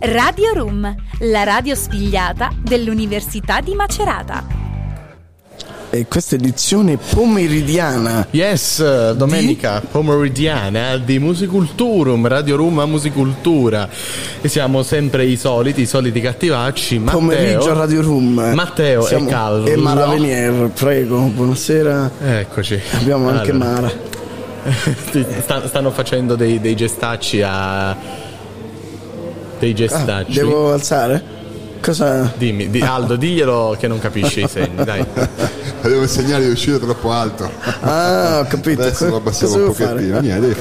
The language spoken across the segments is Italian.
Radio Room, la radio spigliata dell'Università di Macerata. E questa edizione pomeridiana. Yes, domenica pomeridiana di Musiculturum, Radio Room a Musicultura. E siamo sempre i soliti cattivacci. Matteo, pomeriggio Radio Room. Matteo e Calvo. E Mara Venier, prego, buonasera. Eccoci. Abbiamo anche Mara. Stanno facendo dei gestacci a... Dei gestacci. Devo alzare? Cosa? Dimmi, Aldo, diglielo che non capisci i segni, dai. Avevo il segnale di uscire troppo alto. Ah, ho capito. Adesso lo abbassiamo un pochettino. Niente,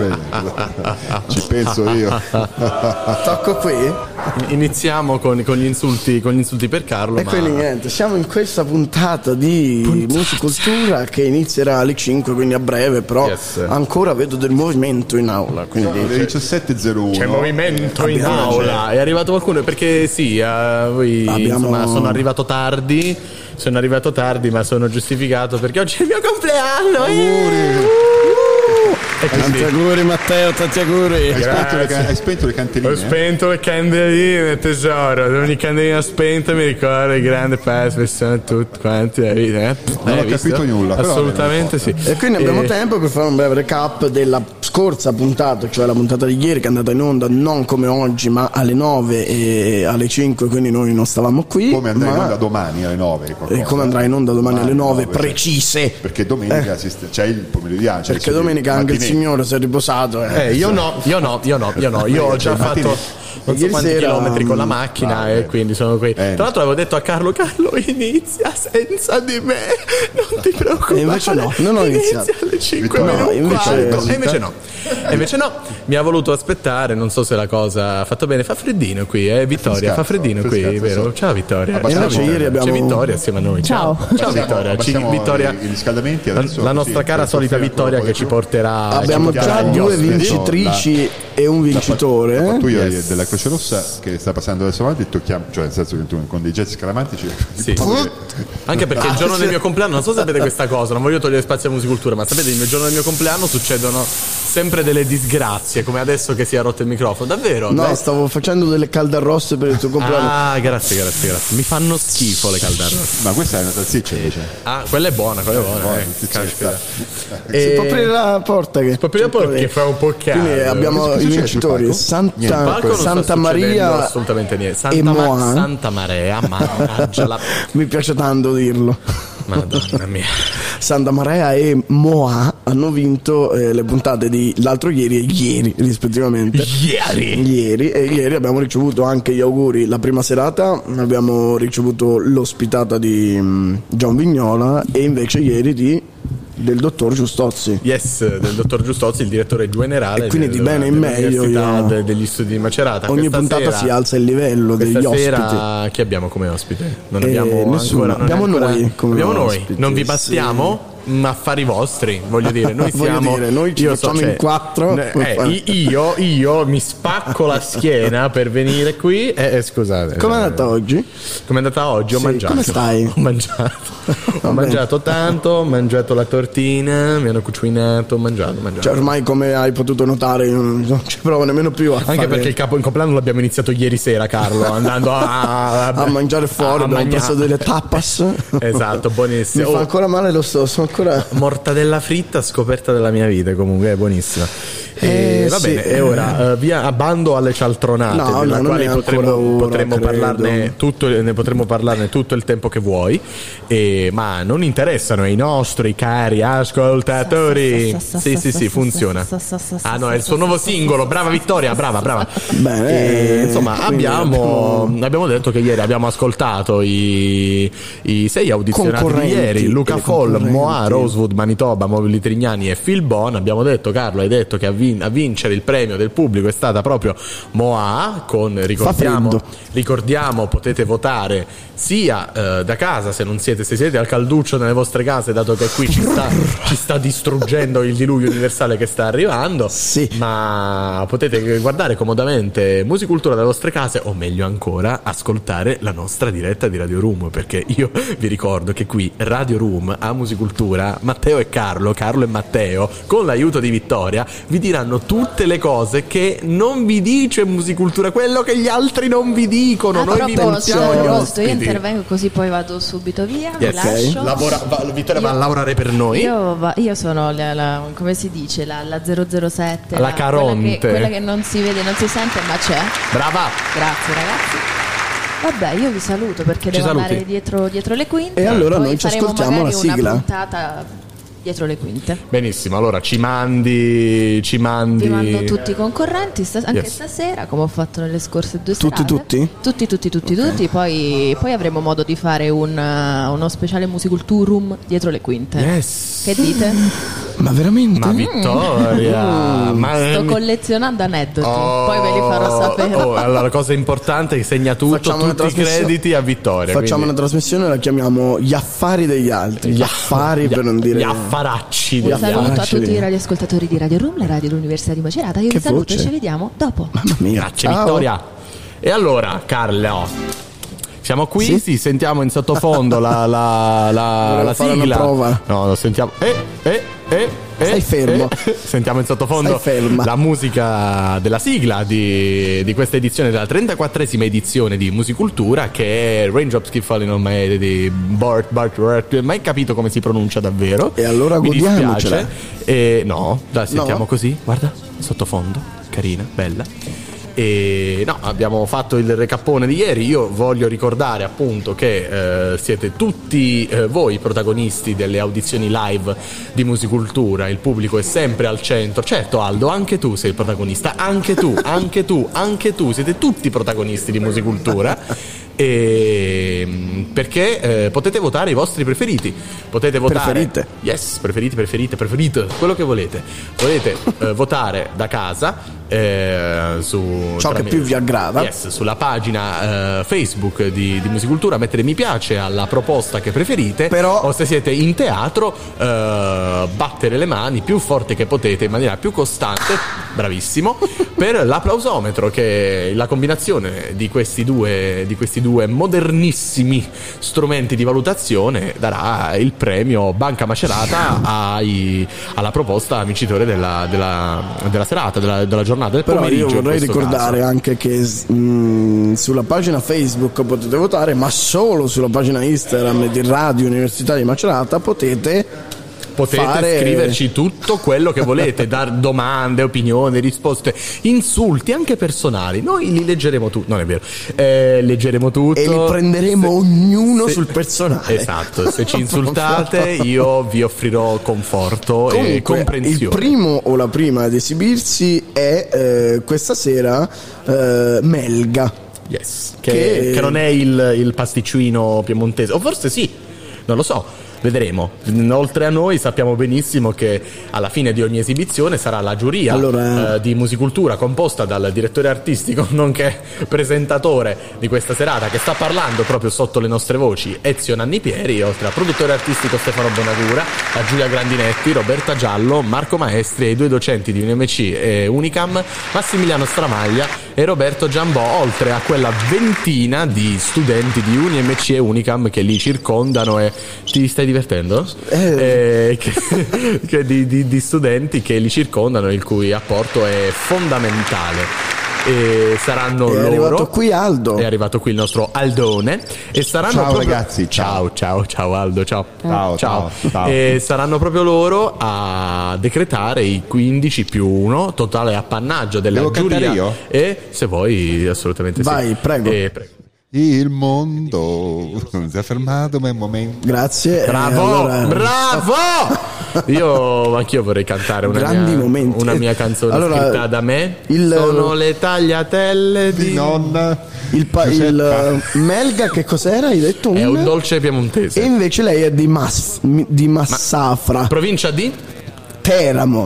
ci penso io. Tocco qui? Iniziamo con gli insulti per Carlo. E quindi niente, siamo in questa puntata di Musicultura che inizierà alle 5, quindi a breve, però ancora vedo del movimento in aula. Quindi alle 17.01 c'è movimento in aula. È arrivato qualcuno perché voi insomma, sono arrivato tardi, ma sono giustificato perché oggi è il mio compleanno. Auguri. Tanti auguri Matteo, tanti auguri. Hai spento le candeline? Ho spento le candeline, tesoro. Ogni candelina spenta mi ricorda il grande padre, sono tutti quanti la vita. Non ho capito nulla. Assolutamente sì. E quindi abbiamo tempo per fare un breve recap della scorsa puntata, cioè la puntata di ieri che è andata in onda non come oggi ma alle 9 e alle 5, quindi noi non stavamo qui. Come andrà in onda domani alle 9? E come andrà in onda domani alle 9 precise? Perché domenica c'è il pomeridiano. Perché domenica anche il signore si è riposato. Io no. Io ho già fatto non so quanti chilometri con la macchina e quindi sono qui. Tra l'altro avevo detto a Carlo inizia senza di me, non ti preoccupare. E invece no, non ho iniziato alle 5 invece no, mi ha voluto aspettare, non so se la cosa ha fatto bene. Fa freddino qui, Vittoria, fa freddino qui, vero? Ciao Vittoria. E invece ieri abbiamo... C'è Vittoria assieme a noi. Ciao Vittoria. I riscaldamenti adesso, la nostra cara solita Vittoria che ci porterà. Abbiamo già 2 vincitrici e un vincitore. La pattuglia della Croce Rossa che sta passando adesso avanti, tocchiamo, cioè nel senso che tu con dei gesti scaramantici. Sì. Anche perché il giorno del mio compleanno, non so se sapete questa cosa, non voglio togliere spazio a Musicultura, ma sapete, il giorno del mio compleanno succedono sempre delle disgrazie, come adesso che si è rotto il microfono, davvero? No, stavo facendo delle caldarrosse per il tuo compleanno. Ah, grazie. Mi fanno schifo le caldarrosse. Ma questa è una salsiccia invece. Ah, quella è buona. Si può aprire la porta che fa un po' caro. Quindi abbiamo i vincitori Santa Maria assolutamente niente. Santa Maria, mannaggia la... Mi piace tanto dirlo. Madonna mia. Santa Maria e Moa hanno vinto le puntate di l'altro ieri e ieri rispettivamente. Ieri abbiamo ricevuto anche gli auguri. La prima serata abbiamo ricevuto l'ospitata di John Vignola e invece ieri del dottor Giustozzi. Del dottor Giustozzi, il direttore generale. E quindi di bene in meglio degli studi di Macerata. Ogni puntata si alza il livello degli ospiti. Stasera chi abbiamo come ospite? Non abbiamo nessuno. Abbiamo noi. Ospiti. Non vi battiamo? Affari vostri, voglio dire, noi siamo noi ci facciamo in 4. Io mi spacco la schiena per venire qui scusate. Com'è andata oggi? Ho mangiato. Come stai? Ho mangiato tanto, ho mangiato la tortina, mi hanno cucinato, ho mangiato. Cioè ormai, come hai potuto notare, io non ci provo nemmeno più a anche perché il compleanno l'abbiamo iniziato ieri sera, Carlo, andando a mangiare fuori, abbiamo preso delle tapas. Esatto, buonissimo. Mi fa ancora male lo stomaco. Mortadella fritta, scoperta della mia vita, comunque è buonissima. Va bene, e ora via a bando alle cialtronate, della quale potremmo parlarne tutto il tempo che vuoi, ma non interessano ai nostri cari ascoltatori. Sì, funziona. Ah no, è il suo nuovo singolo. Brava Vittoria, brava. Bene, insomma, abbiamo detto che ieri abbiamo ascoltato i 6 audizionati di ieri: Luca Fall, Moa, Rosewood, Manitoba, Mobili Trignani e Phil Bon. Abbiamo detto, Carlo, hai detto che a vincere il premio del pubblico è stata proprio Moa, ricordiamo, potete votare sia da casa, se siete al calduccio nelle vostre case, dato che qui ci sta distruggendo il diluvio universale che sta arrivando, ma potete guardare comodamente Musicultura dalle vostre case, o meglio ancora ascoltare la nostra diretta di Radio Room, perché io vi ricordo che qui Radio Room a Musicultura Musicultura, Matteo e Carlo e Matteo, con l'aiuto di Vittoria, vi diranno tutte le cose che non vi dice Musicultura, quello che gli altri non vi dicono. Noi vi portiamo gli ospiti. Io intervengo così poi vado subito via, vi lascio. Vittoria va a lavorare per noi. Io sono come si dice, la 007, la Caronte, quella che non si vede, non si sente, ma c'è. Brava. Grazie ragazzi. Vabbè, io vi saluto perché devo andare dietro le quinte. E allora poi noi ci ascoltiamo la sigla. Una puntata dietro le quinte. Benissimo, allora ci mandi. Vi mando tutti i concorrenti anche stasera, come ho fatto nelle scorse 2 serate. Tutti? Tutti. Poi avremo modo di fare uno speciale Musiculturum dietro le quinte. Yes. Che dite? Ma veramente? Ma Vittoria, sto collezionando aneddoti, poi ve li farò sapere. Allora, la cosa importante è che segna tutto, tutti i crediti a Vittoria. Facciamo una trasmissione e la chiamiamo Gli affari degli altri. Gli affari, per non dire gli affaracci. Un saluto a tutti i radioascoltatori di Radio Room, la radio dell'Università di Macerata. Io vi saluto e ci vediamo dopo. Mamma mia. Grazie Vittoria. E allora, Carlo, siamo qui, sì, sentiamo in sottofondo la sigla. Prova. No, lo sentiamo. Stai fermo. Sentiamo in sottofondo la musica della sigla di questa edizione, della 34esima edizione di Musicultura, che è Raindrops Keep Falling on My Head di Bart. Mai capito come si pronuncia davvero. E allora godiamocela. No, la sentiamo così, guarda, sottofondo, carina, bella. E no, abbiamo fatto il recappone di ieri. Io voglio ricordare appunto che siete tutti voi protagonisti delle audizioni live di Musicultura. Il pubblico è sempre al centro. Certo Aldo, anche tu sei il protagonista. Anche tu siete tutti protagonisti di Musicultura. Perché potete votare i vostri preferiti. Potete votare preferite quello che volete. Potete votare da casa su ciò che più vi aggrada. Sulla pagina Facebook di Musicultura, mettere mi piace alla proposta che preferite. Però, o se siete in teatro, battere le mani più forte che potete in maniera più costante, bravissimo, per l'applausometro, che è la combinazione di questi due modernissimi strumenti di valutazione darà il premio Banca Macerata alla proposta vincitore della serata, della giornata del pomeriggio. Però io vorrei ricordare anche che sulla pagina Facebook potete votare, ma solo sulla pagina Instagram di Radio Università di Macerata potete scriverci tutto quello che volete, dar domande, opinioni, risposte, insulti anche personali. Noi li leggeremo tutti. Non è vero, leggeremo tutto e li prenderemo ognuno sul personale. Esatto. Se ci insultate io vi offrirò conforto e comprensione. Il primo o la prima ad esibirsi è questa sera Melga. Yes, che non è il pasticcino piemontese, o forse sì, non lo so. Vedremo. Oltre a noi sappiamo benissimo che alla fine di ogni esibizione sarà la giuria di Musicultura, composta dal direttore artistico nonché presentatore di questa serata, che sta parlando proprio sotto le nostre voci, Ezio Nannipieri, oltre al produttore artistico Stefano Bonagura, a Giulia Grandinetti, Roberta Giallo, Marco Maestri e i 2 docenti di UNMC e Unicam, Massimiliano Stramaglia e Roberto Giambò, oltre a quella ventina di studenti di UNMC e Unicam che li circondano. E ti stai divertendo? Di studenti che li circondano, il cui apporto è fondamentale. E saranno loro. È arrivato qui Aldo. È arrivato qui il nostro Aldone. E saranno ragazzi. Ciao Aldo, ciao. E saranno proprio loro a decretare i 15+1, totale appannaggio della giuria. Cantare io? E se vuoi, assolutamente vai, sì. Prego. Il mondo non si è fermato, ma è un momento. Grazie. Bravo. Anch'io vorrei cantare una mia canzone scritta da me. Sono le tagliatelle di nonna. Il Melga, che cos'era? Hai detto è un dolce piemontese. E invece lei è di Massafra. Provincia di Taranto.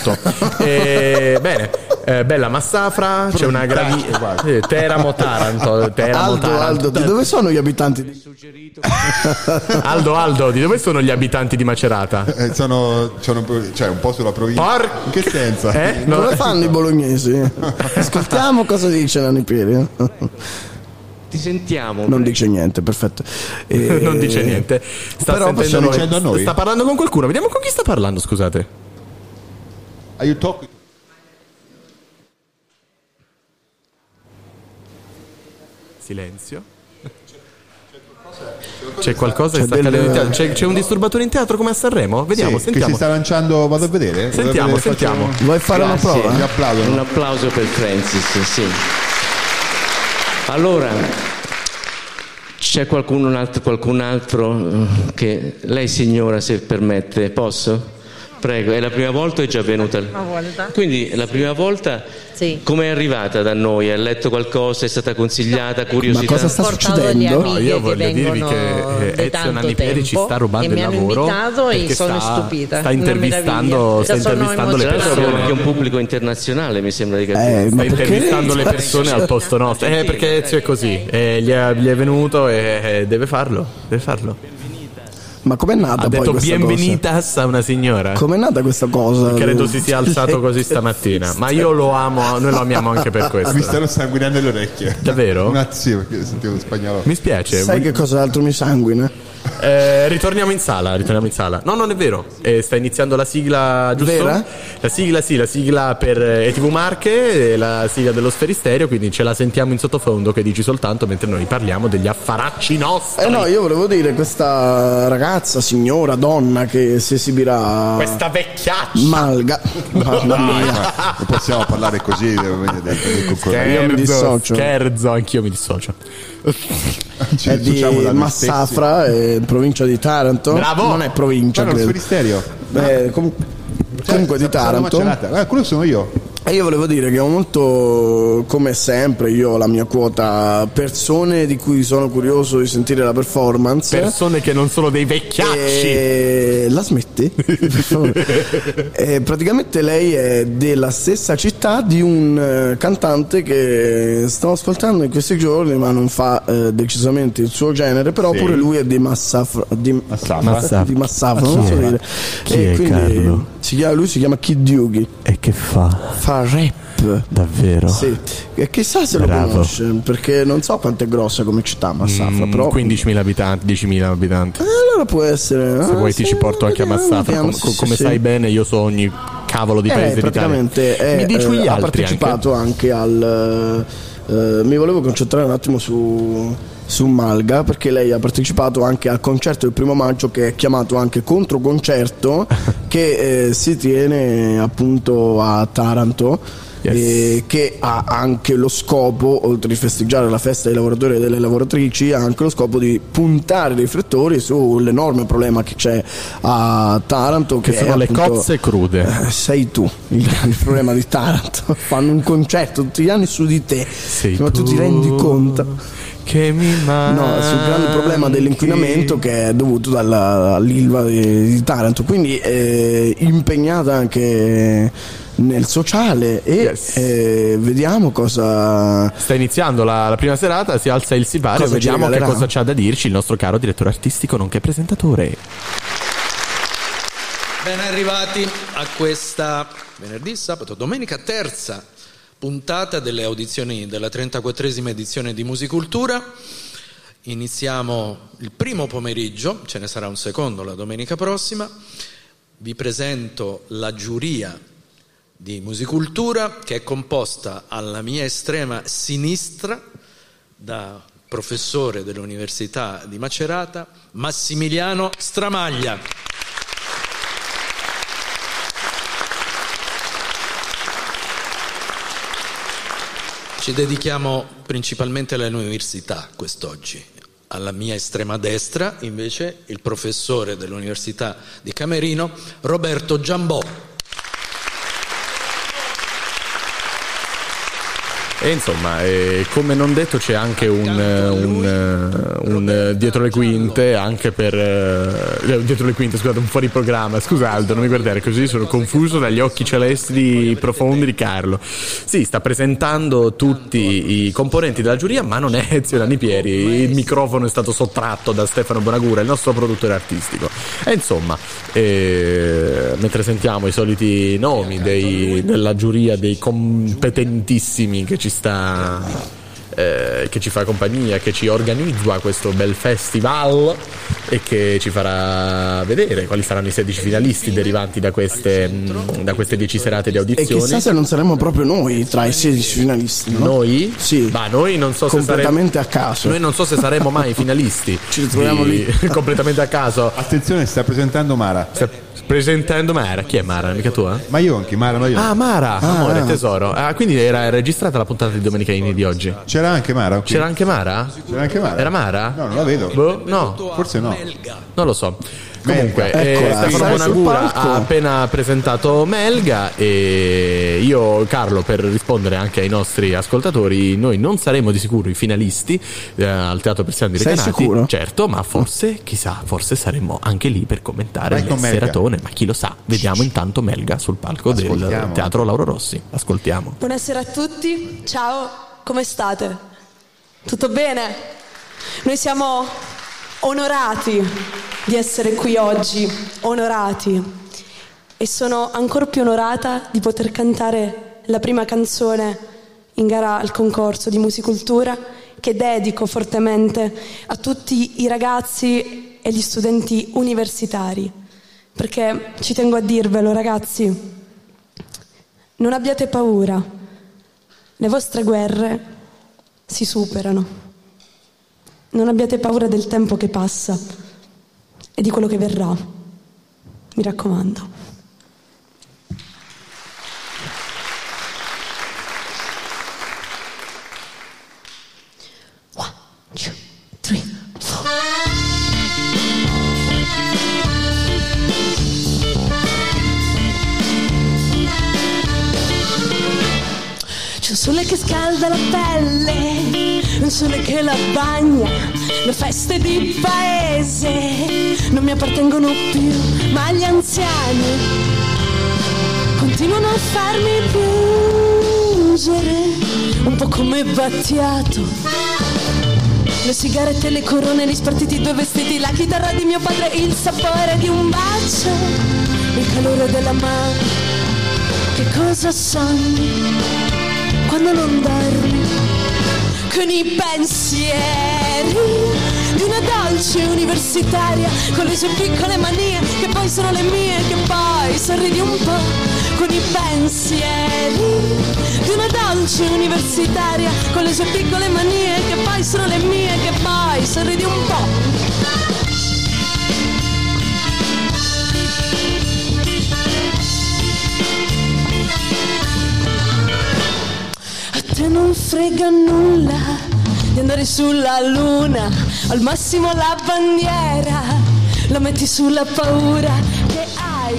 Bene. Bella Massafra, c'è una Teramo, Taranto. Aldo, di dove sono gli abitanti di Aldo, di dove sono gli abitanti di Macerata? Sono un po' sulla provincia. In che senso? Dove fanno i bolognesi? Ascoltiamo cosa dice Nannipieri. Ti sentiamo. Non dice niente, perfetto. Non dice niente. Però sta dicendo a noi. Sta parlando con qualcuno. Vediamo con chi sta parlando, scusate. Are you talking? Silenzio. C'è qualcosa che sta accadendo in teatro? C'è un disturbatore in teatro come a Sanremo? Vediamo, sentiamo. Che si sta lanciando, vado a vedere. Sentiamo. Vuoi fare una prova? Mi applaudono. Un applauso per Francis, sì. Allora, c'è qualcun altro che... Lei signora, se permette, posso? Prego, è la prima volta o è già venuta? Una volta. Quindi la prima volta, sì. Come è arrivata da noi? Ha letto qualcosa? È stata consigliata? Curiosità? Ma cosa sta succedendo? No, io voglio dirvi che Ezio Nanni Pieri ci sta rubando il lavoro. Mi hanno invitato e sono stupita. Sta intervistando le persone. Abbiamo anche un pubblico internazionale, mi sembra di capire. Sta intervistando le persone al posto nostro. Perché Ezio è così. Gli è venuto e deve farlo. Ma com'è nata? Ha poi detto questa bienvenitas cosa? a una signora. Com'è nata questa cosa? Credo si sia alzato così stamattina. Ma io lo amo, noi lo amiamo anche per questo. Mi stanno sanguinando le orecchie. Davvero? Un attimo, perché sentivo lo spagnolo. Mi spiace. Sai che cos'altro mi sanguina? Ritorniamo in sala. No, non è vero. Sta iniziando la sigla, giusto? Vera? La sigla per ETV Marche, la sigla dello Sferisterio, quindi ce la sentiamo in sottofondo che dici soltanto mentre noi parliamo degli affaracci nostri. No, io volevo dire questa ragazza, signora, donna che si esibirà. Questa vecchiaccia. Malga. Mamma mia. Non possiamo parlare così dei concorrenti. Io mi dissocio. Scherzo, anch'io mi dissocio. È di Massafra, provincia di Taranto. Bravo. Non è provincia, Ma non credo. Sferisterio. Comunque di Taranto. Quello sono io. E io volevo dire che ho molto, come sempre, io ho la mia quota persone di cui sono curioso di sentire la performance. Persone che non sono dei vecchiacci. La smetti? Per favore. Praticamente lei è della stessa città di un cantante che stavo ascoltando in questi giorni, ma non fa decisamente il suo genere, però pure lui è di Massafra. Di Massafra, non so dire. Chi è Carlo? Lui si chiama Kid Yugi. E che fa? Fa rap. Davvero? Sì. E chissà se Bravo. lo conosce, perché non so quanto è grossa come città Massafra, però 15.000 abitanti, 10.000 abitanti. allora può essere. Se vuoi ti porto anche a Massafra. Come sai bene, io so ogni cavolo di paese praticamente mi dici gli ha altri partecipato anche al mi volevo concentrare un attimo su Malga, perché lei ha partecipato anche al concerto del 1 maggio, che è chiamato anche controconcerto, che si tiene appunto a Taranto. Che ha anche lo scopo, oltre di festeggiare la festa dei lavoratori e delle lavoratrici, ha anche lo scopo di puntare i riflettori sull'enorme problema che c'è a Taranto, che sono è, le appunto, cozze crude. Sei tu il problema di Taranto. Fanno un concerto tutti gli anni su di te, ma tu ti rendi conto che mi manchi? No, sul grande problema dell'inquinamento che è dovuto all'Ilva di Taranto, quindi è impegnata anche nel sociale e vediamo cosa sta iniziando la prima serata, si alza il sipario, vediamo che cosa c'ha da dirci il nostro caro direttore artistico nonché presentatore. Ben arrivati a questa venerdì, sabato, domenica terza puntata delle audizioni della 34esima edizione di Musicultura. Iniziamo il primo pomeriggio, ce ne sarà un secondo la domenica prossima. Vi presento la giuria di Musicultura, che è composta alla mia estrema sinistra da professore dell'Università di Macerata, Massimiliano Stramaglia. Ci dedichiamo principalmente all'università quest'oggi. Alla mia estrema destra, invece, il professore dell'Università di Camerino, Roberto Giambò. E insomma, come non detto, c'è anche un dietro le quinte, anche per dietro le quinte, scusate, un fuori programma. Scusa Aldo, non mi guardare così, sono confuso dagli occhi celesti profondi di Carlo. Sì, sta presentando tutti i componenti della giuria, ma non è Ezio Nanni Pieri. Il microfono è stato sottratto da Stefano Bonagura, il nostro produttore artistico. E insomma, mentre sentiamo i soliti nomi della giuria, dei competentissimi che ci sta che ci fa compagnia, che ci organizza questo bel festival e che ci farà vedere quali saranno i 16 finalisti derivanti da queste 10 serate di audizioni. E chissà se non saremo proprio noi tra i 16 finalisti, no? Noi? Sì. Ma noi non so completamente a caso. Noi non so se saremo mai finalisti. Ci ritroviamo lì completamente a caso. Attenzione, sta presentando Mara. Presentando Mara. Chi è Mara? Mica tua? Maionchi, Mara Maionchi. Ah, Mara, amore, tesoro. Quindi era registrata la puntata di Domenicaini di oggi. C'era anche Mara? C'era anche Mara? Era Mara? No, non la vedo. No. Forse no. Non lo so. Comunque, Stefano Bonagura ha appena presentato Melga e io, Carlo, per rispondere anche ai nostri ascoltatori, noi non saremo di sicuro i finalisti al Teatro Persiano di Recanati. Sei sicuro? Certo, ma forse, chissà, forse saremo anche lì per commentare il seratone, ma chi lo sa. Vediamo intanto Melga sul palco del Teatro Lauro Rossi. Ascoltiamo. Buonasera a tutti, ciao, come state? Tutto bene? Noi siamo onorati di essere qui oggi, onorati, e sono ancora più onorata di poter cantare la prima canzone in gara al concorso di Musicultura, che dedico fortemente a tutti i ragazzi e gli studenti universitari, perché ci tengo a dirvelo, ragazzi, non abbiate paura, le vostre guerre si superano, non abbiate paura del tempo che passa e di quello che verrà, mi raccomando. One, two, three, four. C'è un sole che scalda la pelle, un sole che la bagna, le feste di paese non mi appartengono più, ma gli anziani continuano a farmi piangere, un po' come Battiato. Le sigarette, le corone, gli spartiti, 2 vestiti, la chitarra di mio padre, il sapore di un bacio, il calore della mano. Che cosa sogni quando non dormi? Con i pensieri di una dolce universitaria, con le sue piccole manie che poi sono le mie, che poi sorridi un po'. Con i pensieri di una dolce universitaria, con le sue piccole manie che poi sono le mie, che poi sorridi un po'. Te non frega nulla di andare sulla luna, al massimo la bandiera la metti sulla paura che hai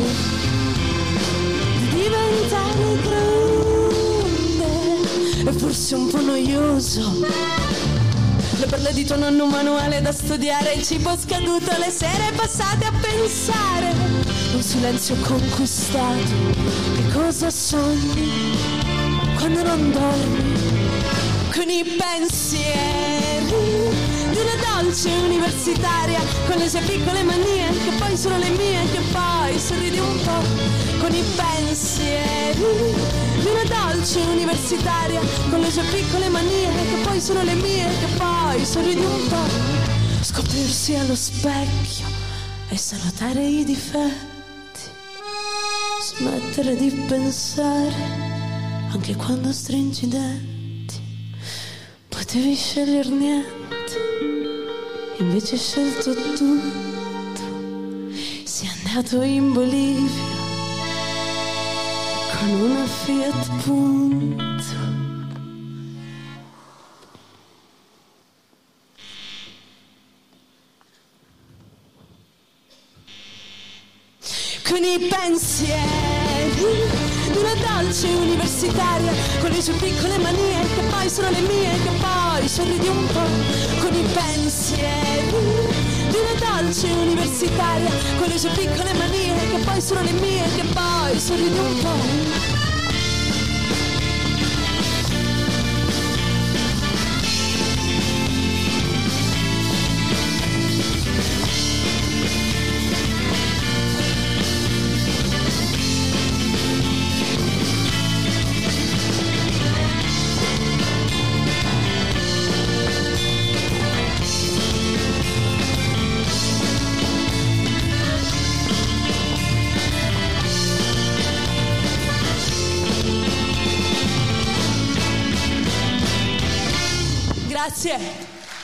di diventare grande, e forse un po' noioso le perle di tuo nonno manuale da studiare, il cibo scaduto, le sere passate a pensare, un silenzio conquistato. Che cosa sogni quando non dormi? Con i pensieri di una dolce universitaria, con le sue piccole manie che poi sono le mie, che poi sorridi un po'. Con i pensieri di una dolce universitaria, con le sue piccole manie che poi sono le mie, che poi sorridi un po'. Scoprirsi allo specchio e salutare i difetti, smettere di pensare anche quando stringi i denti. Potevi scegliere niente, invece hai scelto tutto. Sei andato in Bolivia con una Fiat Punto. Con i pensieri di una dolce universitaria, con le sue piccole manie che poi sono le mie, che poi sorridi un po'. Con i pensieri di una dolce universitaria, con le sue piccole manie che poi sono le mie, che poi sorridi un po'. Grazie.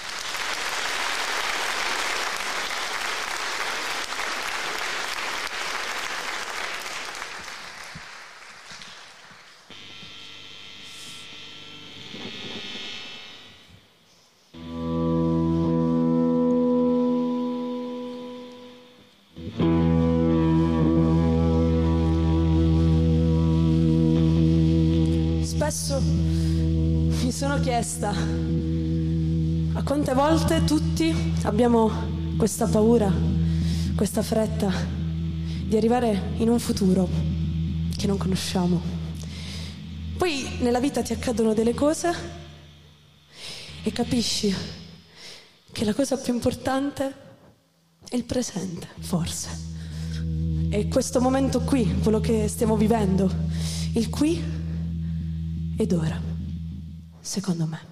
Spesso mi sono chiesta a quante volte tutti abbiamo questa paura, questa fretta di arrivare in un futuro che non conosciamo. Poi nella vita ti accadono delle cose e capisci che la cosa più importante è il presente, forse. E questo momento qui, quello che stiamo vivendo, il qui ed ora, secondo me.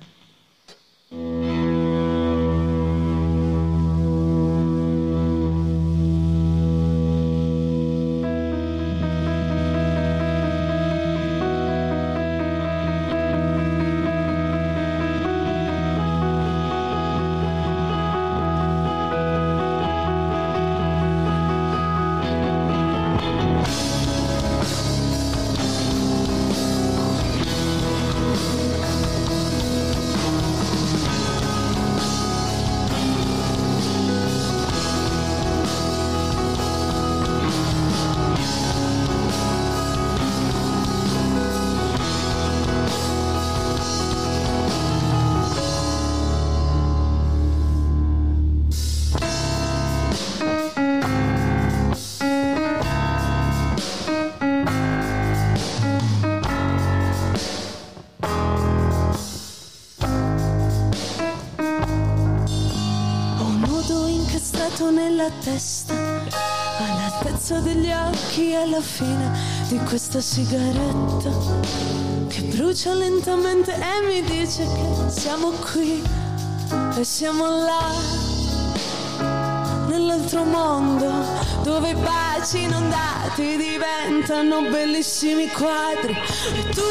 Nella testa, all'altezza degli occhi, alla fine di questa sigaretta che brucia lentamente e mi dice che siamo qui e siamo là, nell'altro mondo dove i baci inondati diventano bellissimi quadri. E tu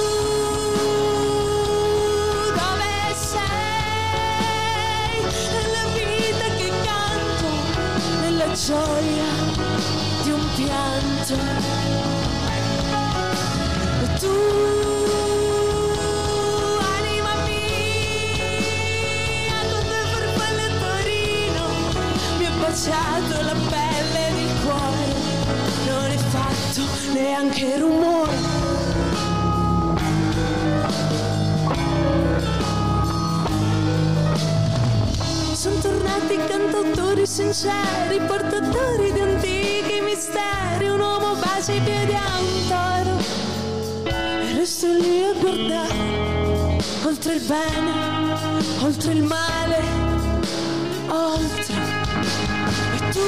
dove sei? Nella vita che canto, nella gioia di un pianto. E tu, anima mia, quando il farfalle a Torino mi ha baciato la pelle ed il cuore, non hai fatto neanche rumore. Sono tornati cantautori sinceri, portatori di antichi misteri. Un uomo bacia i piedi a un toro e resto lì a guardare, oltre il bene, oltre il male, oltre. E tu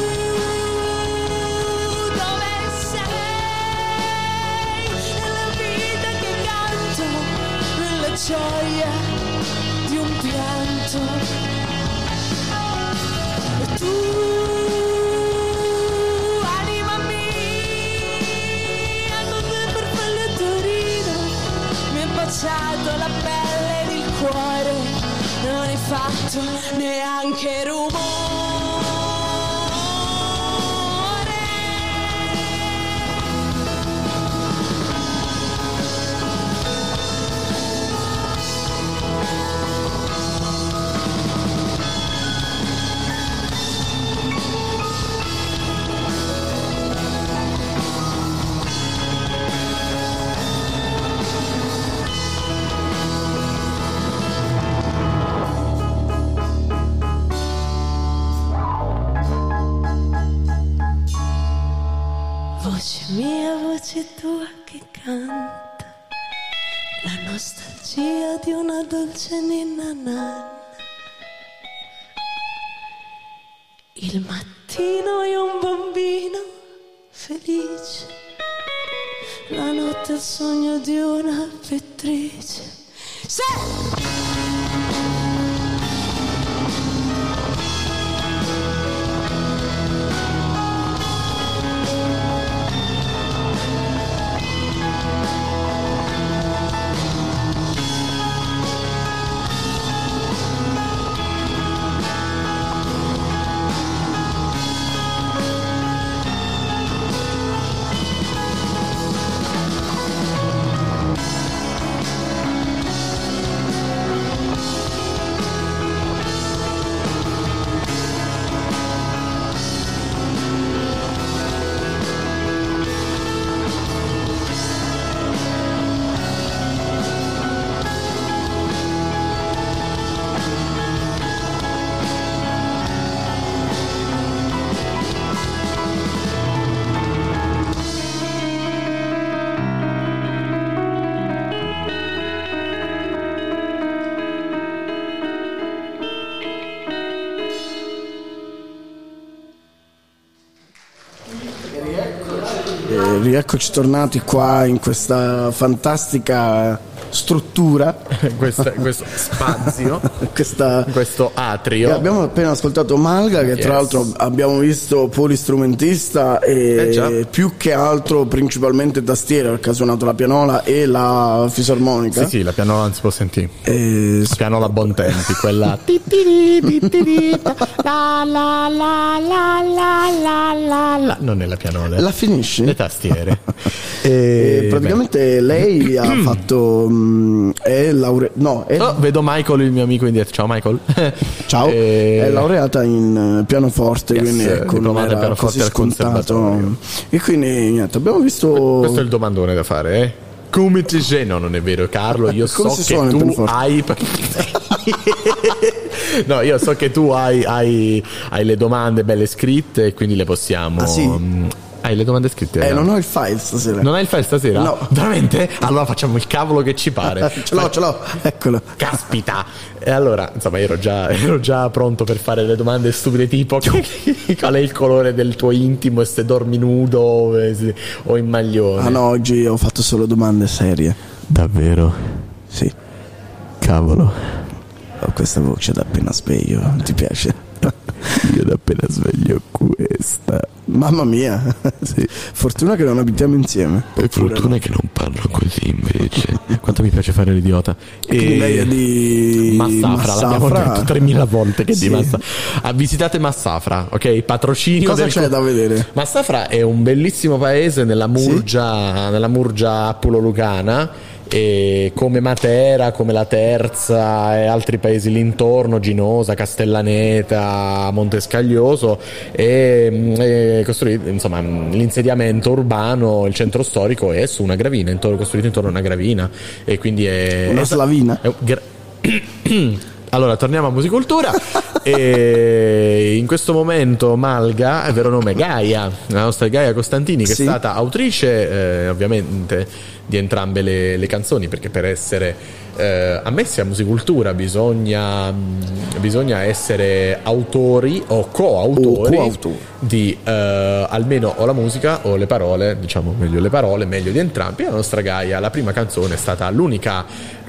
dove sei? Nella vita che canto, nella gioia di un pianto. E tu, anima mia, con due farfalle a Torino mi hai baciato la pelle ed il cuore, non hai fatto neanche rumore. Voce mia, voce tua che canta la nostalgia di una dolce ninna nanna. Il mattino io un bambino felice, la notte il sogno di una pittrice. Sì! rieccoci tornati qua in questa fantastica struttura, questo spazio, questo atrio. E abbiamo appena ascoltato Malga, che tra l'altro abbiamo visto polistrumentista e più che altro principalmente tastiera, perché ha suonato la pianola e la fisarmonica. Sì, la pianola non si può sentire. La pianola Bontempi, quella non è la pianola. La finisci? Le tastiere. Praticamente lei ha fatto vedo Michael, il mio amico in dietro. Ciao Michael. Ciao. È laureata in pianoforte, quindi ecco, non era così scontato. E quindi niente, abbiamo visto. Questo è il domandone da fare, Come ti sei? No, non è vero, Carlo. Io so che tu hai. No, io so che tu hai le domande belle scritte e quindi le possiamo. Ah, sì? Hai le domande scritte? Non ho il file stasera. Non hai il file stasera? No. Veramente? Allora facciamo il cavolo che ci pare. Ce l'ho. Eccolo. Caspita. E allora, insomma, ero già pronto per fare le domande stupide tipo qual è il colore del tuo intimo e se dormi nudo o in maglione. Ah no, oggi ho fatto solo domande serie. Davvero? Sì. Cavolo. Ho questa voce da appena sveglio, ti piace? Io da appena sveglio questa. Mamma mia. Sì. Fortuna che non abitiamo insieme. Per fortuna che non parlo così invece. Quanto mi piace fare l'idiota. E lei è di Massafra. L'abbiamo detto 3000 volte che è di Massafra. Visitate Massafra, ok? Patrocinio. Cosa c'è da vedere? Massafra è un bellissimo paese nella Murgia Appulo-Lucana. E come Matera, come La Terza e altri paesi lì intorno, Ginosa, Castellaneta, Montescaglioso, e costruito, insomma, l'insediamento urbano, il centro storico è su una gravina, costruito intorno a una gravina, e quindi è una slavina. Allora, torniamo a Musicultura. E in questo momento Malga, il vero nome è Gaia, la nostra Gaia Costantini, che è stata autrice ovviamente di entrambe le canzoni, perché per essere ammessi a Musicultura bisogna essere autori o coautori di almeno o la musica o le parole, diciamo meglio le parole, meglio di entrambi. La nostra Gaia, la prima canzone, è stata l'unica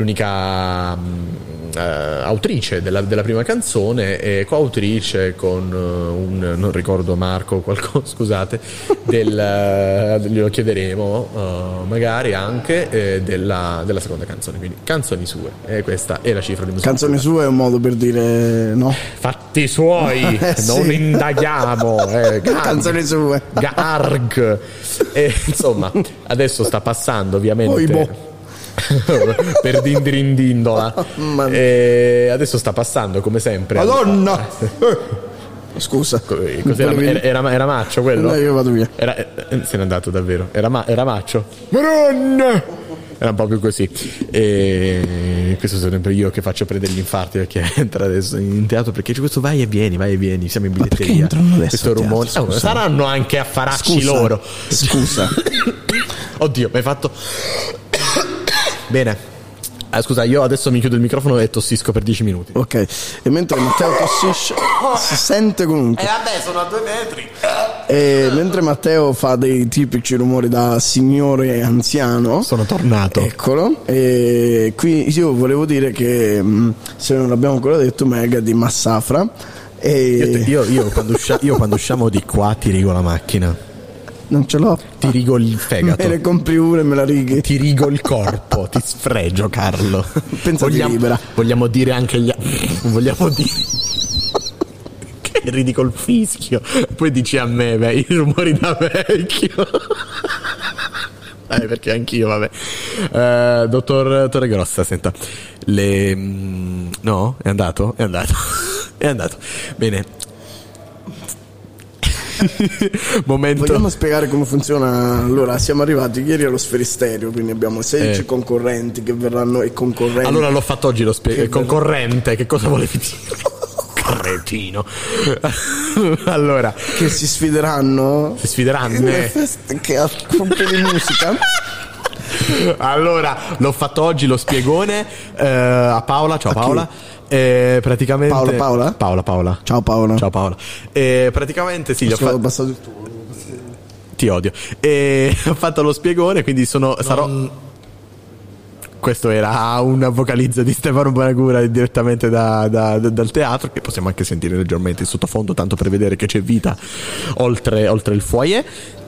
autrice della prima canzone e coautrice con non ricordo Marco qualcosa, scusate, glielo chiederemo magari anche della seconda canzone, quindi canzoni sue, e questa è la cifra di musica. Canzoni sue è un modo per dire no, fatti suoi, non indaghiamo, canzoni sue, Garg. E insomma adesso sta passando ovviamente per dindola, e adesso sta passando come sempre. Madonna. Scusa, era Maccio quello? Io vado via. Se n'è andato davvero. Era Maccio. Madonna! Era proprio così. E questo sono sempre io che faccio prendere gli infarti perché entra adesso in teatro, perché c'è questo vai e vieni, siamo in biglietteria. Questo rumore. Saranno anche affaracci loro. Scusa. Oddio, mi hai fatto. Bene. Scusa, io adesso mi chiudo il microfono e tossisco per 10 minuti. Ok. E mentre Matteo tossisce, si sente comunque. Vabbè, sono a 2 metri. E mentre Matteo fa dei tipici rumori da signore anziano, sono tornato. Eccolo. E qui io volevo dire che, se non l'abbiamo ancora detto, Mega di Massafra. E io quando usciamo di qua ti rigo la macchina. Non ce l'ho. Ti rigo il fegato. Me ne compri una e me la righi. Ti rigo il corpo. Ti sfregio, Carlo. Pensati libera. Vogliamo dire anche vogliamo dire che ridi col fischio. Poi dici a me, i rumori da vecchio. Perché anch'io, vabbè. Dottor Torregrossa, senta. No? È andato? È andato. Bene. Momento. Vogliamo spiegare come funziona? Allora, siamo arrivati ieri allo Sferisterio, quindi abbiamo 16 concorrenti che verranno, e concorrenti. Allora l'ho fatto oggi lo concorrente, che cosa volevi dire? Cretino. Allora, che si sfideranno nelle feste che ha gruppi di musica. Allora, l'ho fatto oggi lo spiegone a Paola. Ciao Paola. Praticamente Paola. Ciao Paola. Praticamente sì, ho passato il tuo. ti odio. E ho fatto lo spiegone, quindi sarò. Questo era una vocalizza di Stefano Bonagura direttamente dal teatro, che possiamo anche sentire leggermente in sottofondo, tanto per vedere che c'è vita oltre il foyer.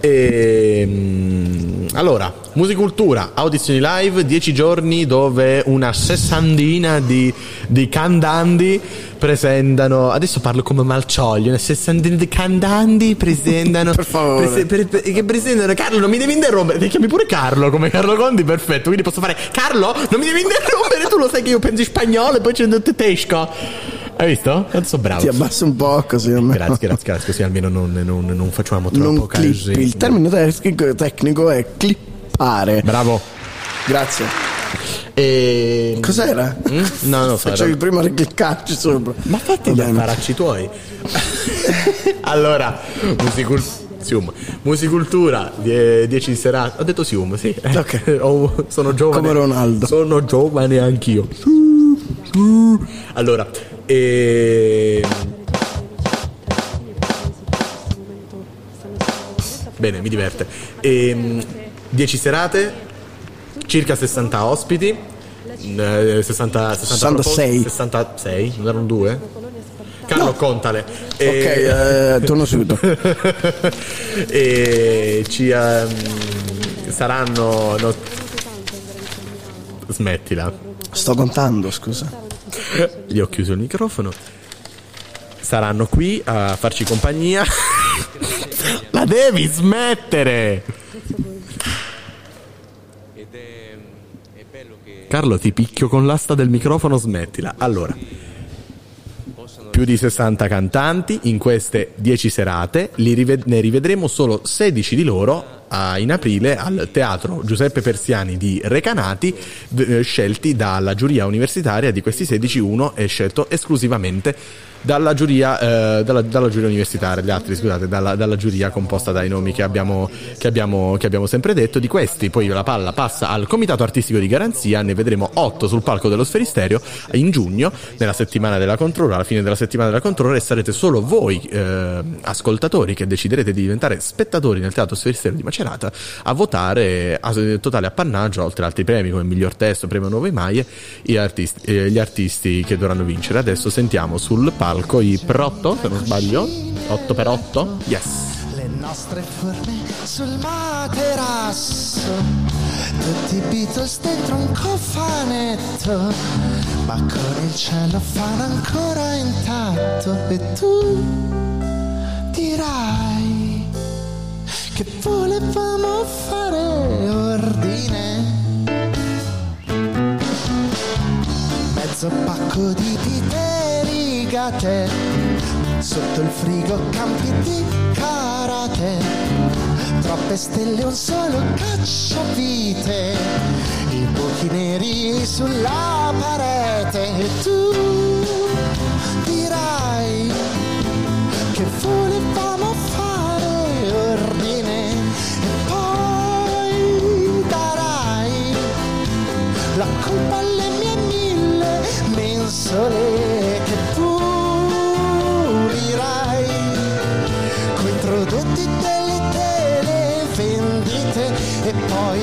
Allora, Musicultura, audizioni live, 10 giorni dove una sessantina di cantanti presentano. Adesso parlo come Malcioglio. Una sessantina di cantanti presentano. Per favore. Che presentano. Carlo, non mi devi interrompere. Ti chiami pure Carlo come Carlo Conti, perfetto. Quindi posso fare Carlo, non mi devi interrompere. Tu lo sai che io penso in spagnolo e poi c'è il tedesco. Hai visto? Non so bravo. Ti abbasso un po' così. Grazie, così almeno non facciamo troppo casino. Il termine tecnico è clippare. Bravo. Grazie. Cos'era? No, facevi prima ricliccarci sopra. Ma fatti gli imparacci tuoi. Allora, Musicultura 10 serate. Ho detto Sium, sì. Ok. Sono giovane. Come Ronaldo. Sono giovane anch'io. Allora, bene, mi diverte. 10 serate, circa 60 ospiti, 66, non erano 2? Carlo, no. Contale. Ok, torno subito. E saranno smettila. Sto contando, scusa. Gli ho chiuso il microfono. Saranno qui a farci compagnia. La devi smettere. Carlo, ti picchio con l'asta del microfono, smettila. Allora, più di 60 cantanti in queste 10 serate, ne rivedremo solo 16 di loro in aprile al Teatro Giuseppe Persiani di Recanati, scelti dalla giuria universitaria. Di questi 16 uno è scelto esclusivamente dalla giuria universitaria, gli altri scusate, dalla giuria composta dai nomi che abbiamo sempre detto. Di questi poi la palla passa al Comitato Artistico di Garanzia, ne vedremo 8 sul palco dello Sferisterio in giugno, nella settimana della Controlla, alla fine della settimana della Controlla, e sarete solo voi ascoltatori che deciderete di diventare spettatori nel Teatro Sferisterio di Macerata a votare a totale appannaggio, oltre ad altri premi come miglior testo, premio Nuove Maie, gli artisti che dovranno vincere. Adesso sentiamo sul palco i Per8, se non sbaglio, 8x8, yes. Le nostre forme sul materasso, tutti i Beatles dentro un cofanetto, ma con il cielo fanno ancora intatto. E tu dirai che volevamo fare ordine, mezzo pacco di rigate, sotto il frigo campi di karate, troppe stelle, un solo cacciavite, i buchi neri sulla parete. E tu dirai che volevamo fare ordine, e poi darai la colpa alle mie 1000 mensole che pulirai coi prodotti delle televendite, e poi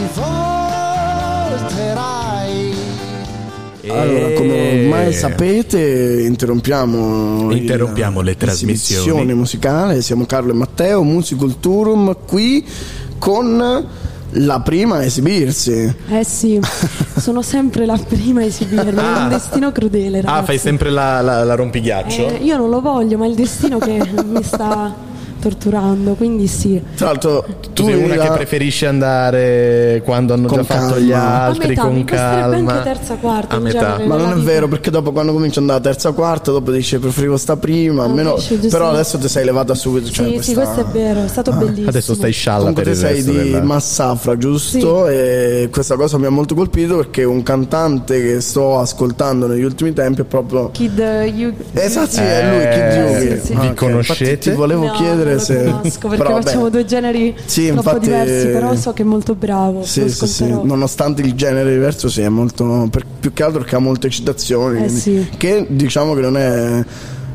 volterai. Allora, come ormai sapete, interrompiamo le trasmissioni musicali. Siamo Carlo e Matteo, Musiculturum, qui con la prima a esibirsi. Sì, sono sempre la prima a esibirmi. È un destino crudele, ragazzi. Fai sempre la rompighiaccio? Io non lo voglio, ma è il destino che mi sta torturando, quindi sì. Tra l'altro tu sei una che preferisce andare quando hanno già fatto gli altri, con calma, anche terza, quarta, a metà. Ma non è vero, perché dopo, quando cominci ad andare terza, quarta, dopo dici preferivo sta prima, almeno, però adesso ti sei levata subito, cioè sì, questo è vero, è stato bellissimo. Adesso stai scialla. Comunque per te sei di Massafra, giusto? Sì. E questa cosa mi ha molto colpito, perché un cantante che sto ascoltando negli ultimi tempi è proprio Kid Yugi. Esatto, sì, è lui, Kid Yugi. Sì. Vi conoscete? Infatti ti volevo chiedere se conosco, perché facciamo due generi troppo diversi, però so che è molto bravo. Sì. Nonostante il genere diverso, sì, è molto, più che altro perché ha molte citazioni, sì. Che diciamo che non è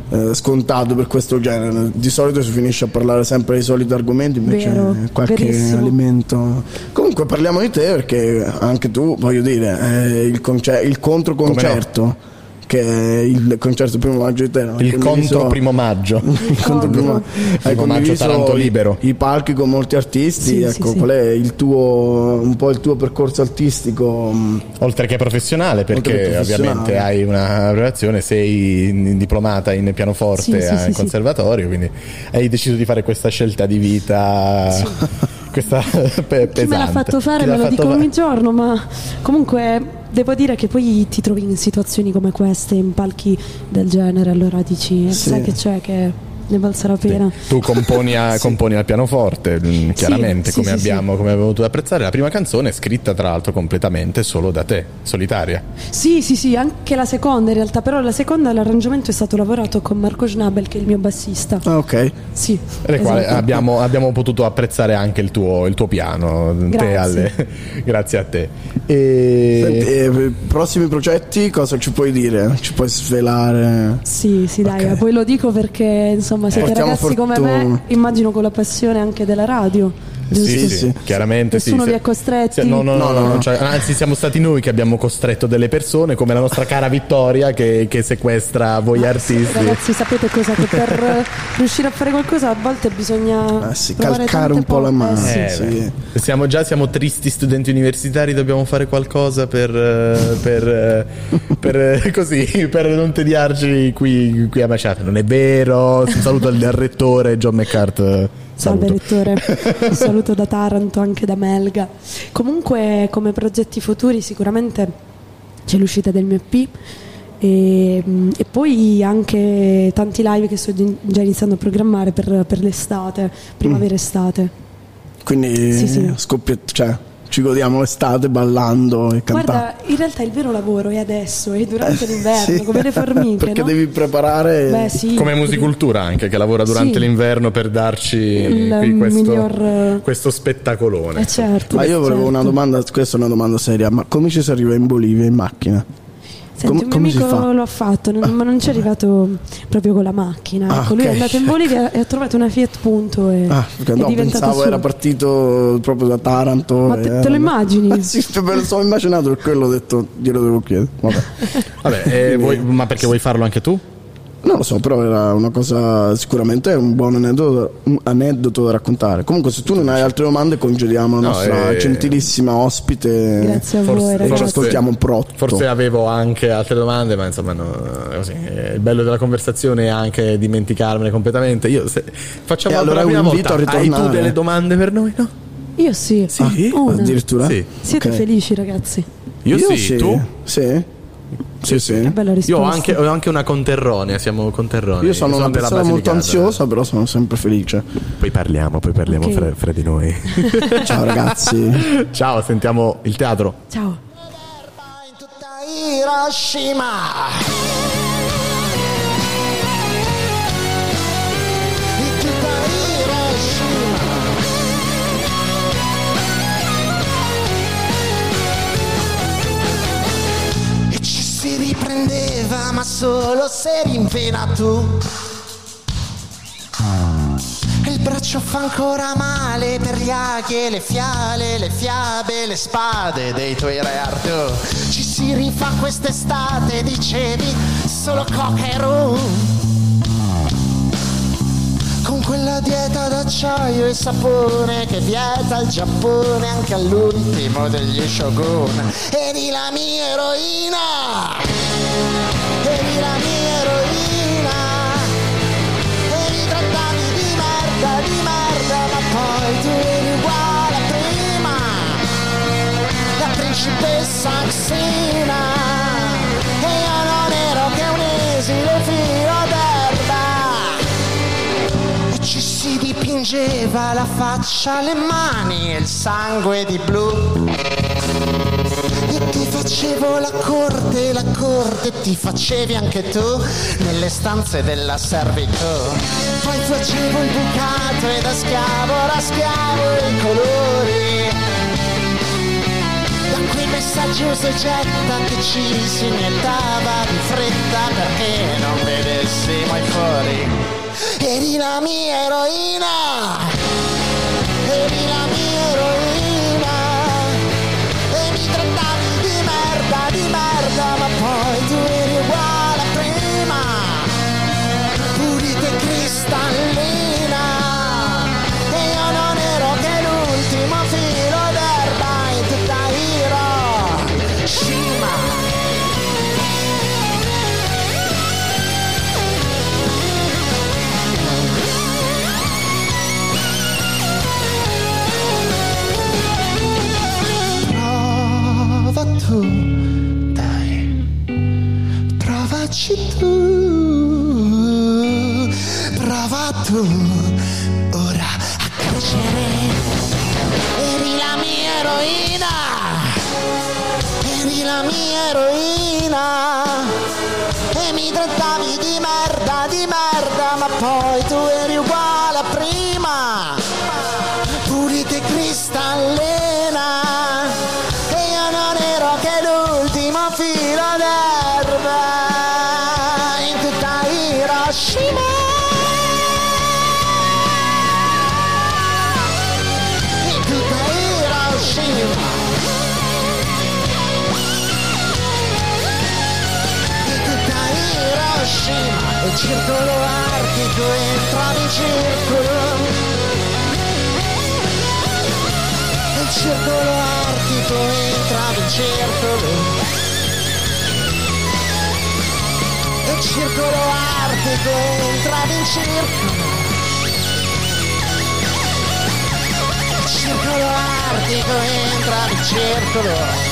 scontato per questo genere. Di solito si finisce a parlare sempre dei soliti argomenti, invece qualche alimento. Comunque parliamo di te, perché anche tu, voglio dire, il controconcerto, che è il concerto primo maggio di te, no? Il contro primo maggio. Il contro primo maggio Taranto libero. I palchi con molti artisti, ecco. Qual è un po' il tuo percorso artistico? Oltre che professionale, perché ovviamente hai una relazione, sei diplomata in pianoforte al conservatorio, quindi hai deciso di fare questa scelta di vita. Questa pesante. Chi me l'ha fatto fare me lo dico ogni giorno, ma comunque devo dire che poi ti trovi in situazioni come queste, in palchi del genere, allora dici sai che c'è, che ne valsa la pena. Tu componi al pianoforte, chiaramente, come abbiamo potuto apprezzare. La prima canzone è scritta tra l'altro completamente solo da te, solitaria. Sì, anche la seconda in realtà, però la seconda, l'arrangiamento è stato lavorato con Marco Schnabel, che è il mio bassista. Ah, ok. Sì. Quale abbiamo potuto apprezzare anche il tuo piano. Grazie a te. Senti, prossimi progetti, cosa ci puoi dire? Ci puoi svelare? Sì, dai, poi lo dico perché insomma siete ragazzi come me, immagino con la passione anche della radio. Sì, chiaramente. Nessuno vi ha costretti. No. Anzi, siamo stati noi che abbiamo costretto delle persone, come la nostra cara Vittoria che sequestra voi artisti. Ragazzi, sapete cosa? Che per riuscire a fare qualcosa a volte bisogna calcare un po' la mano. Siamo tristi studenti universitari, dobbiamo fare qualcosa per non tediarci qui a Maciata. Non è vero. Un saluto al rettore John McCart. Salve rettore, un saluto da Taranto, anche da Melga. Comunque, come progetti futuri sicuramente c'è l'uscita del mio EP e poi anche tanti live che sto già iniziando a programmare per l'estate, primavera-estate. Quindi ci godiamo l'estate ballando e cantando. Guarda, in realtà il vero lavoro è adesso, è durante l'inverno, come le formiche, perché no? devi preparare come Musicultura anche, che lavora durante l'inverno per darci questo spettacolone. Certo, ma io volevo una domanda, questa è una domanda seria, ma come ci si arriva in Bolivia in macchina? Senti, un mio amico lo ha fatto, ma non ci è arrivato proprio con la macchina. Lui è andato in Bolivia e ha trovato una Fiat Punto e è diventato pensavo suo. Era partito proprio da Taranto. Ma te lo immagini? Sì, me lo sono immaginato, per quello ho detto glielo devo chiedere. Vabbè, ma perché vuoi farlo anche tu? Non lo so, però era una cosa, sicuramente è un buon aneddoto da raccontare. Comunque, se tu non hai altre domande, congediamo la nostra gentilissima ospite. Grazie a voi, ragazzi. Ci ascoltiamo un protto. Forse avevo anche altre domande, ma insomma così. Il bello della conversazione è anche dimenticarmene completamente. Facciamo allora la prima volta. Hai tu delle domande per noi? No? Io sì. Una. Addirittura? Sì. Siete felici, ragazzi? Io sì. Tu? Sì. Bella risposta. Io ho anche una conterronea, siamo conterronei. Io sono una persona molto ansiosa, però sono sempre felice. Poi parliamo fra di noi. Ciao ragazzi. Ciao, sentiamo il teatro. Ciao. In tutta Hiroshima. Si riprendeva, ma solo se eri in vena tu. E il braccio fa ancora male per gli aghi e le fiale, le fiabe, le spade dei tuoi re Artù. Ci si rifà quest'estate, dicevi, solo coca e rum. Con quella dieta d'acciaio e sapone che vieta il Giappone anche all'ultimo degli shogun. Eri la mia eroina, eri la mia eroina, eri trattati di merda, ma poi tu eri uguale a prima, la principessa Xena, e io non ero che un esile filo d'erba. Ci si dipingeva la faccia, le mani e il sangue di blu. E ti facevo la corte ti facevi anche tu nelle stanze della servitù. Poi facevo il bucato e da schiavo raschiavo i colori. Da quei messaggio soggetta che ci si iniettava di fretta perché non vedessimo i fuori. Eri la mia eroina, eri la mia eroina, e mi trattavi di merda, ma poi tu eri uguale a prima, pulita e cristallina, e io non ero che l'ultimo filo d'erba in tutta Hiroshima. Prova tu, dai, provaci tu, prova tu, ora a crescere. Eri la mia eroina, eri la mia eroina, e mi trattavi di merda, ma poi tu eri uguale a prima, pulita e cristallina, e io non ero che l'ultimo filo d'erba in tutta Hiroshima. In tutta Hiroshima. In tutta Hiroshima. Il circolo artico entrava in circolo. Il circolo artico entrava in circolo. Il circolo artico entrava in circolo. Il circolo artico entrava in circolo.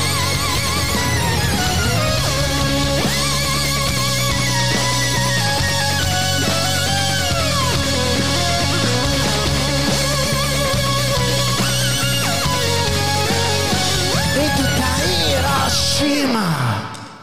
In tutta Hiroshima.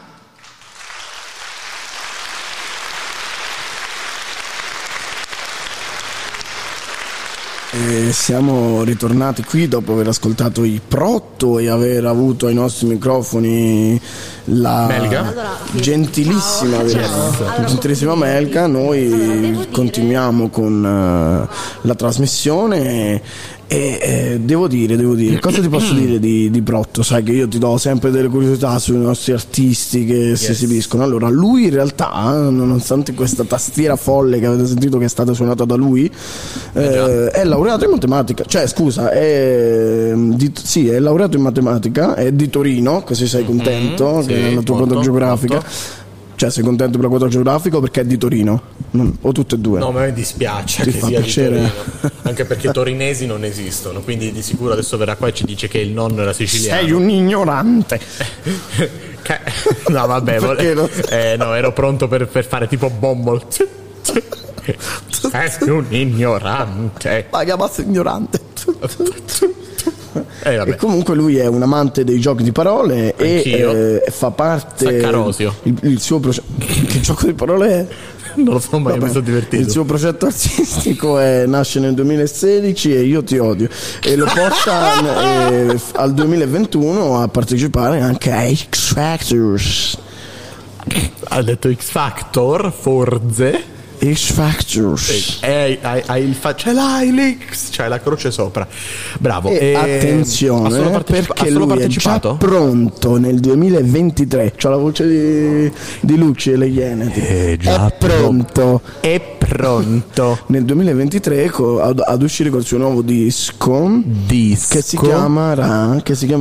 E siamo ritornati qui dopo aver ascoltato i Protto e aver avuto ai nostri microfoni la gentilissima, gentilissima Melga. Noi continuiamo con la trasmissione e devo dire, cosa ti posso dire di Protto? Sai che io ti do sempre delle curiosità sui nostri artisti che si esibiscono. Allora, lui in realtà, nonostante questa tastiera folle che avete sentito che è stata suonata da lui, è laureato in matematica, cioè scusa, è laureato in matematica, è di Torino, così sei contento che è la tua quota geografica. Cioè, sei contento per la quota geografica o perché è di Torino? O tutte e due? No, ma mi dispiace che sia piacere. Di Torino. Anche perché torinesi non esistono, quindi di sicuro adesso verrà qua e ci dice che il nonno era siciliano. Sei un ignorante. No, vabbè, no, ero pronto per fare tipo Bombol. Sei un ignorante. Ma chiamato ignorante. E comunque lui è un amante dei giochi di parole. Anch'io. E fa parte il suo che gioco di parole è? Non lo so, ma mi sono divertito. Il suo progetto artistico nasce nel 2016 e Io ti odio, e lo porta al 2021 a partecipare anche a X Factors. Ha detto X Factor, forse. X Factors. C'è l'X, c'è la croce sopra. Bravo. Attenzione, perché lui è già pronto nel 2023. C'ho la voce di Lucci e le Iene. È pronto. È pronto nel 2023 ad uscire col suo nuovo disco che si chiamerà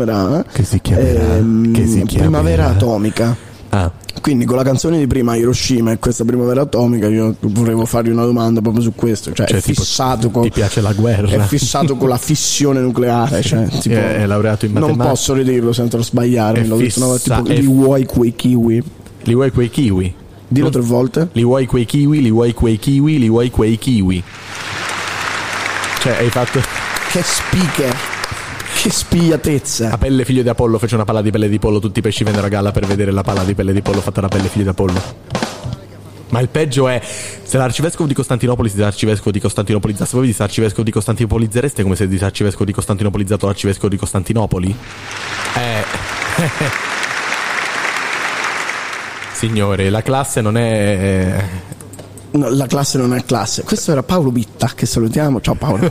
Primavera Atomica. Quindi con la canzone di prima Hiroshima e questa Primavera Atomica io volevo fargli una domanda proprio su questo, cioè è fissato ti piace la guerra? È fissato con la fissione nucleare, cioè tipo, è laureato in matematica. Non posso ridirlo senza sbagliarmi, l'ho detto tipo li vuoi quei kiwi? Li vuoi quei kiwi? Dillo 3 volte. Li vuoi quei kiwi, li vuoi quei kiwi, li vuoi quei kiwi. Cioè hai fatto che speaker. Che spigliatezza. A pelle figlio di Apollo fece una palla di pelle di pollo, tutti i pesci vennero a galla per vedere la palla di pelle di pollo fatta da pelle figlio di Apollo. Ma il peggio è, se l'arcivescovo di Costantinopoli si arcivescovo di Costantinopoli, voi vi arcivescovo di Costantinopoli, come se arcivescovo di Costantinopoli l'arcivescovo di Costantinopoli? Signori, la classe non è... No, la classe non è classe. Questo era Paolo Bitta, che salutiamo. Ciao Paolo.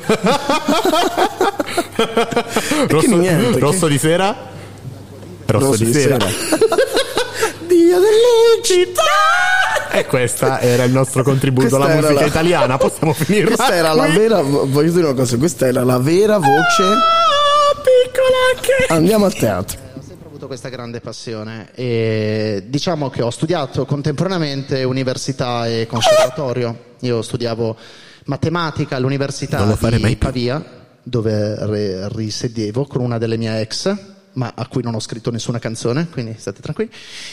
Rosso di sera? Rosso di sera. Dio delle città. E questa era il nostro contributo alla musica italiana. Possiamo finirla. Questa era la vera. Voglio dire una cosa, questa era la vera voce. Piccola che. Andiamo al teatro. Questa grande passione e diciamo che ho studiato contemporaneamente università e conservatorio. Io studiavo matematica all'università di Pavia, dove risiedevo con una delle mie ex, ma a cui non ho scritto nessuna canzone, quindi state tranquilli.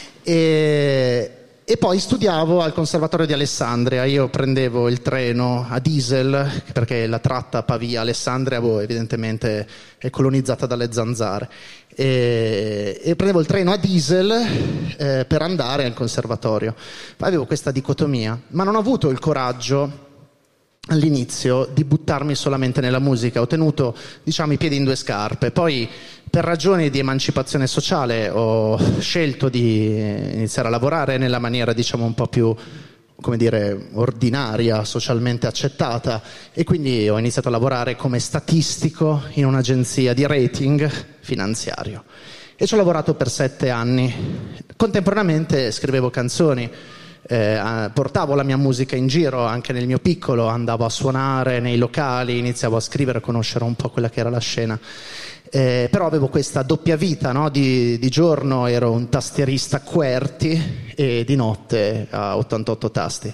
E poi studiavo al Conservatorio di Alessandria. Io prendevo il treno a diesel, perché la tratta Pavia-Alessandria evidentemente è colonizzata dalle zanzare. E prendevo il treno a diesel per andare al conservatorio. Poi avevo questa dicotomia, ma non ho avuto il coraggio all'inizio di buttarmi solamente nella musica. Ho tenuto, diciamo, i piedi in due scarpe. Poi, per ragioni di emancipazione sociale, ho scelto di iniziare a lavorare nella maniera, diciamo, un po' più, come dire, ordinaria, socialmente accettata, e quindi ho iniziato a lavorare come statistico in un'agenzia di rating finanziario e ci ho lavorato per 7 anni. Contemporaneamente scrivevo canzoni, portavo la mia musica in giro anche nel mio piccolo, andavo a suonare nei locali, iniziavo a scrivere, a conoscere un po' quella che era la scena. Però avevo questa doppia vita, no? Di giorno ero un tastierista QWERTY e di notte a 88 tasti.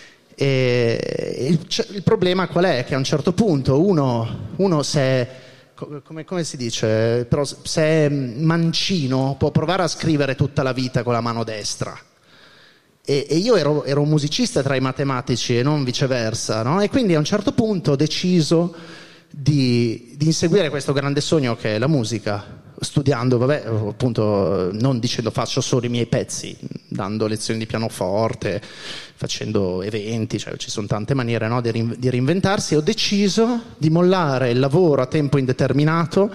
E il problema qual è? Che a un certo punto uno se come si dice, però se è mancino può provare a scrivere tutta la vita con la mano destra. E io ero un musicista tra i matematici e non viceversa, no? E quindi a un certo punto ho deciso di inseguire questo grande sogno che è la musica, studiando, appunto, non dicendo faccio solo i miei pezzi, dando lezioni di pianoforte, facendo eventi, cioè ci sono tante maniere, no, di reinventarsi. Ho deciso di mollare il lavoro a tempo indeterminato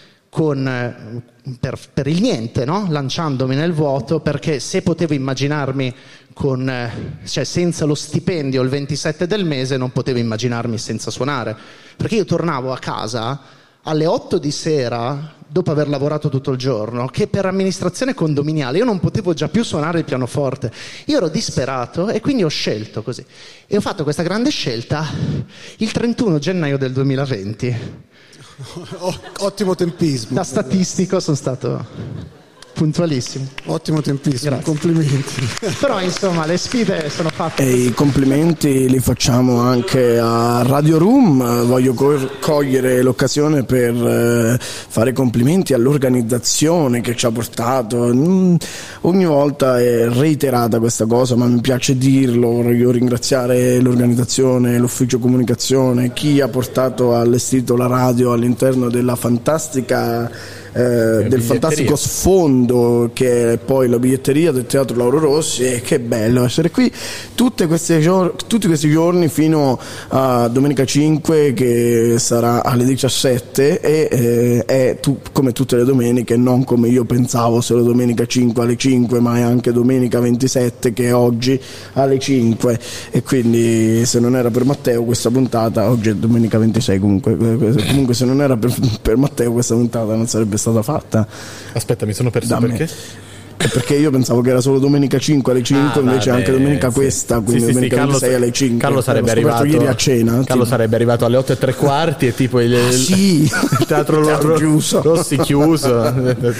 per il niente, no? Lanciandomi nel vuoto, perché se potevo immaginarmi cioè senza lo stipendio il 27 del mese, non potevo immaginarmi senza suonare, perché io tornavo a casa alle 8 di sera dopo aver lavorato tutto il giorno, che per amministrazione condominiale io non potevo già più suonare il pianoforte. Io ero disperato e quindi ho scelto così, e ho fatto questa grande scelta il 31 gennaio del 2020. Ottimo tempismo. Da statistico sono stato puntualissimo. Ottimo tempismo. Grazie. Complimenti. Però insomma le sfide sono fatte. E i complimenti li facciamo anche a Radio Room. Voglio cogliere l'occasione per fare complimenti all'organizzazione che ci ha portato. Ogni volta è reiterata questa cosa, ma mi piace dirlo. Voglio ringraziare l'organizzazione, l'ufficio comunicazione, chi ha portato, allestito la radio all'interno della fantastica del fantastico sfondo che è poi la biglietteria del Teatro Lauro Rossi. E che bello essere qui tutti questi giorni fino a domenica 5, che sarà alle 17, e è come tutte le domeniche, non come io pensavo solo domenica 5 alle 5, ma è anche domenica 27, che è oggi alle 5, e quindi se non era per Matteo questa puntata, oggi è domenica 26 comunque se non era per Matteo questa puntata non sarebbe stata fatta. Aspetta, mi sono perso. Perché? Perché io pensavo che era solo domenica 5 alle 5, invece anche domenica questa, quindi domenica 26 alle 5. Carlo sarebbe arrivato ieri a cena. Carlo sarebbe arrivato alle 8:15 e tipo il teatro chiuso. Rossi chiuso.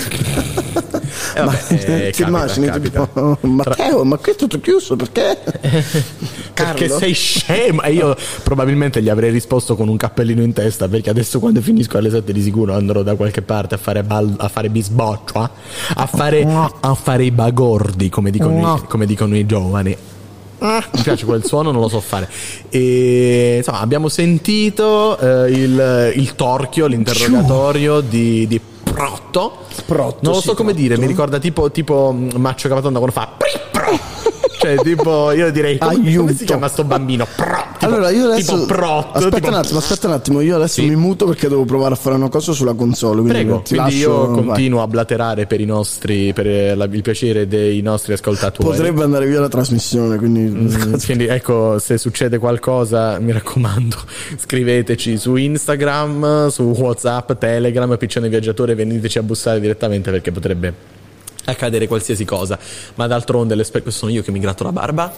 Ma ti immagini tipo, Matteo, ma qui è tutto chiuso, perché? Perché sei scemo. E io probabilmente gli avrei risposto con un cappellino in testa, perché adesso quando finisco alle 7 di sicuro andrò da qualche parte a fare bisboccio, a fare i bagordi, come dicono i giovani. Mi piace quel suono, non lo so fare. E insomma, abbiamo sentito il torchio, l'interrogatorio di Sprotto. Non lo so come dire, mi ricorda tipo Maccio Capatonda quando fa pripro. Cioè tipo, io direi come si chiama sto bambino? allora io adesso tipo prot. Aspetta un attimo, io adesso mi muto perché devo provare a fare una cosa sulla console. Prego, quindi io continuo a blaterare per il piacere dei nostri ascoltatori. Potrebbe andare via la trasmissione, quindi ecco, se succede qualcosa, mi raccomando, scriveteci su Instagram, su WhatsApp, Telegram, Piccione Viaggiatore, veniteci a bussare direttamente perché potrebbe accadere qualsiasi cosa. Ma d'altronde questo sono io che mi gratto la barba.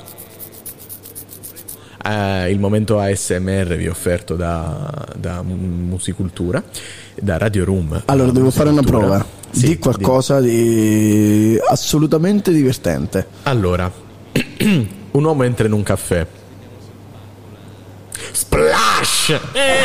Il momento ASMR vi offerto da Musicultura, da Radio Room. Allora devo fare una prova. Di qualcosa di assolutamente divertente. Allora, un uomo entra in un caffè. Splash!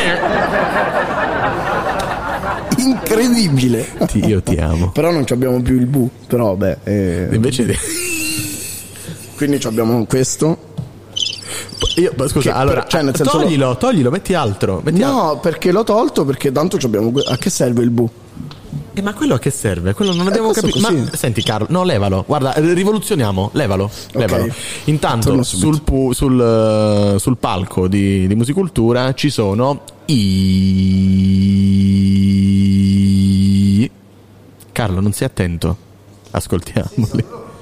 Incredibile. Io ti amo. Però non abbiamo più il bu. Però invece quindi abbiamo questo. Scusa, allora nel senso toglilo, metti altro. Perché l'ho tolto, perché tanto abbiamo. A che serve il bu? Ma quello a che serve? Quello non abbiamo capito. Ma senti Carlo, no, levalo. Guarda, rivoluzioniamo, levalo. Intanto sul palco di Musicultura ci sono Carlo, non sei attento. Ascoltiamoli.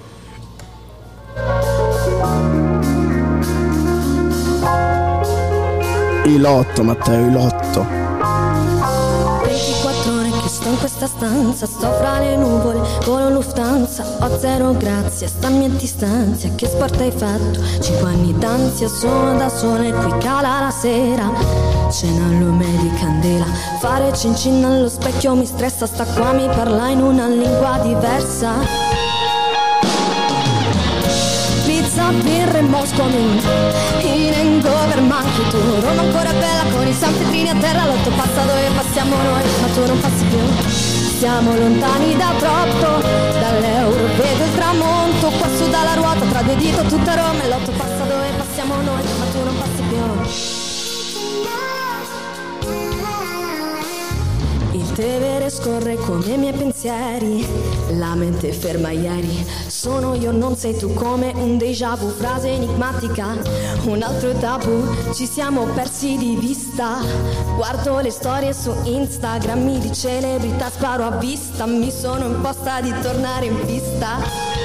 I lotto, Matteo, i lotto. 24 ore che sto in questa stanza, sto fra le nuvole, volo Lufthansa, ho zero grazie, stammi a distanza, che sport hai fatto? 5 anni d'ansia, sono da sola e qui cala la sera, cena al lume di candela, fare cincin allo specchio mi stressa, sta qua mi parla in una lingua diversa. Pizza, birra e Moscow in hangover manchi tu, Roma ancora bella con i sanpetrini a terra, l'otto passa dove passiamo noi, ma tu non passi più. Siamo lontani da troppo, dall'euro vedo il tramonto, qua su dalla ruota, tra due dita tutta Roma, e l'otto passa dove passiamo noi, ma tu non passi più. Il Tevere scorre come i miei pensieri, la mente ferma ieri, sono io non sei tu, come un déjà vu, frase enigmatica, un altro tabù, ci siamo persi di vista, guardo le storie su Instagram, di celebrità sparo a vista, mi sono imposta di tornare in pista.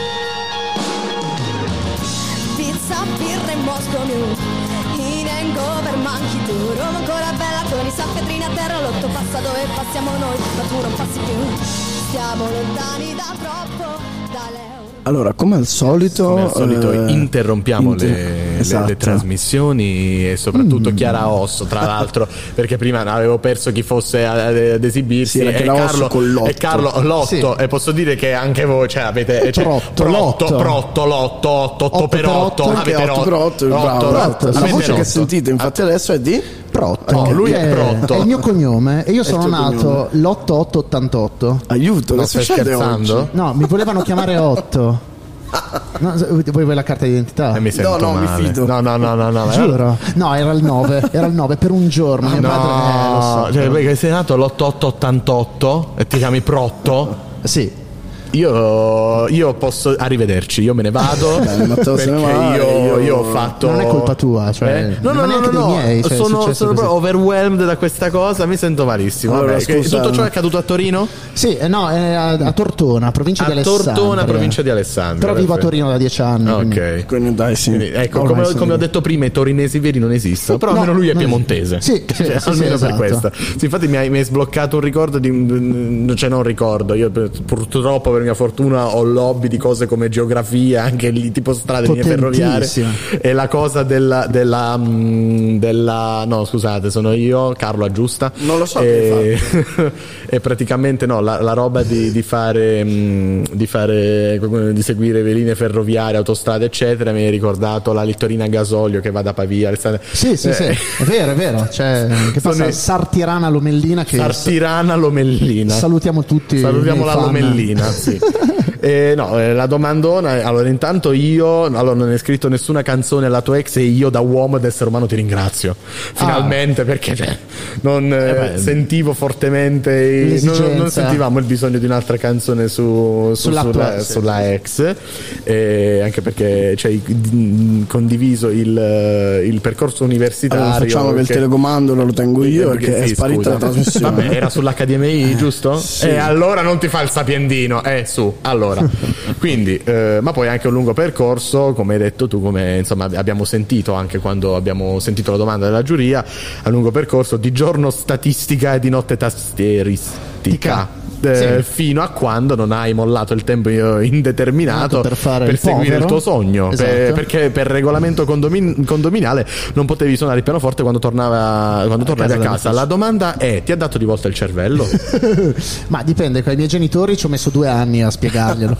Pizza, birra e Moscow in hangover manchi tu, Roma ancora bella con i sanpetrini a terra, l'otto passa dove passiamo noi, ma tu non passi più. Siamo lontani da troppo, dall'euro. Allora, come al solito interrompiamo le trasmissioni e soprattutto Chiara Osso, tra l'altro, perché prima avevo perso chi fosse ad esibirsi, e Carlo Lotto, sì. E posso dire che anche voi avete Protto, Lotto, 8 per 8, avete 8 per 8, la voce che sentite infatti adesso è di Protto. Lui è Protto, è il mio cognome e io sono nato l'8888. Aiuto, non stai scherzando? Oggi? No, mi volevano chiamare 8. No, vuoi la carta d'identità? Mi sento male. Mi fido. No, giuro. No, era il 9 per un giorno. Mio padre lo so. Perché sei nato l'8888 e ti chiami Protto? Sì. Io posso arrivederci, io me ne vado. Beh, Matteo se ne va, io ho fatto. Non è colpa tua, cioè. No. Miei, cioè, sono proprio overwhelmed da questa cosa, mi sento malissimo. Allora, tutto ciò è accaduto a Torino? Sì, no, è a Tortona, provincia di Alessandria. Tortona, provincia di Alessandria. Però vivo a Torino da 10 anni. Ok. Quindi dai, sì. Ecco, come ho detto prima, i torinesi veri non esistono. Però almeno lui è piemontese. Sì, almeno esatto. per questo. Sì, infatti mi hai sbloccato un ricordo cioè non un ricordo. Io purtroppo, per mia fortuna, ho lobby di cose come geografia, anche lì tipo strade, linee ferroviarie, e la cosa della no, scusate, sono io, Carlo aggiusta, non lo so, e praticamente no, la roba di seguire le linee ferroviarie, autostrade eccetera, mi hai ricordato la littorina a gasolio che va da Pavia. Sì, è vero, cioè, che passa Sartirana Lomellina, Sartirana Lomellina, salutiamo tutti, salutiamo la Lomellina, sì. La domandona, allora intanto io non hai scritto nessuna canzone alla tua ex e io da uomo ed essere umano ti ringrazio finalmente, perché sentivo fortemente non sentivamo il bisogno di un'altra canzone sulla ex, anche perché condiviso il percorso universitario. Allora, facciamo che il telecomando lo tengo io perché è sparita la trasmissione. Vabbè, era sull'HDMI, giusto? Sì. Allora non ti fa il sapiendino, su, allora. Quindi, ma poi anche un lungo percorso, come hai detto tu, come insomma abbiamo sentito anche quando abbiamo sentito la domanda della giuria, a lungo percorso di giorno statistica e di notte tastieristica. Fino a quando non hai mollato il tempo indeterminato per seguire il tuo sogno, esatto. Perché per regolamento condominiale non potevi suonare il pianoforte quando tornavi a casa. La domanda è: ti ha dato di volta il cervello? Ma dipende, con i miei genitori ci ho messo 2 anni a spiegarglielo.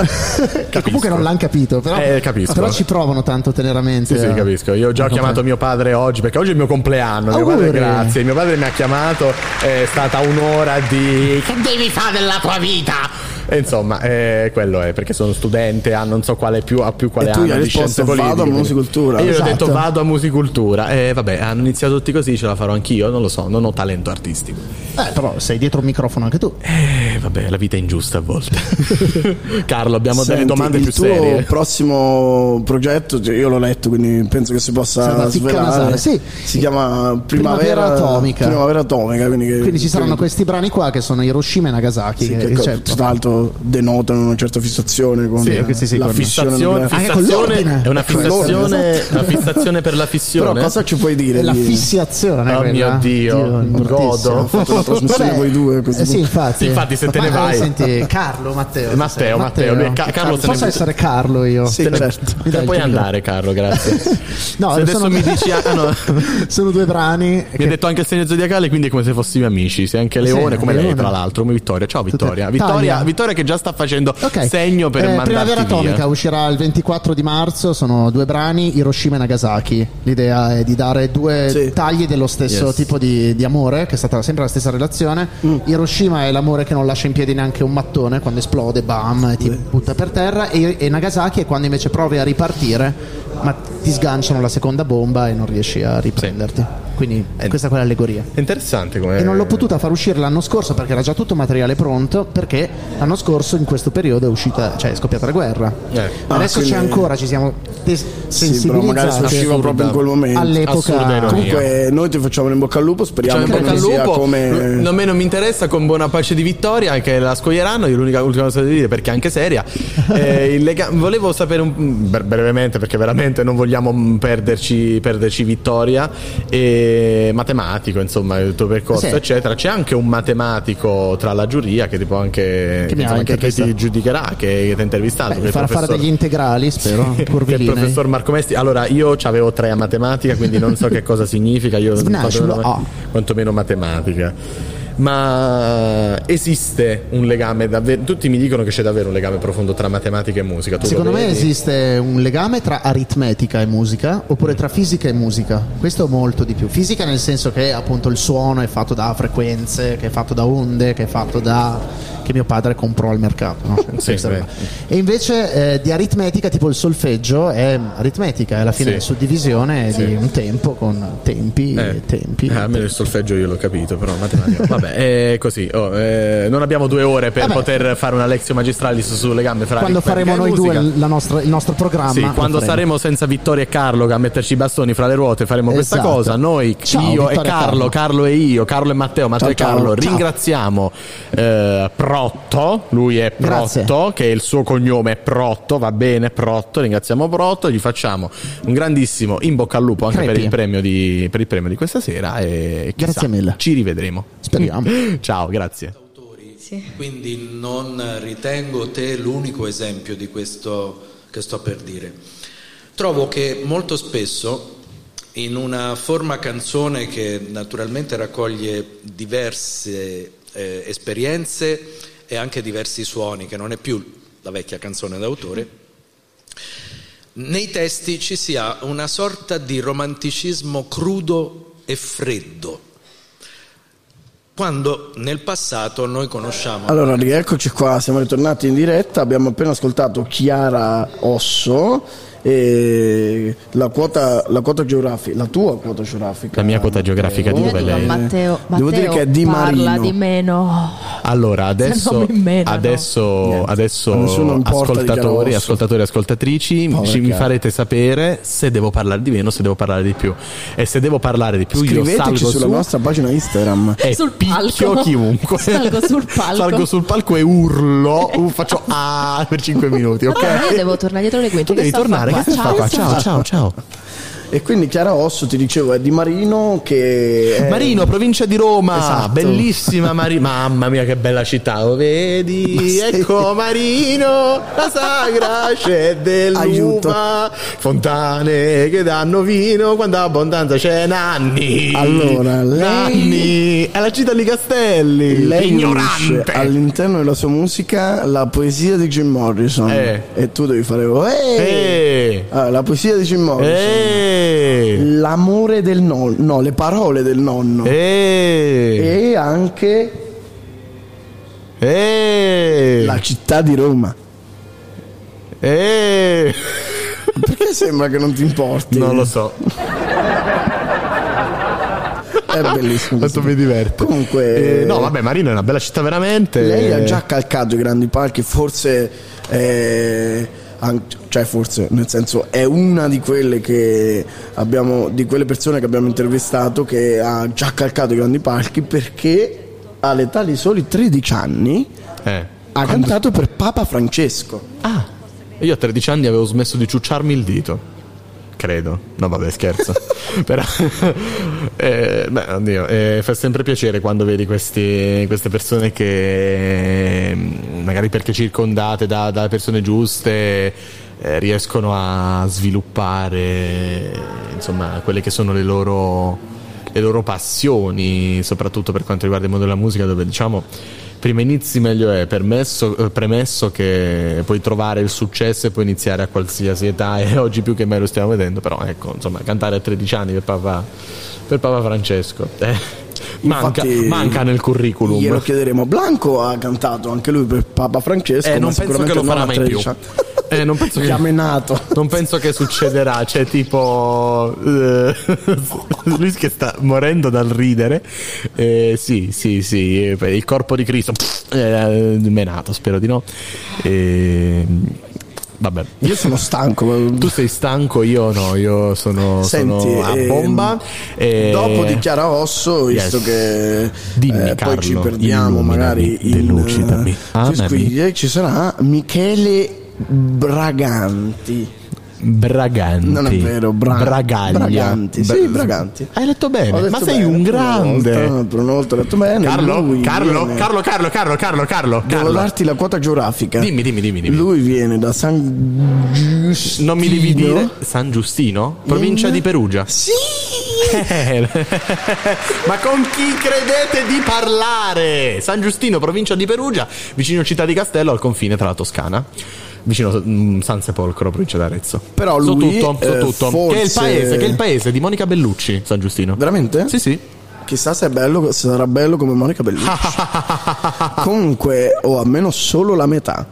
Che comunque non l'hanno capito, però ci provano tanto teneramente. Sì, capisco. Io ho già chiamato mio padre oggi, perché oggi è il mio compleanno. Mio padre, grazie. Mio padre mi ha chiamato, è stata un'ora di che devi fare della tua vita? E insomma, quello è perché sono studente a non so quale quale anno di scienze politiche. Vado a musicultura. E io ho detto vado a musicultura. Vabbè, hanno iniziato tutti così, ce la farò anch'io, non lo so, non ho talento artistico. Però sei dietro un microfono anche tu. Vabbè, la vita è ingiusta a volte. Carlo, abbiamo delle domande più serie. Il tuo prossimo progetto, io l'ho letto, quindi penso che si possa svelare. Sì. Si chiama Primavera Atomica. Quindi ci saranno questi brani qua che sono Hiroshima e Nagasaki. Tra l'altro denotano una certa fissazione con la fissazione. È una fissazione per la fissione. Però cosa ci puoi dire? La fissiazione. Oh mio Dio, godo. Ho fatto una trasmissione con i due. Sì, infatti se te ne vai. Senti, Carlo, Matteo. Carlo posso essere Carlo io? Sì, certo. Te puoi andare, Carlo, grazie. No, adesso mi dici sono 2 brani. Mi ha detto anche il segno zodiacale, quindi è come se fossimo amici. Sei anche Leone, come lei, tra l'altro, come Vittoria. Ciao Vittoria. Vittoria che già sta facendo segno per mandarti Primavera Atomica via. Uscirà il 24 di marzo. Sono 2 brani, Hiroshima e Nagasaki. L'idea è di dare 2 tagli dello stesso tipo di amore, che è stata sempre la stessa relazione. Hiroshima è l'amore che non lascia in piedi neanche un mattone, quando esplode bam e ti butta per terra, e Nagasaki è quando invece provi a ripartire ma ti sganciano la seconda bomba e non riesci a riprenderti. Quindi questa è quell'allegoria. È interessante come... E non l'ho potuta far uscire l'anno scorso perché era già tutto materiale pronto, perché l'anno scorso in questo periodo è uscita, è scoppiata la guerra. Adesso c'è ancora, ci siamo sensibilizzati. Magari si usciva proprio in quel momento. All'epoca. Comunque noi ti facciamo in bocca al lupo, speriamo che non sia come... A me non mi interessa, con buona pace di Vittoria, che la scoglieranno. Io l'unica cosa da dire, perché è anche seria. Volevo sapere brevemente, perché veramente non vogliamo perderci Vittoria, matematico, insomma, il tuo percorso, eccetera. C'è anche un matematico tra la giuria che ti può anche che ti giudicherà, che ti ha intervistato, farà fare degli integrali, spero. Che il professor Marco Mesti. Allora, io avevo 3 a matematica, quindi non so che cosa significa. Io quantomeno matematica. Ma esiste un legame davvero? Tutti mi dicono che c'è davvero un legame profondo tra matematica e musica. Secondo me esiste un legame tra aritmetica e musica, oppure tra fisica e musica. Questo molto di più. Fisica nel senso che appunto il suono è fatto da frequenze, che è fatto da onde, che è fatto da... che mio padre comprò al mercato, no? E invece di aritmetica, tipo il solfeggio è aritmetica, è alla fine è suddivisione di un tempo con tempi e tempi. Almeno il solfeggio io l'ho capito, però matematica vabbè, è così. Non abbiamo 2 ore per poter fare una lezione magistralis sulle gambe fra quando faremo noi due il nostro programma. Quando saremo senza Vittoria e Carlo a metterci i bastoni fra le ruote, faremo questa cosa. Noi, io e Carlo e io, Carlo e Matteo e Carlo, ringraziamo Protto, lui è Protto, che il suo cognome è Protto, va bene, Protto, ringraziamo Protto, gli facciamo un grandissimo in bocca al lupo anche per il premio di questa sera, e chissà, grazie mille, ci rivedremo, speriamo. Ciao, grazie. Quindi non ritengo te l'unico esempio di questo che sto per dire. Trovo che molto spesso in una forma canzone che naturalmente raccoglie diverse esperienze e anche diversi suoni, che non è più la vecchia canzone d'autore, nei testi ci sia una sorta di romanticismo crudo e freddo. quando nel passato noi conosciamo. Allora, rieccoci qua, siamo ritornati in diretta, abbiamo appena ascoltato Chiara Osso e la quota geografica, la tua quota geografica. La mia quota geografica di dove lei? Matteo, devo dire che è di parla Marino. di meno. Allora, adesso ascoltatori, ascoltatrici, mi farete sapere se devo parlare di meno, se devo parlare di più. E se devo parlare di più, scriveteci io salgo sulla nostra pagina Instagram e sul picchio palco. chiunque. Salgo sul palco e urlo, faccio per 5 minuti, ok? Allora, io devo tornare dietro le quinte. Tu devi tornare, che stai fa qua? Ciao. E quindi Chiara Osso, ti dicevo, è di Marino, che è... Marino, provincia di Roma, esatto. Bellissima Marino, mamma mia che bella città, lo vedi? Ecco Marino, la sagra c'è dell'uva, fontane che danno vino, quando abbondanza c'è Nanni. Allora, Nanni è la città di Castelli, lei ignorante. All'interno della sua musica la poesia di Jim Morrison, e tu devi fare la poesia di Jim Morrison. L'amore del nonno, no, le parole del nonno, e anche la città di Roma. Perché sembra che non ti importi? Non lo so. È bellissimo. Quanto mi diverte. Comunque, no, vabbè, Marino è una bella città veramente. Lei ha già calcato i grandi palchi, forse forse, nel senso, è una di quelle che abbiamo, di quelle persone che abbiamo intervistato che ha già calcato i grandi palchi, perché all'età di soli 13 anni ha cantato per Papa Francesco. Io a 13 anni avevo smesso di ciucciarmi il dito, credo. No, vabbè, scherzo. Però fa sempre piacere quando vedi queste persone che magari perché circondate da persone giuste riescono a sviluppare, insomma, quelle che sono le loro passioni, soprattutto per quanto riguarda il mondo della musica, dove, diciamo, prima inizi meglio è, premesso che puoi trovare il successo e puoi iniziare a qualsiasi età, e oggi più che mai lo stiamo vedendo. Però ecco, insomma, cantare a 13 anni per Papa Francesco manca nel curriculum. Glielo chiederemo. Blanco ha cantato anche lui per Papa Francesco, non penso che lo farà mai più. Non penso che amenato. Non penso che succederà. C'è tipo lui che sta morendo dal ridere. Sì, il corpo di Cristo menato, spero di no. Vabbè, io sono stanco. Tu sei stanco, io no, io sono a bomba. Dopo di Chiara Osso, visto che dimmi, Carlo, poi ci perdiamo magari delucidami. Ci sarà Michele Braganti. Non è vero, Braganti. Sì, Braganti. Hai letto bene, ma sei un grande. Per una volta ho detto bene. Carlo. Devo darti la quota geografica. Dimmi. Lui viene da San Giustino. Non mi devi dire San Giustino? Provincia di Perugia. Sì. Ma con chi credete di parlare? San Giustino, provincia di Perugia, vicino Città di Castello, al confine tra la Toscana, vicino San Sepolcro, provincia d'Arezzo. Però lui so tutto. forse... Che è il paese di Monica Bellucci, San Giustino. Veramente? Sì. Chissà se sarà bello come Monica Bellucci. Comunque, o almeno solo la metà.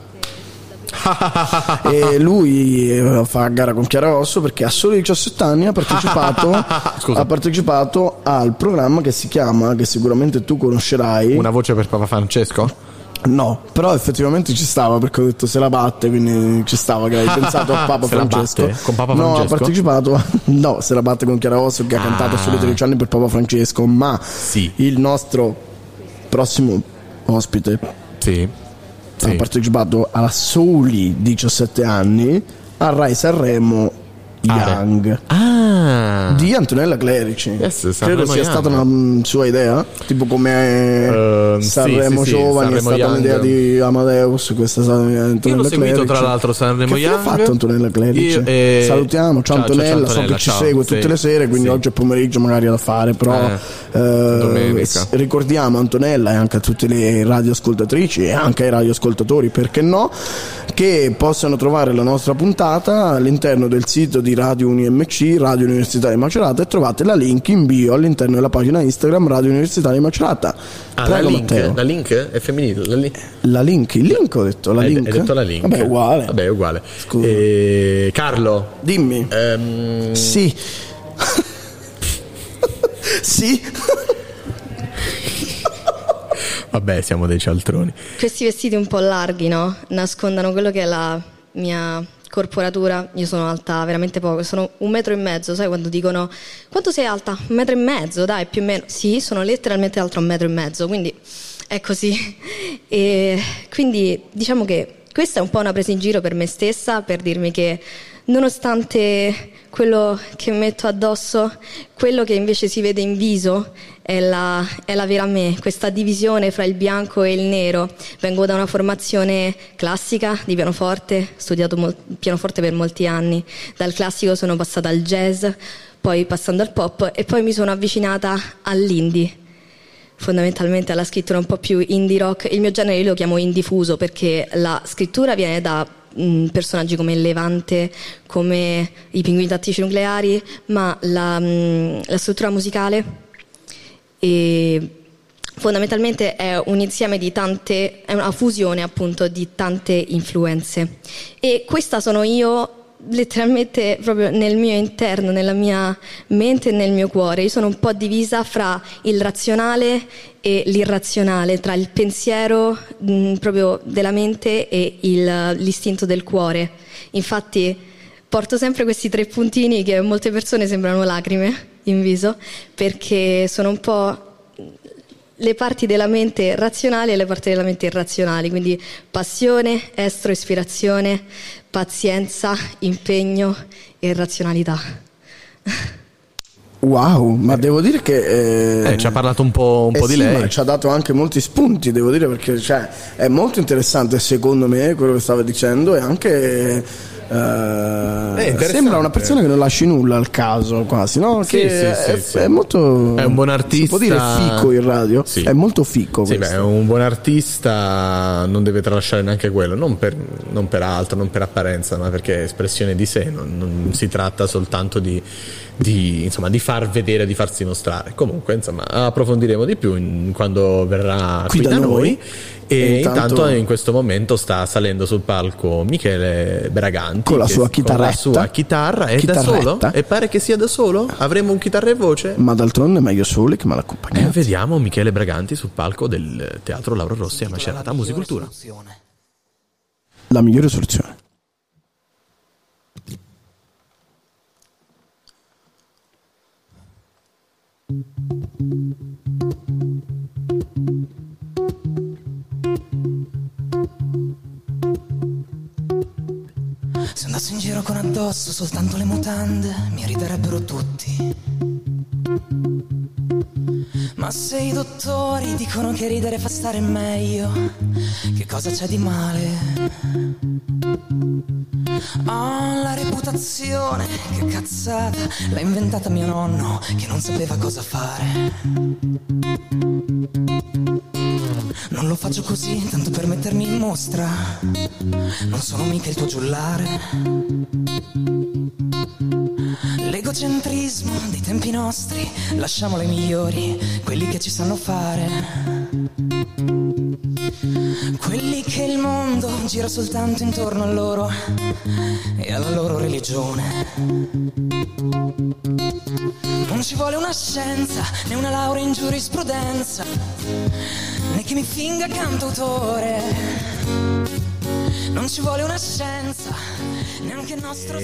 E lui fa a gara con Chiara Osso perché a soli 17 anni ha partecipato al programma che si chiama, che sicuramente tu conoscerai, Una voce per Papa Francesco? No, però effettivamente ci stava, perché ho detto se la batte, quindi ci stava che hai pensato a Papa Francesco. Con Papa Francesco? No, ha partecipato, no, se la batte con Chiara Osso, che ha cantato a soli 13 anni per Papa Francesco, ma il nostro prossimo ospite ha partecipato a soli 17 anni a Rai Sanremo Young di Antonella Clerici. Credo sia stata una sua idea, tipo come Sanremo Giovani è stata un'idea di Amadeus, questa è stata Antonella Clerici. Io l'ho seguito tra l'altro Sanremo Young. Che ha fatto Antonella Clerici? Salutiamo, ciao Antonella, so che ci segue tutte le sere, quindi oggi è pomeriggio magari da fare, però ricordiamo Antonella e anche a tutte le radioascoltatrici e anche ai radioascoltatori, perché no, che possano trovare la nostra puntata all'interno del sito di Radio UniMC, Radio Università Università di Macerata e trovate la link in bio all'interno della pagina Instagram Radio Università di Macerata. Prego, la link è femminile? Il link ho detto, la link. Hai detto la link. Vabbè, uguale. Scusa. Carlo, dimmi. Sì. Sì. Vabbè, siamo dei cialtroni. Questi vestiti un po' larghi, no? Nascondono quello che è la mia corporatura. Io sono alta veramente poco, sono 1,5 metri, sai quando dicono quanto sei alta? 1,5 metri, dai, più o meno. Sì, sono letteralmente alta 1,5 metri, quindi è così. E quindi diciamo che questa è un po' una presa in giro per me stessa, per dirmi che nonostante quello che metto addosso, quello che invece si vede in viso è la vera me, questa divisione fra il bianco e il nero. Vengo da una formazione classica di pianoforte, ho studiato pianoforte per molti anni. Dal classico sono passata al jazz, poi passando al pop e poi mi sono avvicinata all'indie, fondamentalmente alla scrittura un po' più indie rock. Il mio genere io lo chiamo indifuso perché la scrittura viene da personaggi come il Levante, come i Pinguini Tattici Nucleari, ma la struttura musicale fondamentalmente è un insieme di tante, è una fusione appunto di tante influenze, e questa sono io letteralmente proprio nel mio interno, nella mia mente e nel mio cuore. Io sono un po' divisa fra il razionale e l'irrazionale, tra il pensiero proprio della mente e l'istinto del cuore. Infatti porto sempre questi 3 puntini che a molte persone sembrano lacrime in viso, perché sono un po' le parti della mente razionali e le parti della mente irrazionali, quindi passione, estro, ispirazione, pazienza, impegno e razionalità. Wow, ma devo dire che ci ha parlato un po' di sì, lei, ma ci ha dato anche molti spunti, devo dire, perché è molto interessante secondo me quello che stava dicendo, e anche sembra una persona che non lasci nulla al caso, quasi, no? Che sì. È molto, è un buon artista, si può dire fico in radio, sì. È molto fico, sì, beh, un buon artista non deve tralasciare neanche quello, non per altro, non per apparenza, ma perché è espressione di sé, non si tratta soltanto di far vedere, di farsi mostrare. Comunque, insomma, approfondiremo di più quando verrà qui da noi. E intanto in questo momento sta salendo sul palco Michele Braganti con la sua chitarretta, con la sua chitarra. È da solo? E pare che sia da solo? Avremo un chitarra e voce? Ma d'altronde è meglio soli che malaccompagnati. Vediamo Michele Braganti sul palco del Teatro Lauro Rossi a Macerata Musicultura. La migliore soluzione. Se andassi in giro con addosso soltanto le mutande, mi riderebbero tutti. Ma se i dottori dicono che ridere fa stare meglio, che cosa c'è di male? Ho la reputazione, che cazzata, l'ha inventata mio nonno, che non sapeva cosa fare. Non lo faccio così, tanto per mettermi in mostra. Non sono mica il tuo giullare. L'egocentrismo dei tempi nostri, lasciamolo ai migliori, quelli che ci sanno fare. Quelli che il mondo gira soltanto intorno a loro e alla loro religione. Non ci vuole una scienza, né una laurea in giurisprudenza, né che mi finga cantautore. Non ci vuole una scienza, neanche il nostro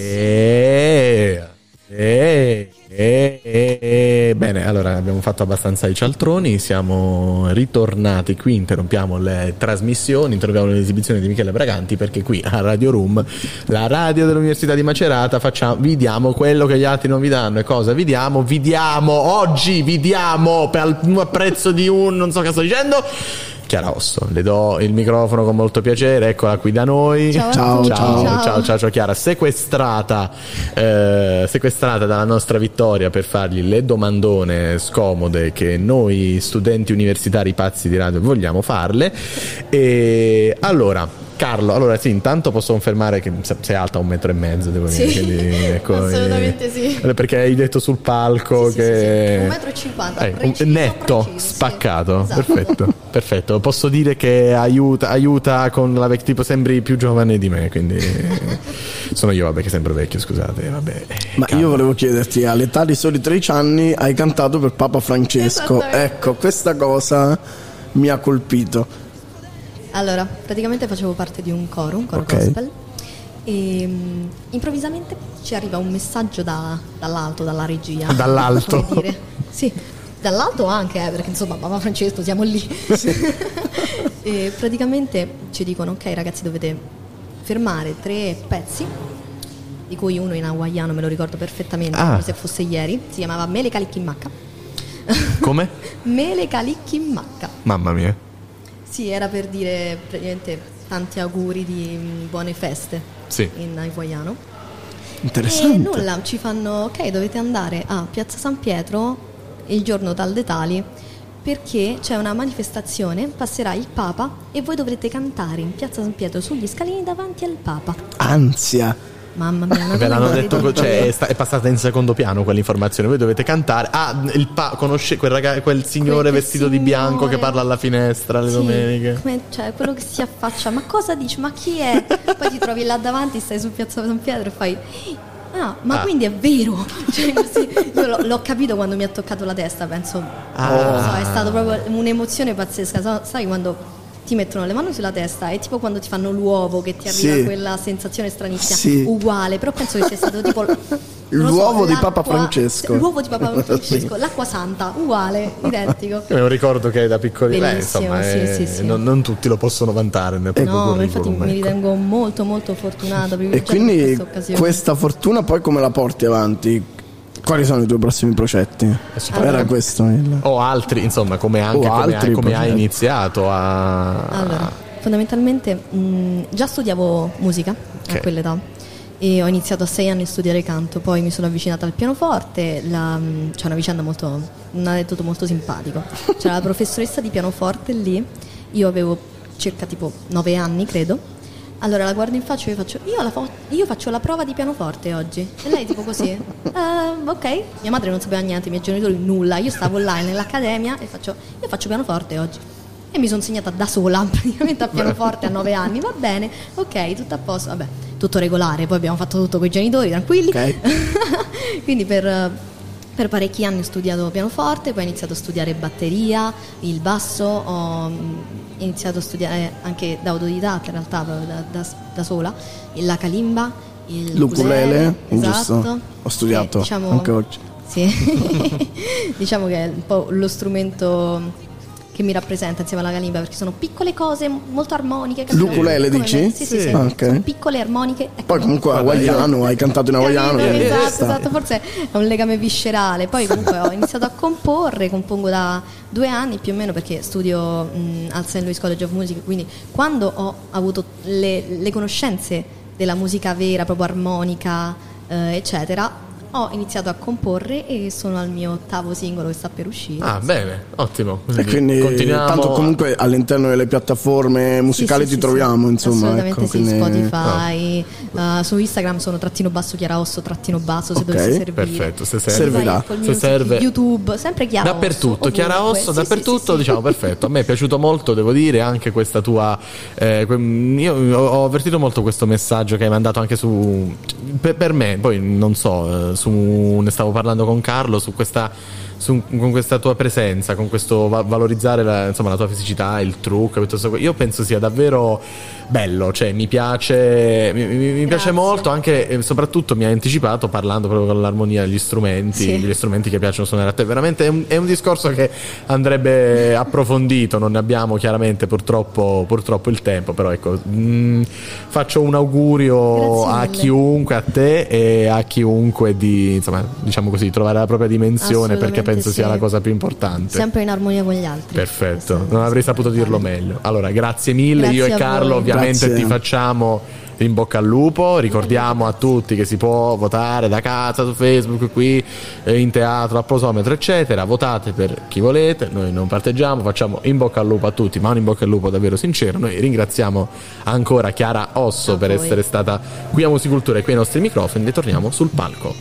Bene, allora abbiamo fatto abbastanza i cialtroni, siamo ritornati qui, interrompiamo le trasmissioni, interrompiamo le esibizioni di Michele Braganti, perché qui a Radio Room, la radio dell'Università di Macerata, vi diamo quello che gli altri non vi danno. E cosa vi diamo? Oggi vi diamo a prezzo di non so che sto dicendo, Chiara Osso. Le do il microfono con molto piacere, eccola qui da noi. Ciao Chiara, sequestrata dalla nostra Vittoria per fargli le domandone scomode che noi studenti universitari pazzi di radio vogliamo farle. E allora, Carlo, allora sì, intanto posso confermare che sei alta 1,5 metri, devo dire. Sì. Quindi, ecco, assolutamente sì. Perché hai detto sul palco che 1,50 m netto, spaccato. Esatto. Perfetto. Posso dire che aiuta con la tipo sembri più giovane di me, quindi sono io, vabbè, che sembro vecchio, scusate, vabbè. Ma io volevo chiederti, all'età di soli 13 anni hai cantato per Papa Francesco. Ecco, questa cosa mi ha colpito. Allora, praticamente facevo parte di un coro gospel, e improvvisamente ci arriva un messaggio dall'alto, dalla regia. Dall'alto? Come dire. Sì, dall'alto anche, perché insomma Papa Francesco, siamo lì. E praticamente ci dicono: ok ragazzi, dovete fermare 3 pezzi, di cui uno in hawaiano, me lo ricordo perfettamente, come se fosse ieri, si chiamava Mele Kalikimaka. Come? Mele Kalikimaka. Mamma mia. Sì, era per dire praticamente tanti auguri di buone feste in hawaiano. Interessante. E nulla, ci fanno: ok, dovete andare a Piazza San Pietro il giorno tal dei tali, perché c'è una manifestazione, passerà il Papa e voi dovrete cantare in Piazza San Pietro sugli scalini davanti al Papa. Ansia. Mamma mia, ve l'hanno detto, cioè è passata in secondo piano quell'informazione. Voi dovete cantare. Conosce quel signore vestito di bianco che parla alla finestra le domeniche. Cioè, quello che si affaccia, ma cosa dici? Ma chi è? Poi ti trovi là davanti, stai su Piazza San Pietro e fai: quindi è vero. Cioè, io l'ho capito quando mi ha toccato la testa, penso. Non so, è stata proprio un'emozione pazzesca. Sai quando ti mettono le mani sulla testa, è tipo quando ti fanno l'uovo, che ti arriva quella sensazione stranissima, uguale, però penso che sia stato tipo l'uovo di Papa Francesco. L'uovo di Papa Francesco, l'acqua santa, uguale, identico. È un ricordo che da piccoli, insomma, sì. Non tutti lo possono vantare nel proprio curriculum, infatti mi ritengo molto molto fortunata. E quindi questa fortuna poi come la porti avanti? Quali sono i tuoi prossimi progetti? Era questo o altri, insomma, come hai iniziato a... Allora, fondamentalmente già studiavo musica a quell'età e ho iniziato a 6 anni a studiare canto, poi mi sono avvicinata al pianoforte. C'è una vicenda un aneddoto molto simpatico. C'era la professoressa di pianoforte lì, io avevo circa tipo 9 anni credo. Allora la guardo in faccia e io faccio la prova di pianoforte oggi. E lei tipo così, ok. Mia madre non sapeva niente, i miei genitori nulla. Io stavo là nell'accademia e io faccio pianoforte oggi. E mi sono segnata da sola praticamente a pianoforte a 9 anni. Va bene, ok, tutto a posto. Vabbè, tutto regolare. Poi abbiamo fatto tutto con i genitori, tranquilli. Okay. Quindi per parecchi anni ho studiato pianoforte, poi ho iniziato a studiare batteria, il basso, ho iniziato a studiare anche da autodidatta in realtà, proprio da sola, la kalimba, l'ukulele, esatto. Giusto? Ho studiato anche oggi. Sì. Diciamo che è un po' lo strumento che mi rappresenta insieme alla kalimba, perché sono piccole cose molto armoniche. L'ukulele dici? Sì. Okay. Sono piccole armoniche. Poi comunque hawaiano, hai cantato in hawaiano. Esatto, forse è un legame viscerale. Poi comunque ho iniziato a compongo da 2 anni più o meno, perché studio al St. Louis College of Music, quindi quando ho avuto le conoscenze della musica vera, proprio armonica, eccetera, ho iniziato a comporre e sono al mio 8° singolo che sta per uscire. Bene, ottimo. E quindi tanto comunque all'interno delle piattaforme musicali ti troviamo, insomma. Assolutamente sì, Spotify, su Instagram sono _Chiaraosso _ se dovesse servire. Perfetto, se servirà. Se serve. YouTube, sempre Chiaraosso. Dappertutto, Chiaraosso, dappertutto, diciamo, perfetto. A me è piaciuto molto, devo dire, anche questa tua... io ho avvertito molto questo messaggio che hai mandato anche su... Per me, poi non so... ne stavo parlando con Carlo con questa tua presenza, con questo valorizzare la tua fisicità, il trucco, io penso sia davvero bello, cioè mi piace molto, anche e soprattutto mi hai anticipato parlando proprio con l'armonia degli strumenti, gli strumenti che piacciono suonare a te. Veramente è un discorso che andrebbe approfondito, non ne abbiamo chiaramente purtroppo il tempo, però ecco, faccio un augurio a chiunque, a te e a chiunque di, insomma, diciamo così, trovare la propria dimensione, perché penso sia la cosa più importante. Sempre in armonia con gli altri. Perfetto, non avrei saputo dirlo meglio. Allora, grazie mille. Io e Carlo ovviamente ti facciamo in bocca al lupo. Ricordiamo a tutti che si può votare da casa, su Facebook, qui in teatro, Applausometro eccetera. Votate per chi volete, noi non parteggiamo, facciamo in bocca al lupo a tutti, ma un in bocca al lupo davvero sincero. Noi ringraziamo ancora Chiara Osso per essere stata qui a Musicultura e qui ai nostri microfoni, e torniamo sul palco.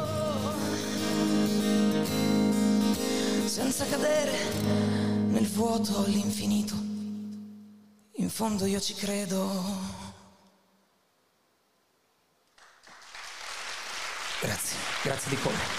Senza cadere nel vuoto all'infinito, in fondo io ci credo. Grazie di cuore.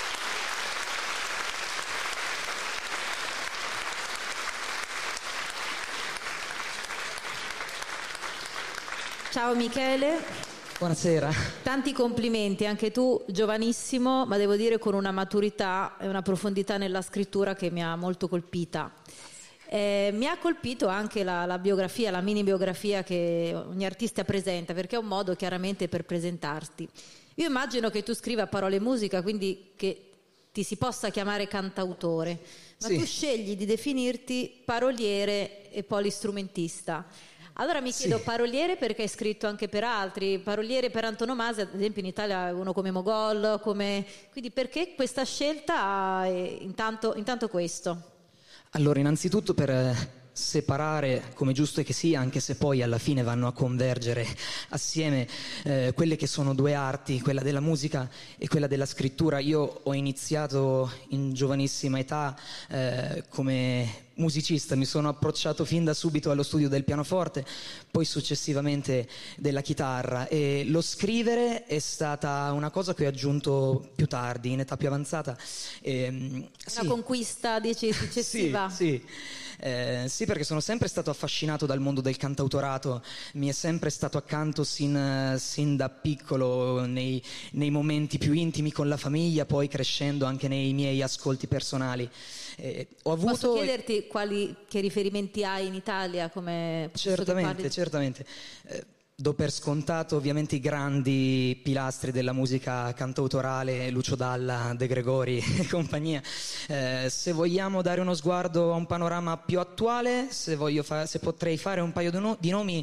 Ciao Michele. Buonasera. Tanti complimenti, anche tu giovanissimo, ma devo dire con una maturità e una profondità nella scrittura che mi ha molto colpita. Mi ha colpito anche la biografia, la mini biografia che ogni artista presenta, perché è un modo chiaramente per presentarti. Io immagino che tu scriva parole e musica, quindi che ti si possa chiamare cantautore, ma tu scegli di definirti paroliere e polistrumentista. Allora mi chiedo, paroliere perché hai scritto anche per altri, paroliere per antonomasia, ad esempio in Italia uno come Mogol, quindi perché questa scelta intanto questo? Allora, innanzitutto per separare, come giusto è che sia, anche se poi alla fine vanno a convergere assieme quelle che sono due arti, quella della musica e quella della scrittura. Io ho iniziato in giovanissima età come musicista, mi sono approcciato fin da subito allo studio del pianoforte, poi successivamente della chitarra, e lo scrivere è stata una cosa che ho aggiunto più tardi, in età più avanzata. Una conquista, dici, successiva? Sì, perché sono sempre stato affascinato dal mondo del cantautorato, mi è sempre stato accanto sin da piccolo nei momenti più intimi con la famiglia, poi crescendo anche nei miei ascolti personali. Posso chiederti che riferimenti hai in Italia? Certamente. Do per scontato ovviamente i grandi pilastri della musica cantautorale, Lucio Dalla, De Gregori e compagnia. Se vogliamo dare uno sguardo a un panorama più attuale, se potrei fare un paio di nomi,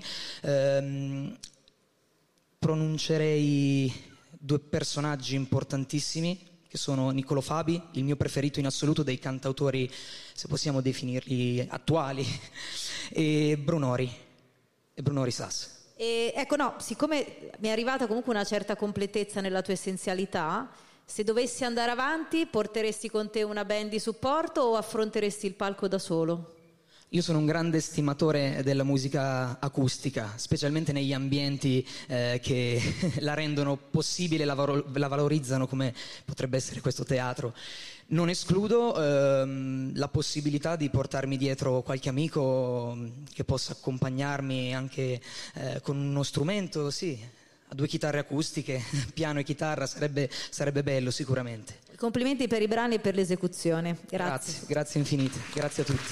pronuncerei due personaggi importantissimi, che sono Niccolò Fabi, il mio preferito in assoluto dei cantautori, se possiamo definirli attuali, e Brunori Sass. E ecco, siccome mi è arrivata comunque una certa completezza nella tua essenzialità, se dovessi andare avanti, porteresti con te una band di supporto o affronteresti il palco da solo? Io sono un grande stimatore della musica acustica, specialmente negli ambienti che la rendono possibile, la valorizzano, come potrebbe essere questo teatro. Non escludo la possibilità di portarmi dietro qualche amico che possa accompagnarmi anche con uno strumento, a due chitarre acustiche, piano e chitarra, sarebbe bello sicuramente. Complimenti per i brani e per l'esecuzione. Grazie infinite, grazie a tutti.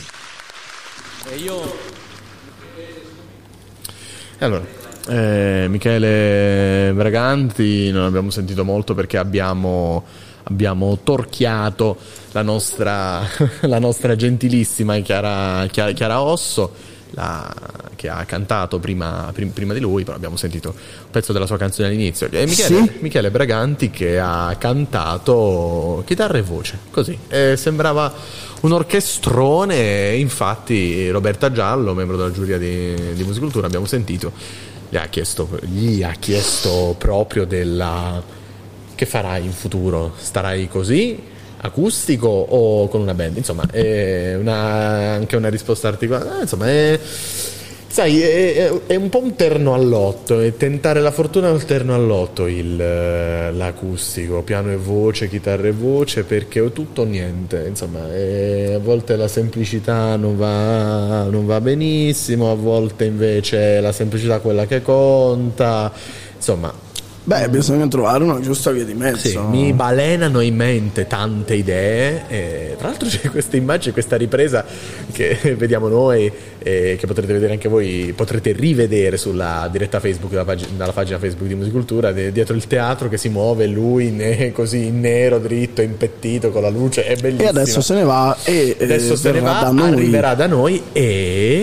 Allora, Michele Braganti non abbiamo sentito molto perché abbiamo torchiato la nostra gentilissima Chiara Osso, che ha cantato prima di lui, però abbiamo sentito un pezzo della sua canzone all'inizio. Michele Braganti che ha cantato chitarra e voce, così, sembrava un orchestrone. Infatti Roberta Giallo, membro della giuria di Musicultura, abbiamo sentito, gli ha chiesto proprio che farai in futuro, starai così acustico o con una band? Insomma, è anche una risposta articolata. Insomma, è un po' un terno all'otto, e tentare la fortuna è un terno all'otto l'acustico, piano e voce, chitarra e voce, perché o tutto o niente. Insomma, a volte la semplicità non va benissimo, a volte invece la semplicità è quella che conta. Insomma, bisogna trovare una giusta via di mezzo. Sì, mi balenano in mente tante idee, e tra l'altro c'è questa immagine, questa ripresa che vediamo noi, che potrete vedere anche voi, potrete rivedere sulla diretta Facebook, dalla pagina Facebook di Musicultura, dietro il teatro che si muove, lui così in nero, dritto, impettito, con la luce, è bellissimo. E adesso se ne va e arriverà da noi e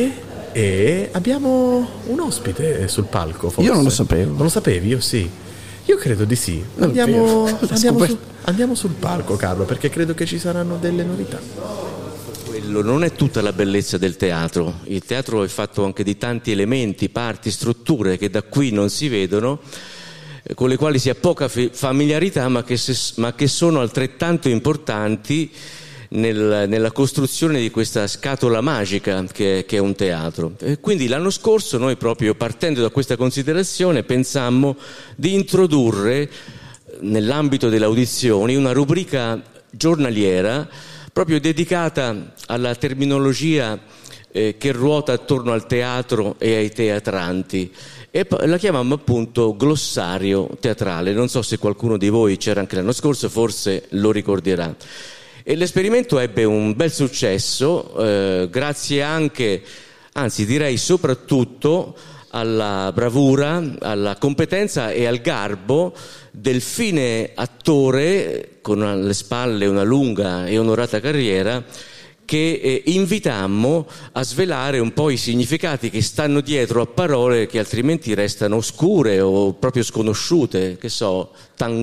E abbiamo un ospite sul palco, forse. Io non lo sapevo. Non lo sapevi? Io sì. Io credo di sì. Andiamo sul palco, Carlo, perché credo che ci saranno delle novità. Quello non è tutta la bellezza del teatro. Il teatro è fatto anche di tanti elementi, parti, strutture che da qui non si vedono, con le quali si ha poca familiarità, ma che sono altrettanto importanti nella costruzione di questa scatola magica che è un teatro. E quindi l'anno scorso noi, proprio partendo da questa considerazione, pensammo di introdurre nell'ambito delle audizioni una rubrica giornaliera proprio dedicata alla terminologia che ruota attorno al teatro e ai teatranti, e la chiamammo appunto glossario teatrale. Non so se qualcuno di voi c'era anche l'anno scorso, forse lo ricorderà. E l'esperimento ebbe un bel successo, grazie anche, anzi direi soprattutto, alla bravura, alla competenza e al garbo del fine attore con alle spalle una lunga e onorata carriera, che invitammo a svelare un po' i significati che stanno dietro a parole che altrimenti restano oscure o proprio sconosciute, che so,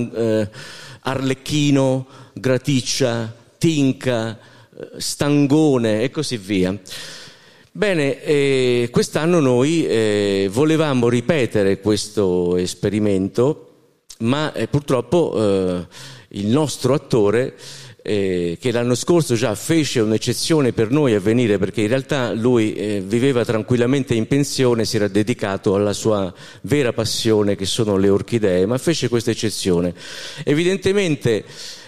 arlecchino, graticcia, tinca, stangone e così via. Bene, quest'anno noi volevamo ripetere questo esperimento, ma purtroppo il nostro attore, che l'anno scorso già fece un'eccezione per noi a venire, perché in realtà lui viveva tranquillamente in pensione, si era dedicato alla sua vera passione che sono le orchidee, ma fece questa eccezione. Evidentemente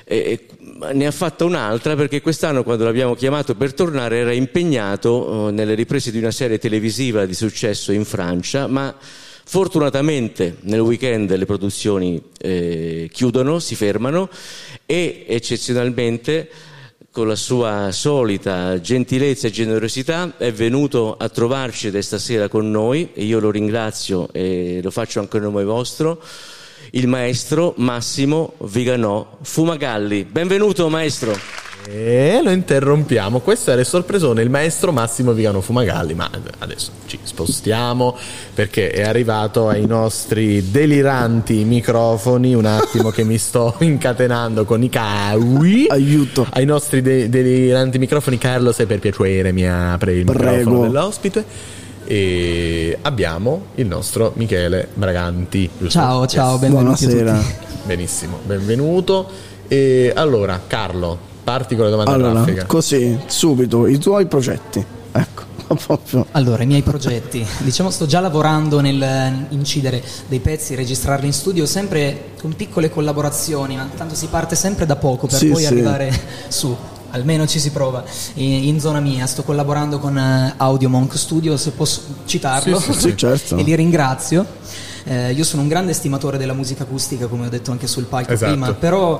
ne ha fatta un'altra, perché quest'anno, quando l'abbiamo chiamato per tornare, era impegnato nelle riprese di una serie televisiva di successo in Francia, ma fortunatamente nel weekend le produzioni chiudono, si fermano, e eccezionalmente, con la sua solita gentilezza e generosità, è venuto a trovarci ed è stasera con noi, e io lo ringrazio e lo faccio anche a nome vostro, il maestro Massimo Viganò Fumagalli. Benvenuto, maestro. E lo interrompiamo. Questo era il sorpresone, il maestro Massimo Viganò Fumagalli. Ma adesso ci spostiamo, perché è arrivato ai nostri deliranti microfoni. Un attimo che mi sto incatenando con i cavi. Aiuto. Ai nostri deliranti microfoni. Carlo, se per piacere mi apre il microfono dell'ospite. E abbiamo il nostro Michele Braganti. Ciao, benvenuti. Buonasera. A tutti. Benissimo, benvenuto. E allora, Carlo, parti con le domande traffiche. Così, subito, i tuoi progetti. Ecco, proprio. Allora, i miei progetti. Diciamo, sto già lavorando nel incidere dei pezzi, registrarli in studio, sempre con piccole collaborazioni, ma tanto si parte sempre da poco per poi arrivare su. Almeno ci si prova. In zona mia sto collaborando con Audio Monk Studio, se posso citarlo. Sì, certo. E li ringrazio. Io sono un grande estimatore della musica acustica, come ho detto anche sul palco prima, però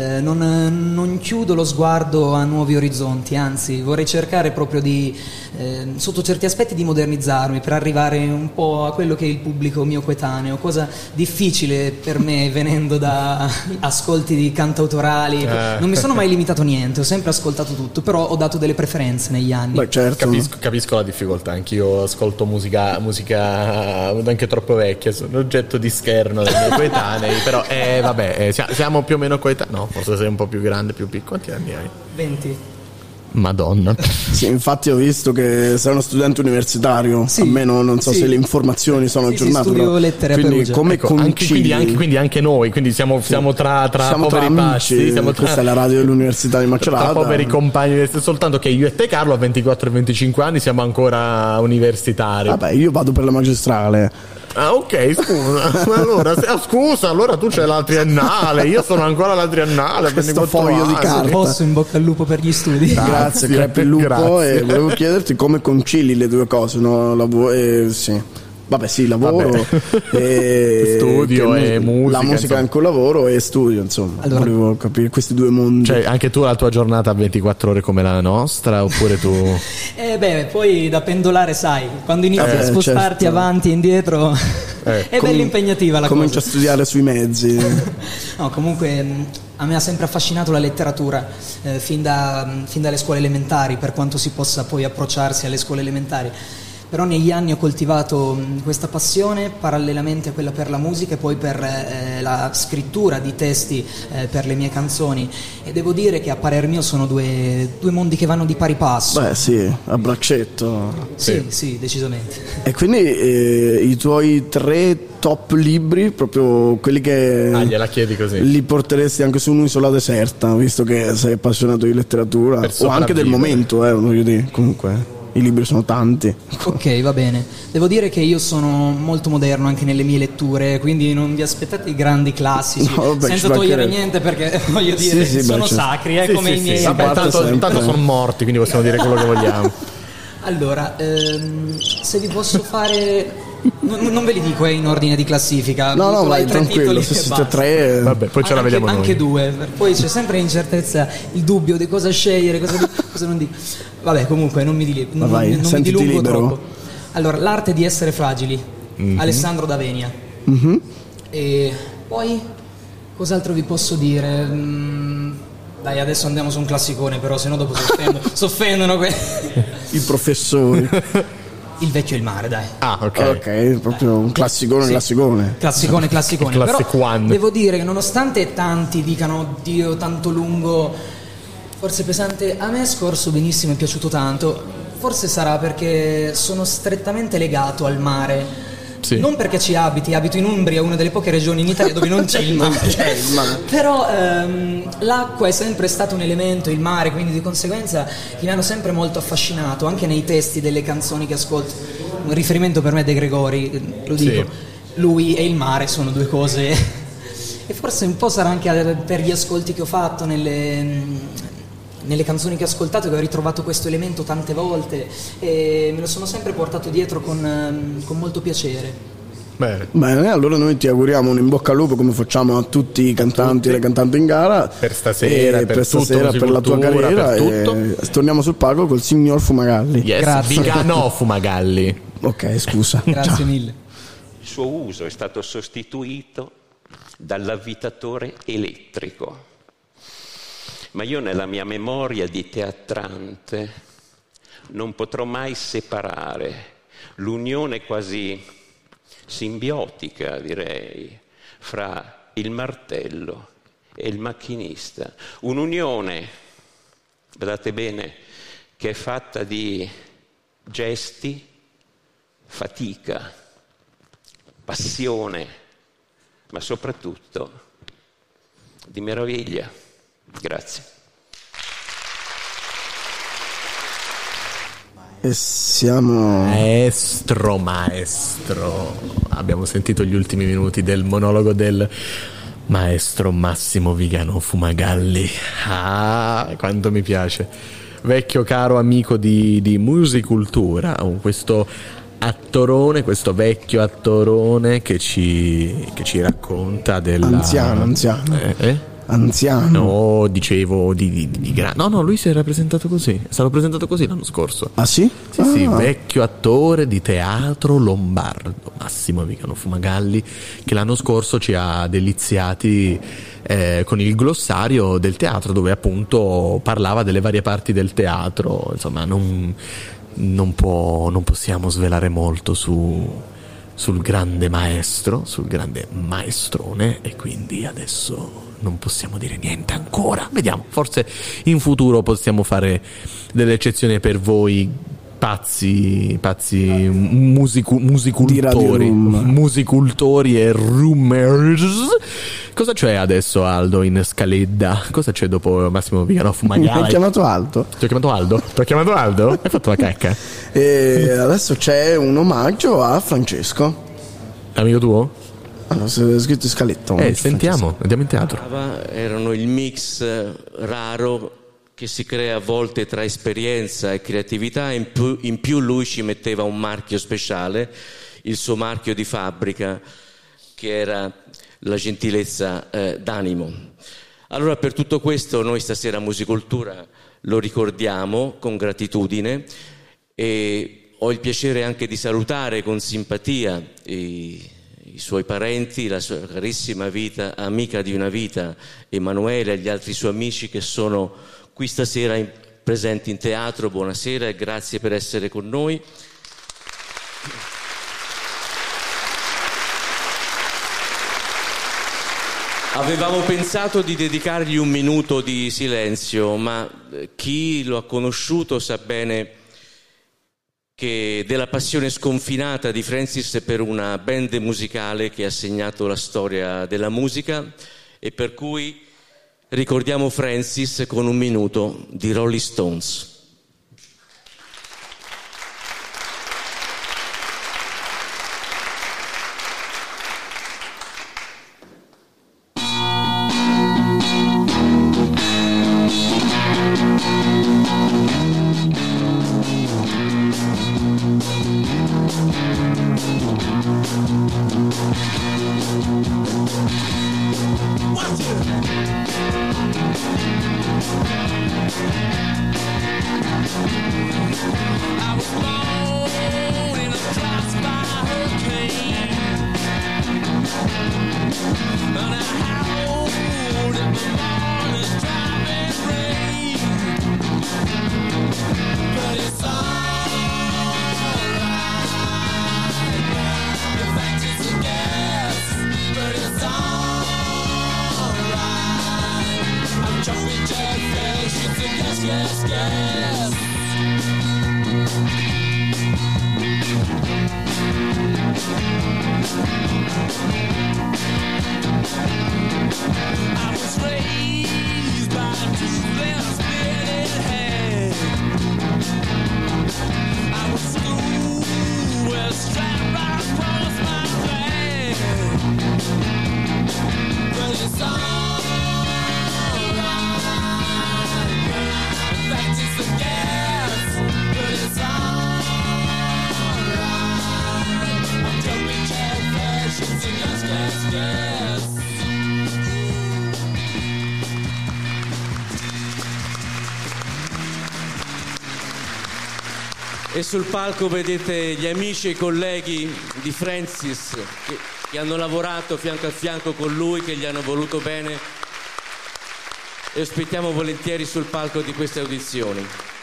non chiudo lo sguardo a nuovi orizzonti, anzi vorrei cercare proprio di sotto certi aspetti di modernizzarmi per arrivare un po' a quello che è il pubblico mio coetaneo, cosa difficile per me venendo da ascolti di cantautorali. Non mi sono mai limitato a niente, ho sempre ascoltato tutto, però ho dato delle preferenze negli anni. Beh, certo. Capisco la difficoltà, anch'io ascolto musica anche troppo vecchia, sono oggetto di scherno dei miei coetanei, però siamo più o meno coetanei. No, forse sei un po' più grande, più piccolo. Quanti anni hai? 20. Madonna. Sì, infatti ho visto che sei uno studente universitario. Sì, almeno non so se le informazioni sono aggiornate. Studio lettere a Perugia. Come quindi anche noi, quindi siamo tra poveri passi. Questa è la radio dell'università di Macerata. Tra poveri compagni, soltanto che io e te, Carlo, a 24 e 25 anni siamo ancora universitari. Vabbè, io vado per la magistrale. Ah, ok, scusa. Allora tu c'hai la triennale, io sono ancora alla triennale. Questo foglio di carta. Posso, in bocca al lupo per gli studi. Grazie, crepe il lupo. Grazie. E volevo chiederti come concili le due cose, no? Lavoro e studio e musica. La musica è anche un lavoro e studio, insomma. Allora, volevo capire questi due mondi. Cioè, anche tu la tua giornata a 24 ore come la nostra, oppure tu? Poi da pendolare, sai, quando inizi a spostarti avanti e indietro è bella impegnativa la comincia a studiare sui mezzi. No, comunque a me ha sempre affascinato la letteratura, fin dalle scuole elementari, per quanto si possa poi approcciarsi alle scuole elementari. però negli anni ho coltivato questa passione parallelamente a quella per la musica e poi per la scrittura di testi per le mie canzoni, e devo dire che a parer mio sono due mondi che vanno di pari passo. Beh sì, a braccetto. Sì, decisamente. E quindi i tuoi 3 top libri, proprio quelli che gliela chiedi così, li porteresti anche su un'isola deserta, visto che sei appassionato di letteratura o anche del momento, voglio dire, comunque i libri sono tanti. Ok, va bene. Devo dire che io sono molto moderno anche nelle mie letture, quindi non vi aspettate i grandi classici, senza togliere niente, perché voglio dire sono sacri, come i miei. Tanto sono morti, quindi possiamo dire quello che vogliamo. Allora, se vi posso fare... Non ve li dico in ordine di classifica. No, vai tranquillo, se siete 3 vabbè, poi ce la vediamo noi. Anche 2, poi c'è sempre l'incertezza, il dubbio di cosa scegliere, cosa non dire. Vabbè, comunque non mi dilungo troppo. Allora, L'arte di essere fragili, Alessandro D'Avenia. E poi cos'altro vi posso dire? Dai, adesso andiamo su un classicone, però sennò dopo si offendono i professori. Il vecchio e il mare, dai. Ok, proprio un classicone. Classicone. Però devo dire che nonostante tanti dicano Dio tanto lungo, forse pesante, a me Scorso benissimo, è piaciuto tanto. Forse sarà perché sono strettamente legato al mare. Sì. Non perché abito in Umbria, una delle poche regioni in Italia dove non c'è il mare. Però l'acqua è sempre stato un elemento, il mare, quindi di conseguenza che mi hanno sempre molto affascinato, anche nei testi delle canzoni che ascolto. Un riferimento per me è De Gregori, lo dico. Sì. Lui e il mare sono due cose, e forse un po' sarà anche per gli ascolti che ho fatto nelle canzoni che ho ascoltato, che ho ritrovato questo elemento tante volte e me lo sono sempre portato dietro con molto piacere. Bene, allora noi ti auguriamo un in bocca al lupo, come facciamo a tutti i cantanti e le cantanti in gara, per stasera, per la tua carriera, e torniamo sul palco col signor Fumagalli. Grazie. Vigano Fumagalli. Ok, scusa. Grazie mille. Il suo uso è stato sostituito dall'avvitatore elettrico. Ma io nella mia memoria di teatrante non potrò mai separare l'unione quasi simbiotica, direi, fra il martello e il macchinista. Un'unione, guardate bene, che è fatta di gesti, fatica, passione, ma soprattutto di meraviglia. Grazie. E siamo maestro. Abbiamo sentito gli ultimi minuti del monologo del maestro Massimo Vigano Fumagalli. Quanto mi piace. Vecchio caro amico di Musicultura, questo attorone, questo vecchio attorone che ci racconta anziano. No, dicevo no, lui si era presentato così. È stato presentato così l'anno scorso. Ah sì? Sì, vecchio attore di teatro lombardo, Massimo Vigano Fumagalli, che l'anno scorso ci ha deliziati con il glossario del teatro, dove appunto parlava delle varie parti del teatro. Insomma, non possiamo svelare molto sul grande maestro, sul grande maestrone, e quindi adesso non possiamo dire niente ancora. Vediamo, forse in futuro possiamo fare delle eccezioni per voi pazzi musicultori e roomers. Cosa c'è adesso, Aldo, in scaletta? Cosa c'è dopo Massimo Vigano Fumagalli? Mi hai chiamato Aldo? Ti ho chiamato Aldo? Ti ho chiamato Aldo? Hai fatto la cacca? E adesso c'è un omaggio a Francesco. Amico tuo? Allora, è scritto in scaletta. Sentiamo, andiamo in teatro. Erano il mix raro che si crea a volte tra esperienza e creatività. In più lui ci metteva un marchio speciale, il suo marchio di fabbrica, che era la gentilezza d'animo. Allora, per tutto questo noi stasera a Musicultura lo ricordiamo con gratitudine, e ho il piacere anche di salutare con simpatia i suoi parenti, la sua carissima amica di una vita, Emanuele, e gli altri suoi amici che sono qui stasera presenti in teatro. Buonasera e grazie per essere con noi. Avevamo pensato di dedicargli un minuto di silenzio, ma chi lo ha conosciuto sa bene che della passione sconfinata di Francis per una band musicale che ha segnato la storia della musica, e per cui ricordiamo Francis con un minuto di Rolling Stones. E sul palco vedete gli amici e i colleghi di Francis che hanno lavorato fianco a fianco con lui, che gli hanno voluto bene, e ospitiamo volentieri sul palco di queste audizioni.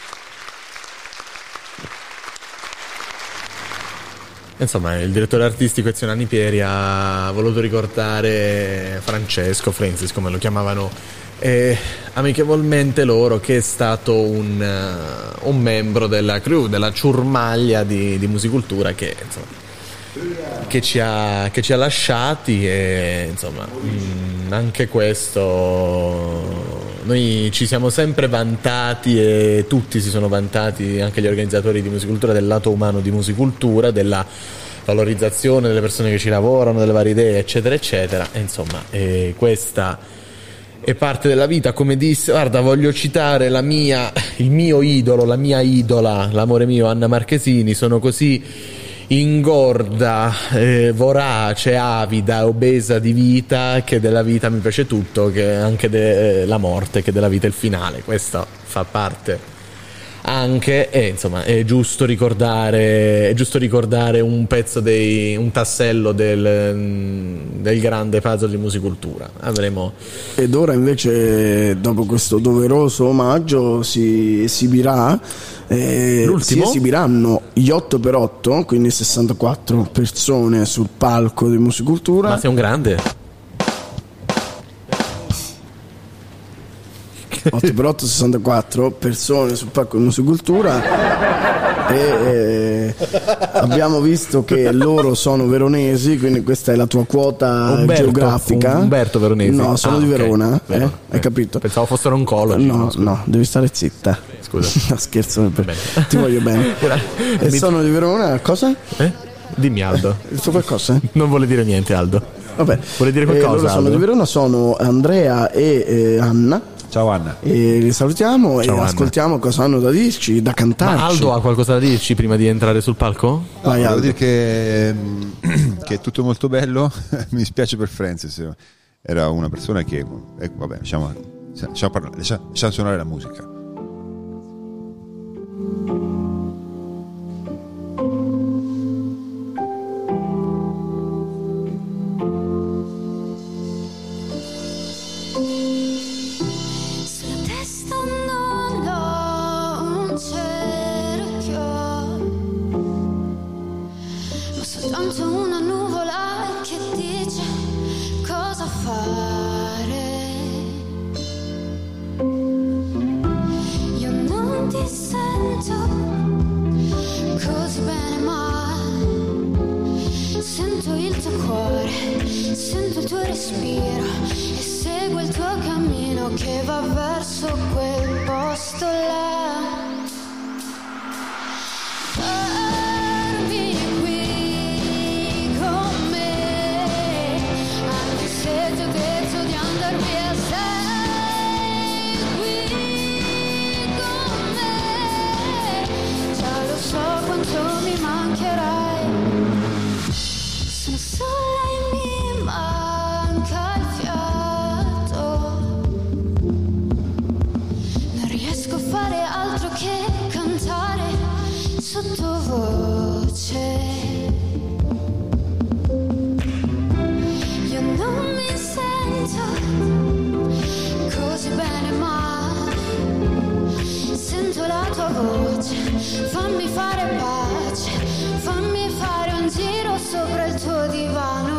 Insomma, il direttore artistico Ezio Nanni Pieri ha voluto ricordare Francesco, Francis come lo chiamavano amichevolmente loro, che è stato un membro della crew, della ciurmaglia di Musicultura che ci ha lasciati, e insomma anche questo noi ci siamo sempre vantati, e tutti si sono vantati, anche gli organizzatori di Musicultura, del lato umano di Musicultura, della valorizzazione delle persone che ci lavorano, delle varie idee eccetera eccetera, e insomma questa è parte della vita. Come disse, guarda, voglio citare il mio idolo, la mia idola, l'amore mio, Anna Marchesini: sono così ingorda, vorace, avida, obesa di vita, che della vita mi piace tutto, che anche della morte, che della vita è il finale. Questo fa parte anche, e insomma è giusto ricordare un pezzo un tassello del grande puzzle di Musicultura. Ed ora invece, dopo questo doveroso omaggio, si esibiranno gli 8x8, quindi 64 persone sul palco di Musicultura. Ma sei un grande. 8x8, 64 persone sul palco di Musicultura, e abbiamo visto che loro sono veronesi, quindi questa è la tua quota geografica. Umberto Veronesi? No, sono di Verona, okay. Hai capito? Pensavo fossero oncologi. No, devi stare zitta. Scusa. No, scherzo, ti voglio bene. E sono di Verona, cosa? Dimmi, Aldo. Sto qualcosa? Non vuole dire niente, Aldo. Vabbè. Vuole dire qualcosa? Loro sono di Verona, sono Andrea e Anna. Ciao Anna. E li salutiamo. Ciao, e Anna. Ascoltiamo cosa hanno da dirci, da cantarci. Ma Aldo ha qualcosa da dirci prima di entrare sul palco? Vai, devo Aldo. dire che è tutto molto bello. Mi dispiace per Francis, era una persona che vabbè, lasciamo suonare la musica. cosa fare. Io non ti sento così bene, ma sento il tuo cuore, sento il tuo respiro e seguo il tuo cammino che va verso quel posto là. Dormi qui con me, anche se ti ho detto di andar via, stai qui con me. Già lo so quanto mi mancherai, sono sola e mi manca il fiato, non riesco a fare altro che cantare sottovoce. Io non mi sento così bene, ma sento la tua voce. Fammi fare pace, fammi fare un giro sopra il tuo divano.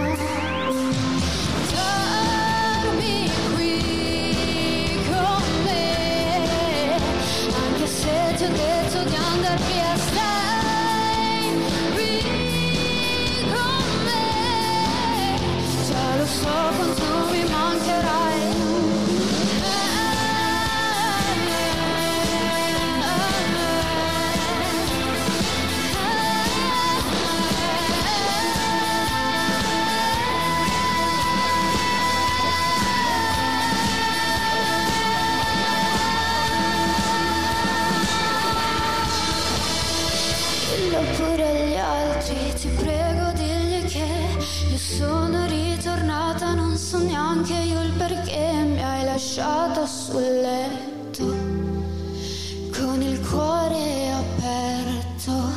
Dormi qui con me, anche se ti ho detto di andar via, stai qui con me. Già lo so quanto mi mancherai. Pure agli altri, ti prego digli che io sono ritornata, non so neanche io il perché mi hai lasciata sul letto con il cuore aperto.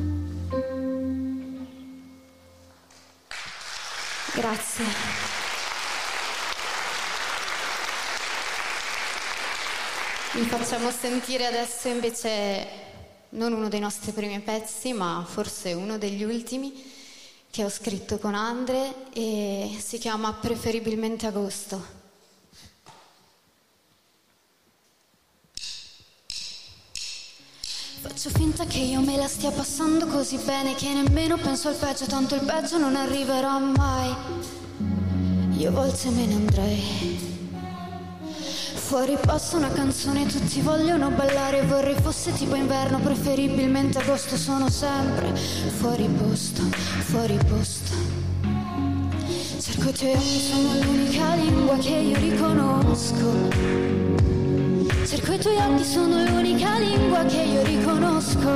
Grazie. Vi facciamo sentire adesso invece non uno dei nostri primi pezzi, ma forse uno degli ultimi che ho scritto con Andre e si chiama Preferibilmente Agosto. Faccio finta che io me la stia passando così bene che nemmeno penso al peggio, tanto il peggio non arriverà mai. Io a volte me ne andrei. Fuori passa una canzone, tutti vogliono ballare, vorrei fosse tipo inverno, preferibilmente agosto, sono sempre fuori posto, fuori posto. Cerco i tuoi occhi, sono l'unica lingua che io riconosco. Cerco i tuoi occhi, sono l'unica lingua che io riconosco.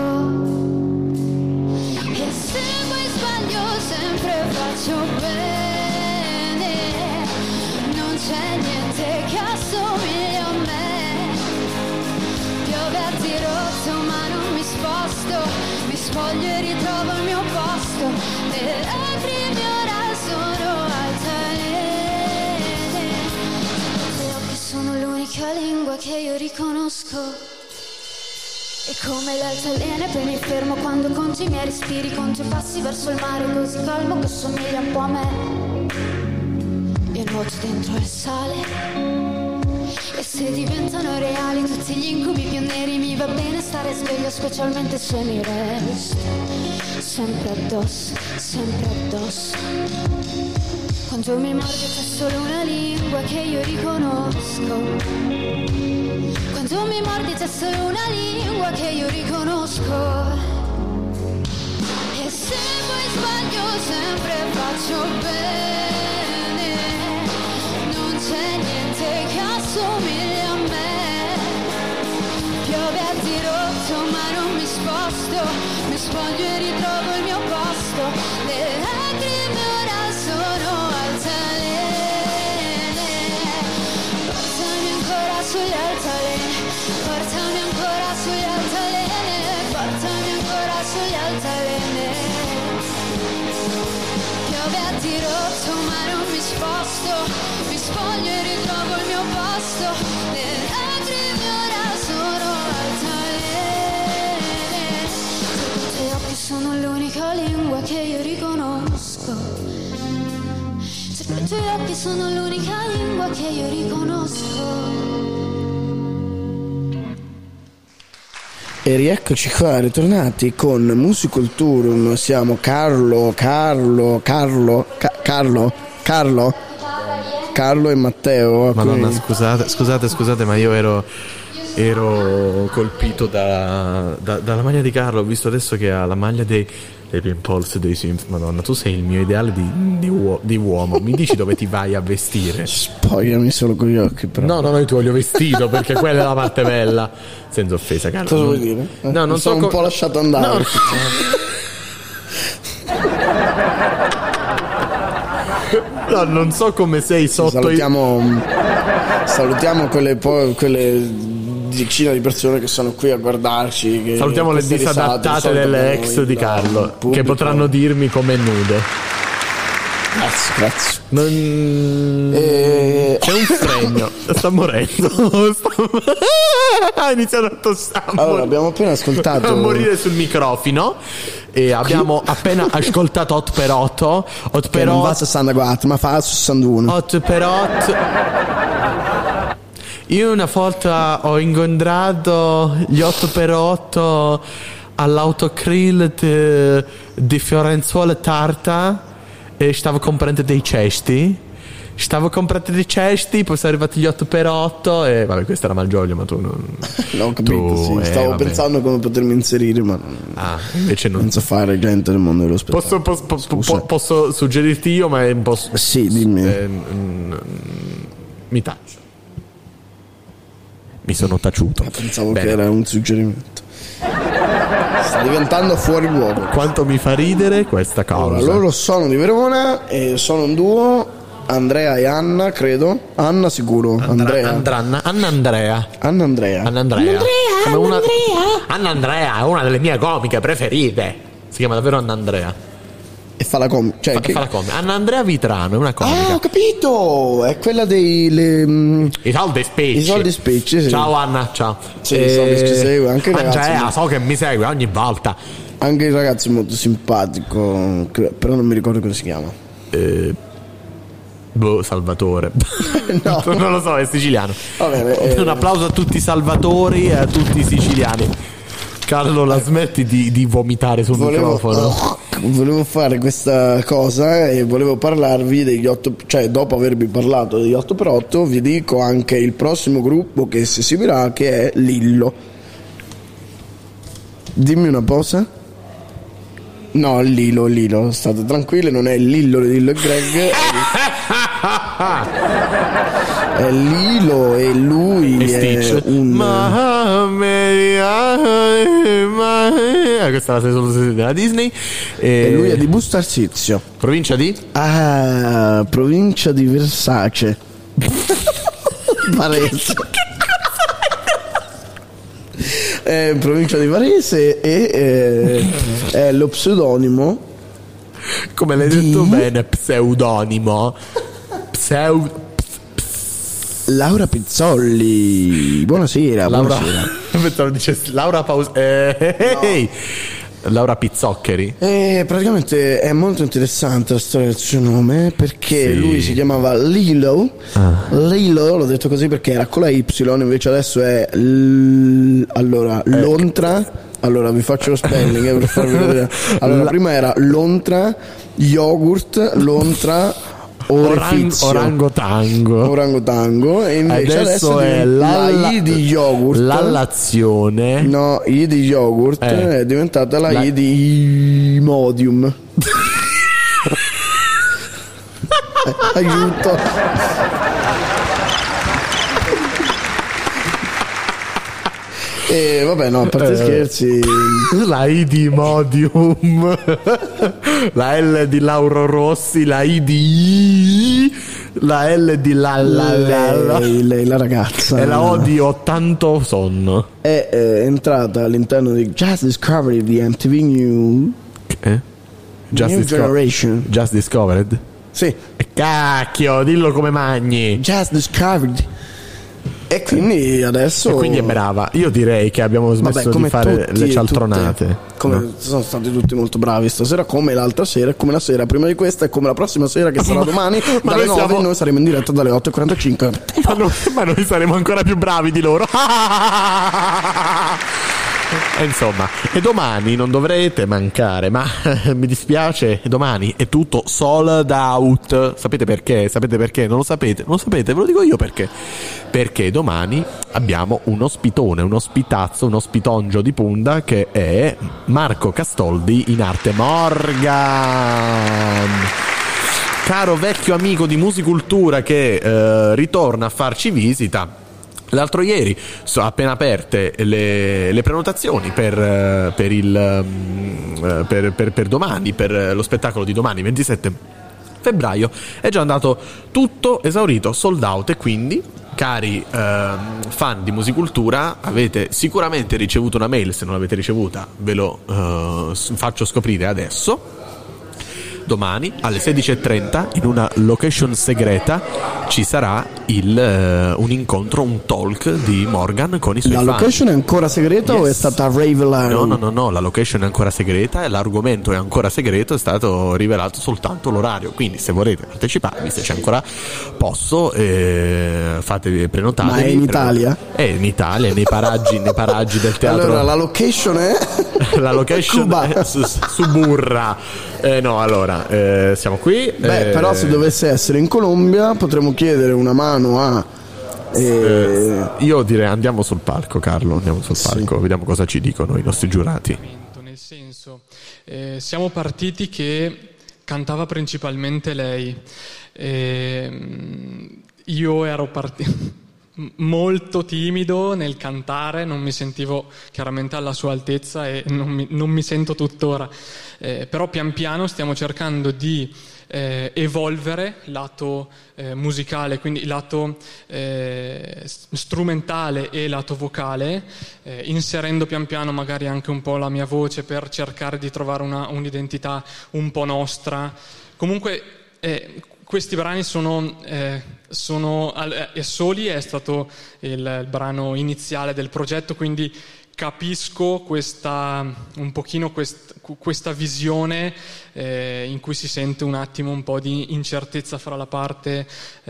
E se poi sbaglio sempre faccio bene, non c'è niente che assomiglia a me. Piove a dirotto ma non mi sposto, mi spoglio e ritrovo il mio posto. Le lacrime ora sono altalene, i tuoi occhi sono l'unica lingua che io riconosco. E come le altalene poi mi fermo quando conto i miei respiri, conto i passi verso il mare così calmo che somiglia un po' a me. Io nuoto dentro il sale e se diventano reali tutti gli incubi più neri mi va bene stare sveglio, specialmente se mi resti sempre addosso, sempre addosso. Quando mi mordi c'è solo una lingua che io riconosco. Quando mi mordi c'è solo una lingua che io riconosco. E se poi sbaglio sempre faccio bene, non c'è niente che assomiglia a me. Piove a dirotto ma non mi sposto, mi spoglio e ritrovo il mio posto. Le lacrime ora sono altalene, portami ancora sugli altalene, portami ancora sugli altalene, portami ancora sugli altalene. Piove a dirotto ma non mi sposto, mi spoglio e ritrovo il mio posto. Le lacrime ora sono altalene, i tuoi occhi sono l'unica lingua che io riconosco. I tuoi occhi sono l'unica lingua che io riconosco. E rieccoci qua, ritornati con Musiculturum. Siamo Carlo e Matteo. Madonna, scusate, ma io ero colpito dalla maglia di Carlo. Ho visto adesso che ha la maglia dei Impulse dei Sims. Madonna, tu sei il mio ideale di uomo. Mi dici dove ti vai a vestire? Spogliami solo con gli occhi, però. No, io ti voglio vestito perché quella è la parte bella. Senza offesa, Carlo. Cosa vuoi dire? No, non so. Un po' lasciato andare. No, non so come sei sotto. Salutiamo quelle decine di persone che sono qui a guardarci. Salutiamo le disadattate delle ex di Carlo che potranno dirmi come nude. Grazie. C'è un fregno. Sta morendo. Ha iniziato a tossare. Allora, abbiamo appena ascoltato a morire sul microfono. E abbiamo appena ascoltato 8 per 8. 8 per 8 non va a 64 ma fa 61. 8 per 8. Io una volta ho incontrato gli 8 per 8 all'autogrill di Fiorenzuola Tarta e stavo comprando dei cesti. Poi sono arrivati gli 8 per 8 e vabbè, questo era Malgioglio, ma tu non... No, ho capito, sì. Stavo pensando come potermi inserire, ma invece non so fare gente nel mondo dello spettacolo. Posso suggerirti io, ma è un po'... Sì, dimmi. Mi taccio. Mi sono taciuto. Pensavo che era un suggerimento. Sta diventando fuori luogo. Quanto mi fa ridere questa cosa. Allora, loro sono di Verona e sono un duo. Andrea e Anna, credo. Anna sicuro. Anna Andrea. Anna Andrea è una delle mie comiche preferite. Si chiama davvero Anna Andrea. E fa la comica. Fa la comica. Anna Andrea Vitrano è una comica. Ah, ho capito! È quella dei i soldi spicci. Sì. Ciao Anna, ciao. Sì, so che ci segue. Anche il ragazzo. Andrea, so che mi segue ogni volta. Anche il ragazzo è molto simpatico, però non mi ricordo come si chiama. Salvatore. No. Non lo so, è siciliano. Va bene, un applauso a tutti i salvatori e a tutti i siciliani. Carlo, la smetti di vomitare sul microfono. Volevo fare questa cosa e volevo parlarvi degli 8, cioè dopo avervi parlato degli 8x8 vi dico anche il prossimo gruppo che si seguirà, che è Lillo. Dimmi una cosa. No, Lilo, state tranquilli, non è Lillo e Greg. È Lilo e lui è un... Questa è la solo della Disney. E lui è di Busto Arsizio. Provincia di? Provincia di Versace. Varese. Provincia di Varese e è lo pseudonimo. Come l'hai detto bene, pseudonimo. Laura Pizzolli. Buonasera. Pensavo dicessi Laura Laura Pizzoccheri. Praticamente è molto interessante la storia del suo nome, perché lui si chiamava Lilo. Lilo, l'ho detto così perché era con la Y, invece adesso è Lontra. Allora vi faccio lo spelling per farvi vedere. Allora prima era Lontra, yogurt, Lontra, Orangotango e invece adesso è la I di yogurt. L'allazione. No, I di yogurt è diventata la I di Imodium. Aiuto. E vabbè, no, a parte scherzi. La I di Imodium, la L di Lauro Rossi, la I di la L di lei, la ragazza, e la O di 80 sonno. È entrata all'interno di Just Discovered di MTV New Generation. Just Discovered? Sì. Cacchio, dillo come magni. Just Discovered. E quindi adesso. E quindi è brava. Io direi che abbiamo smesso di fare le cialtronate. Sono stati tutti molto bravi stasera, come l'altra sera, come la sera prima di questa e come la prossima sera che sarà domani dalle 9. Noi saremo in diretta dalle 8:45. Ma noi saremo ancora più bravi di loro. Insomma, e domani non dovrete mancare, ma mi dispiace, domani è tutto sold out. Sapete perché? Non lo sapete? Ve lo dico io perché. Perché domani abbiamo un ospitone, un ospitazzo, un ospitongio di punta che è Marco Castoldi in arte Morgan. Caro vecchio amico di Musicultura che ritorna a farci visita. L'altro ieri sono appena aperte le prenotazioni per domani, per lo spettacolo di domani 27 febbraio. È già andato tutto esaurito, sold out, e quindi cari fan di Musicultura avete sicuramente ricevuto una mail. Se non l'avete ricevuta ve lo faccio scoprire adesso. Domani alle 16:30 in una location segreta ci sarà un incontro, un talk di Morgan con i suoi fan. La location è ancora segreta o è stata revelata? No, la location è ancora segreta e l'argomento è ancora segreto, è stato rivelato soltanto l'orario. Quindi se volete parteciparvi, se c'è ancora posto, fate prenotare. Ma è in Italia? È in Italia, nei paraggi del teatro. Allora la location è? La location è su Burra. No, allora siamo qui. Però se dovesse essere in Colombia potremmo chiedere una mano a. Io direi andiamo sul palco, Carlo. Andiamo sul palco, vediamo cosa ci dicono i nostri giurati. Nel senso, siamo partiti che cantava principalmente lei. Io ero partito molto timido nel cantare, non mi sentivo chiaramente alla sua altezza e non mi sento tuttora, però pian piano stiamo cercando di evolvere lato musicale, quindi lato strumentale e lato vocale, inserendo pian piano magari anche un po' la mia voce per cercare di trovare un'identità un po' nostra. Comunque questi brani sono Soli è stato il brano iniziale del progetto, quindi capisco questa visione in cui si sente un attimo un po' di incertezza fra la parte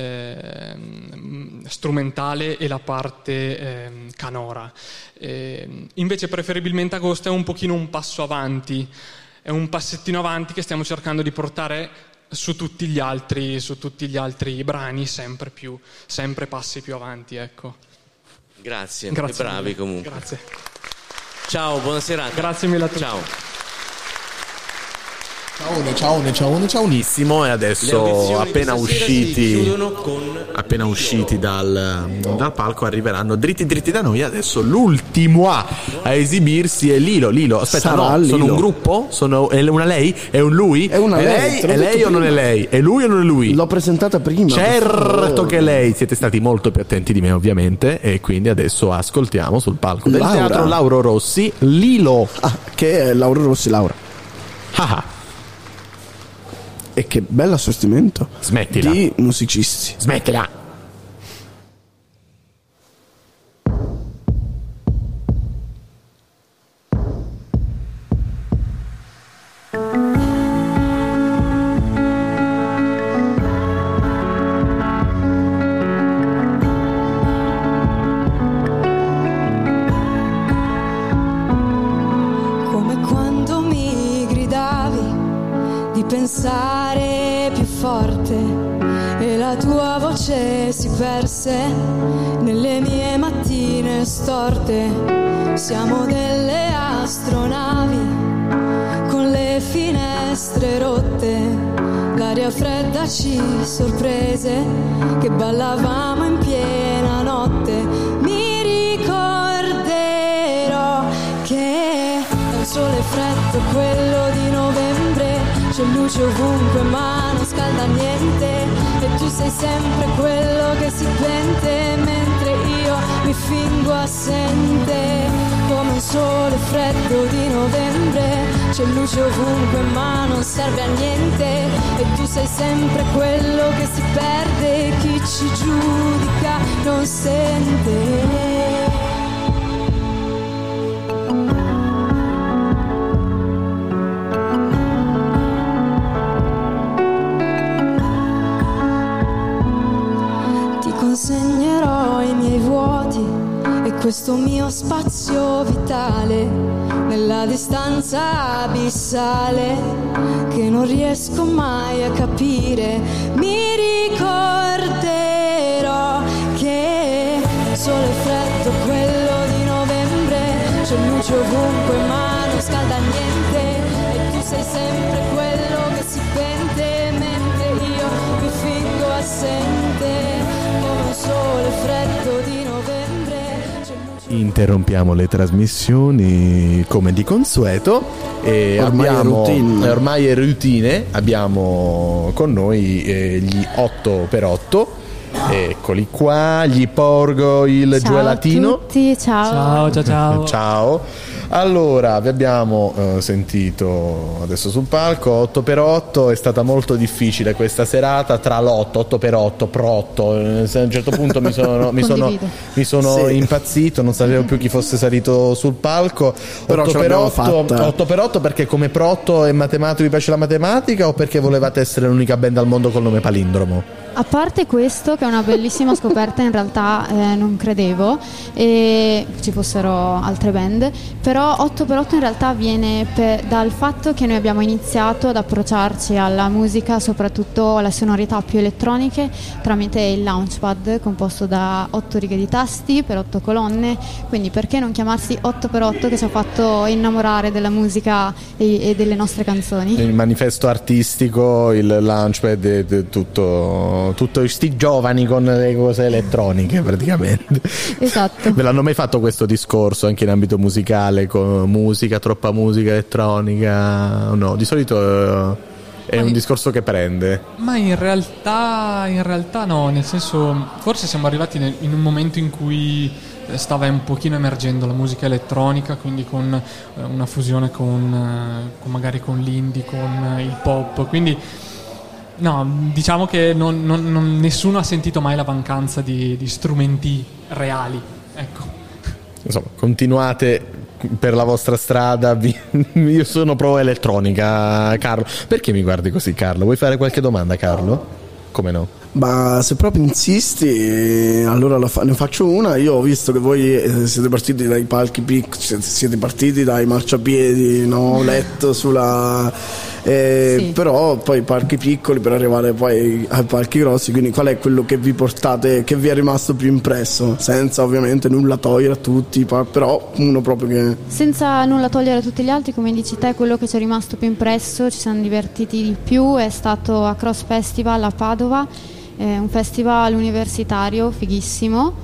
strumentale e la parte canora. Invece preferibilmente Agosto è un pochino un passo avanti, è un passettino avanti che stiamo cercando di portare su tutti gli altri brani, sempre passi più avanti, ecco. Grazie. Bravi comunque. Grazie. Ciao, buona serata. Grazie mille a tutti. Ciao. Ciaonissimo. E adesso appena usciti dal palco arriveranno dritti da noi. Adesso l'ultimo a esibirsi è Lilo. Aspetta, sono un gruppo? È una lei? È un lui? È una lei? È lei o non è lei? È lui o non è lui? L'ho presentata prima. Certo che è lei. Siete stati molto più attenti di me, ovviamente, e quindi adesso ascoltiamo sul palco del Teatro Lauro Rossi Lilo. Che è Lauro Rossi, Laura. E che bello assestimento. Smettila. Di musicisti. Smettila. Come quando mi gridavi di pensare più forte e la tua voce si perse nelle mie mattine storte. Siamo delle astronavi con le finestre rotte, l'aria fredda ci sorprese che ballavamo in piena notte. Mi ricorderò che è un sole freddo quello di novembre, c'è luce ovunque ma non scalda niente, e tu sei sempre quello che si pente mentre io mi fingo assente. Come un sole freddo di novembre, c'è luce ovunque ma non serve a niente, e tu sei sempre quello che si perde. Chi ci giudica non sente. Consegnerò i miei vuoti e questo mio spazio vitale nella distanza abissale che non riesco mai a capire. Mi ricorderò che sole e freddo quello di novembre, c'è luce ovunque ma non scalda niente e tu sei sempre quello che si pente mentre io mi fingo assente. Sole freddo di novembre. Interrompiamo le trasmissioni come di consueto e ormai è routine. Abbiamo con noi gli 8x8. Eccoli qua, gli porgo il gelatino. Ciao a tutti, ciao. Ciao. Allora, vi abbiamo sentito adesso sul palco 8x8, è stata molto difficile questa serata tra l'8x8, pro-8, a un certo punto mi sono impazzito, non sapevo più chi fosse salito sul palco. 8x8 perché come pro-8 è matematico, vi piace la matematica o perché volevate essere l'unica band al mondo col nome palindromo? A parte questo, che è una bellissima scoperta, in realtà non credevo ci fossero altre band, però 8x8 in realtà viene dal fatto che noi abbiamo iniziato ad approcciarci alla musica, soprattutto alle sonorità più elettroniche, tramite il Launchpad composto da 8 righe di tasti per 8 colonne, quindi perché non chiamarsi 8x8 che ci ha fatto innamorare della musica e delle nostre canzoni. Il manifesto artistico, il Launchpad, tutto sti giovani con le cose elettroniche praticamente. Esatto. Ve l'hanno mai fatto questo discorso anche in ambito musicale, con troppa musica elettronica? No, di solito è un discorso che prende. Ma in realtà no, nel senso, forse siamo arrivati in un momento in cui stava un pochino emergendo la musica elettronica, quindi con una fusione con magari con l'indie, con il pop, quindi no, diciamo che nessuno ha sentito mai la mancanza di strumenti reali, ecco. Insomma, continuate per la vostra strada. Io sono pro elettronica. Carlo, perché mi guardi così, Carlo? Vuoi fare qualche domanda, Carlo? Come no? Ma se proprio insisti, allora ne faccio una. Io ho visto che voi siete partiti dai palchi piccoli, siete partiti dai marciapiedi, no? Ho letto sulla sì. Però poi palchi piccoli per arrivare poi ai palchi grossi, quindi qual è quello che vi portate, che vi è rimasto più impresso, senza ovviamente nulla togliere a tutti, però uno proprio che... Senza nulla togliere a tutti gli altri, come dici te, quello che ci è rimasto più impresso, ci siamo divertiti di più, è stato a Cross Festival a Padova, un festival universitario fighissimo.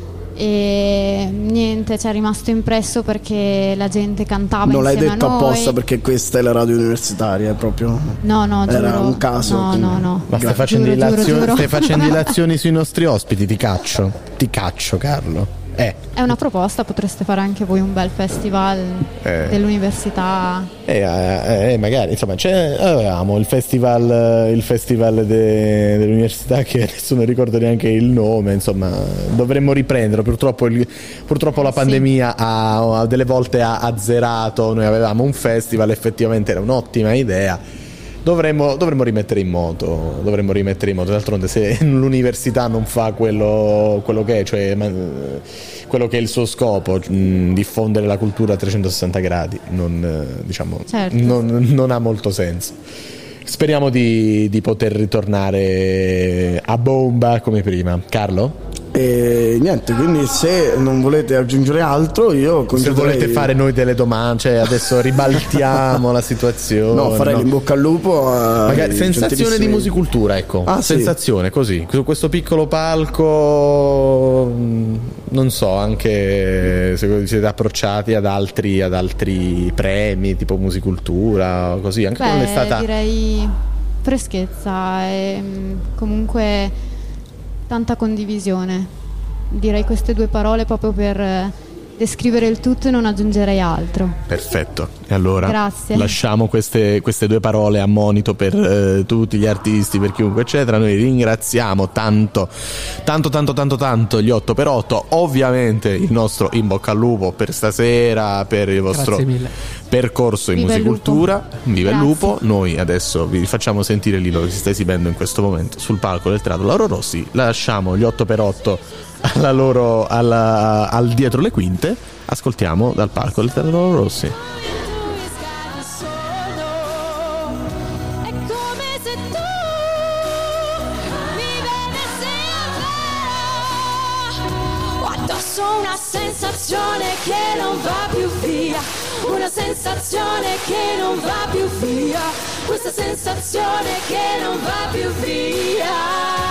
E niente, ci è rimasto impresso perché la gente cantava non insieme a noi. Non l'hai detto apposta perché questa è la radio universitaria, è proprio no, era giuro. un caso. No. Ma stai facendo illazioni sui nostri ospiti, ti caccio Carlo. È una proposta, potreste fare anche voi un bel festival dell'università. Magari, insomma, avevamo il festival dell'università che adesso non ricordo neanche il nome, insomma, dovremmo riprenderlo. Purtroppo la pandemia ha delle volte ha azzerato. Noi avevamo un festival, effettivamente era un'ottima idea. Dovremmo rimettere in moto. D'altronde, se l'università non fa quello che è, cioè quello che è il suo scopo, diffondere la cultura a 360 gradi, certo. non ha molto senso. Speriamo di poter ritornare a bomba come prima. Carlo? E niente, quindi se non volete aggiungere altro, io se volete fare noi delle domande, cioè adesso ribaltiamo la situazione. No, farei in bocca al lupo. Magari sensazione di musicultura, ecco. Sensazione, sì. Così, su questo piccolo palco, non so, anche se siete approcciati ad altri premi tipo musicultura o così, anche quando è stata. Direi freschezza e comunque tanta condivisione, direi queste due parole proprio per descrivere il tutto e non aggiungerei altro. Perfetto, e allora Grazie. lasciamo queste due parole a monito per tutti gli artisti, per chiunque eccetera. Noi ringraziamo tanto gli 8x8, ovviamente il nostro in bocca al lupo per stasera, per il vostro percorso in Viva il musicultura. Viva il Grazie. lupo. Noi adesso vi facciamo sentire Lilo che si sta esibendo in questo momento sul palco del Teatro Lauro Rossi. Lasciamo gli 8x8 al dietro le quinte. Ascoltiamo dal palco del Teatro Lauro Rossi. Ho addosso una sensazione che non va più via, una sensazione che non va più via, questa sensazione che non va più via.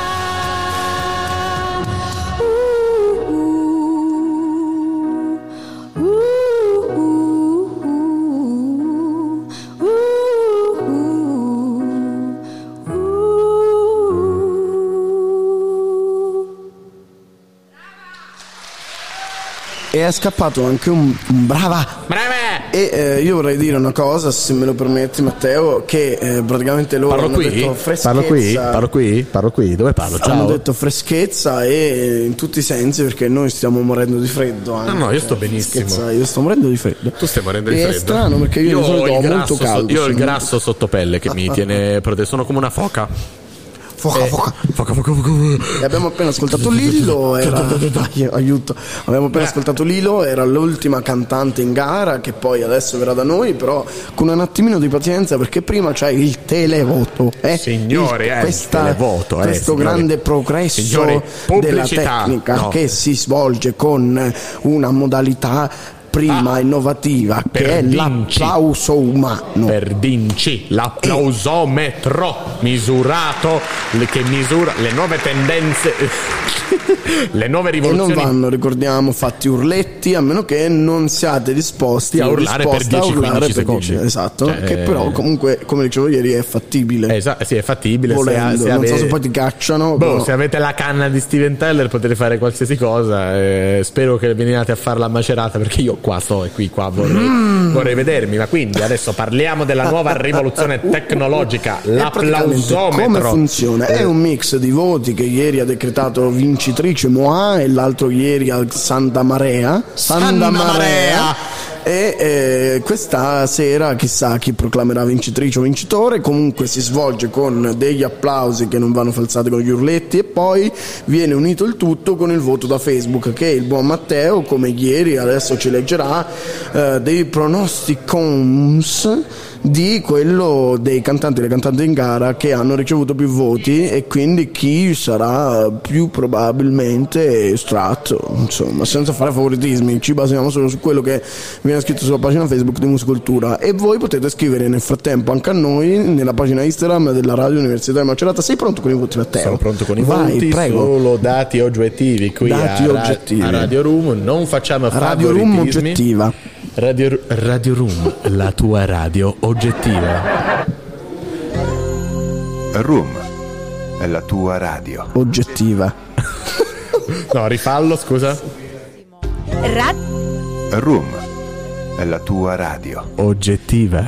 E è scappato anche un brava. E io vorrei dire una cosa, se me lo permetti, Matteo, che praticamente loro hanno detto freschezza. Parlo qui, dove parlo? Ciao. Hanno detto freschezza e in tutti i sensi, perché noi stiamo morendo di freddo anche. No, io sto benissimo. Freschezza, io sto morendo di freddo. Tu stai morendo di E freddo. è strano perché io di solito ho molto caldo. Io ho il grasso sotto pelle che mi tiene protetto, sono come una foca. Foca. E abbiamo appena ascoltato Lillo, aiuto. Abbiamo appena ascoltato Lillo, era l'ultima cantante in gara che poi adesso verrà da noi, però con un attimino di pazienza perché prima c'è il televoto, Signori, il televoto, questo signori. grande progresso Signori, della pubblicità, tecnica no. che si svolge con una modalità prima innovativa che è l'applauso umano. Per Dinci, l'applausometro misurato che misura le nuove tendenze, le nuove E rivoluzioni. non vanno, ricordiamo, fatti urletti a meno che non siate disposti a urlare per 10-15 secondi. Esatto, Cioè, che però comunque, come dicevo ieri, è fattibile. Sì, è fattibile. Volendo, non so se poi ti cacciano. Però. Se avete la canna di Steven Tyler potete fare qualsiasi cosa. Spero che veniate a farla macerata perché io qua sto e qua vorrei vedermi. Ma quindi adesso parliamo della nuova rivoluzione tecnologica, l'applausometro. Come funziona? È un mix di voti che ieri ha decretato vincitrice Moa e l'altro ieri al Santa Marea. E questa sera chissà chi proclamerà vincitrice o vincitore. Comunque si svolge con degli applausi che non vanno falsati con gli urletti e poi viene unito il tutto con il voto da Facebook che il buon Matteo, come ieri, adesso ci leggerà dei pronosticons di quello dei cantanti e le cantanti in gara che hanno ricevuto più voti e quindi chi sarà più probabilmente estratto, insomma, senza fare favoritismi. Ci basiamo solo su quello che viene scritto sulla pagina Facebook di Musicultura e voi potete scrivere nel frattempo anche a noi nella pagina Instagram della Radio Università di Macerata. Sei pronto con i voti, Matteo? Sono pronto con i Vai, voti, prego. solo dati oggettivi qui a Radio Room, non facciamo Radio Room oggettiva. Radio Room, la tua radio oggettiva. Room è la tua radio oggettiva. No, rifallo, scusa. Room è la tua radio oggettiva.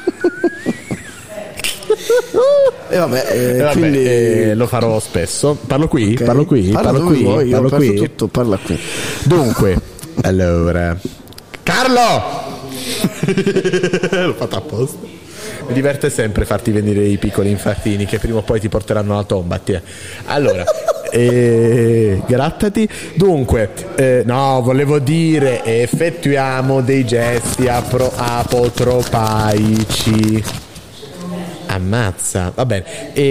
E vabbè, quindi lo farò spesso. Parlo qui, okay. parlo qui. Tutto, parla qui. Dunque, allora, Carlo! L'ho fatto apposta. Mi diverte sempre farti venire i piccoli infartini che prima o poi ti porteranno alla tomba. Allora, grattati. Dunque, no, volevo dire, effettuiamo dei gesti apotropaici. Ammazza, va bene.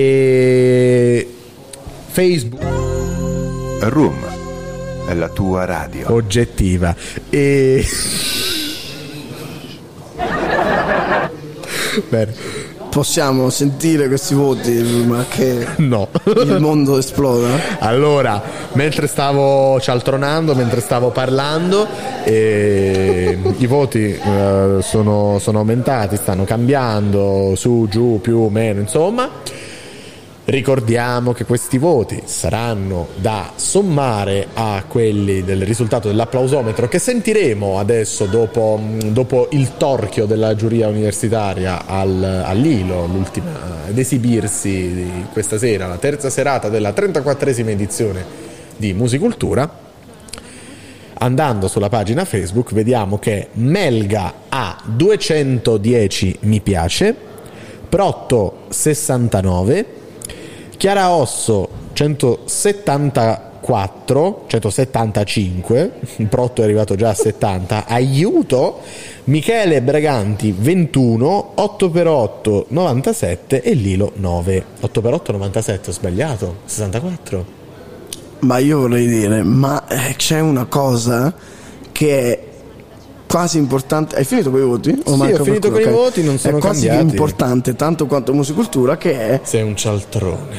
Facebook Room è la tua radio oggettiva. Bene. Possiamo sentire questi voti prima che il mondo esploda? Allora, mentre stavo cialtronando, mentre stavo parlando, i voti sono aumentati, stanno cambiando, su, giù, più o meno, insomma. Ricordiamo che questi voti saranno da sommare a quelli del risultato dell'applausometro che sentiremo adesso dopo il torchio della giuria universitaria all'Ilo, l'ultima ad esibirsi di questa sera, la terza serata della 34esima edizione di Musicultura. Andando sulla pagina Facebook vediamo che Melga ha 210 mi piace, Protto 69, Chiara Osso 175, Protto è arrivato già a 70, aiuto, Michele Braganti 21, 8x8 97 e Lilo 9. 8x8 97, ho sbagliato, 64. Ma io vorrei dire, c'è una cosa che è quasi importante. Hai finito con i voti? Sì, ho finito con i voti, non sono cambiati. È quasi importante tanto quanto Musicultura, che è... Sei un cialtrone.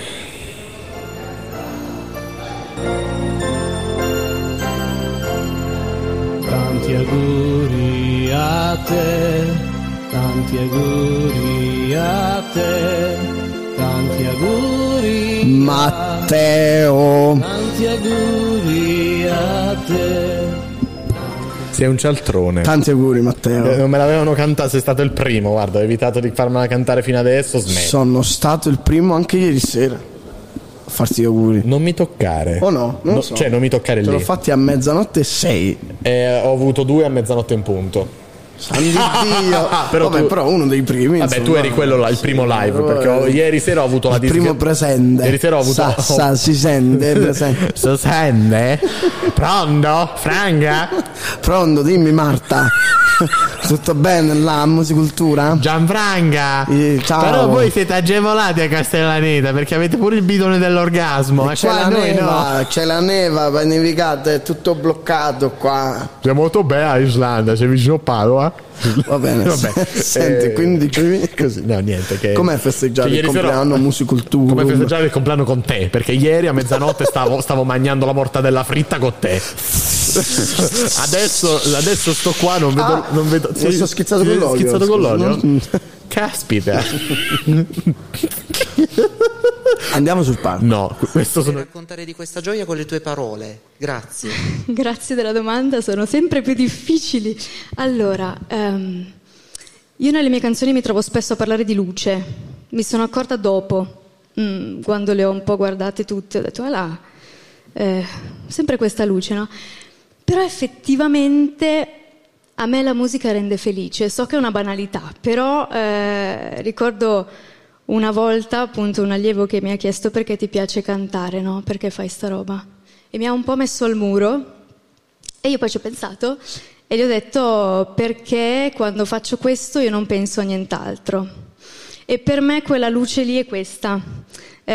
Tanti auguri a te, tanti auguri a te, tanti auguri Matteo, tanti auguri a te. Sei un cialtrone. Tanti auguri Matteo. Non me l'avevano cantata, sei stato il primo, guarda, ho evitato di farmela cantare fino adesso, smetto. Sono stato il primo anche ieri sera a farti gli auguri. Non mi toccare. O no? Non so. Cioè non mi toccare lì. Te l'ho fatti a 00:06. Ho avuto 2 a 00:00 in punto. Sangue Dio. però uno dei primi. Vabbè, tu eri quello là, il primo live, perché ieri sera ho avuto il primo presente. Ieri sera ho avuto si sente presente. Si sente? Pronto? Franga? Pronto, dimmi Marta. Tutto bene là a Musicultura? Gianfranca. Ciao. Però voi siete agevolati a Castellaneta perché avete pure il bidone dell'orgasmo. C'è la neva, c'è la neva, poi nevicata, è tutto bloccato qua. Siamo molto bene a Islanda, sei vicino a Padova. Va bene. Vabbè. Senti, quindi dicevi così. No, niente. Com'è festeggiare il compleanno Musicultura? Come festeggiare il compleanno con te? Perché ieri a mezzanotte stavo mangiando la mortadella fritta con te. Adesso sto qua, non vedo. Mi sono schizzato con l'olio. Schizzato con l'olio? Caspita. Andiamo sul palco. No, questo sono. Raccontare di questa gioia con le tue parole. Grazie. Grazie della domanda, sono sempre più difficili. Allora, io nelle mie canzoni mi trovo spesso a parlare di luce. Mi sono accorta dopo, quando le ho un po' guardate tutte, ho detto, sempre questa luce, no? Però effettivamente a me la musica rende felice. So che è una banalità, però ricordo una volta appunto un allievo che mi ha chiesto perché ti piace cantare, no? Perché fai sta roba? E mi ha un po' messo al muro e io poi ci ho pensato e gli ho detto perché quando faccio questo io non penso a nient'altro. E per me quella luce lì è questa. Mi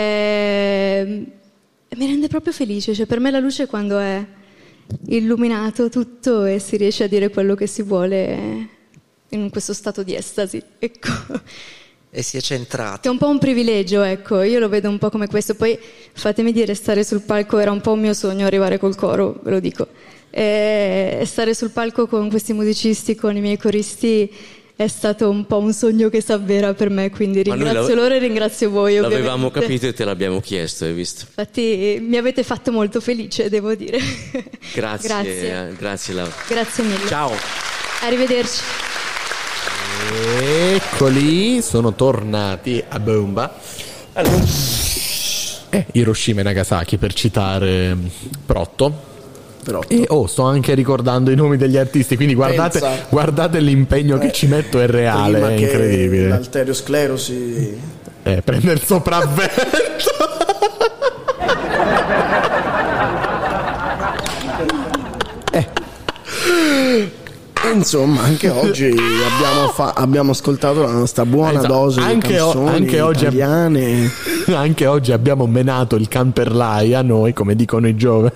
rende proprio felice, cioè per me la luce è quando è illuminato tutto e si riesce a dire quello che si vuole in questo stato di estasi, ecco. E si è centrato. Che è un po' un privilegio, ecco, io lo vedo un po' come questo. Poi fatemi dire, stare sul palco era un po' un mio sogno, arrivare col coro, ve lo dico. E stare sul palco con questi musicisti, con i miei coristi, è stato un po' un sogno che si avvera per me, quindi ringrazio loro e ringrazio voi. L'avevamo ovviamente. capito e te l'abbiamo chiesto, hai visto? Infatti mi avete fatto molto felice, devo dire. Grazie. Grazie Laura. Grazie mille. Ciao. Arrivederci. Eccoli, sono tornati a bomba. Allora, Hiroshima e Nagasaki, per citare Protto. E sto anche ricordando i nomi degli artisti, quindi guardate l'impegno che ci metto, è reale, è incredibile. L'arteriosclerosi prende il sopravvento. Insomma, anche oggi abbiamo ascoltato la nostra buona dose di canzoni italiane. Anche oggi abbiamo menato il camperlai a noi, come dicono i giovani.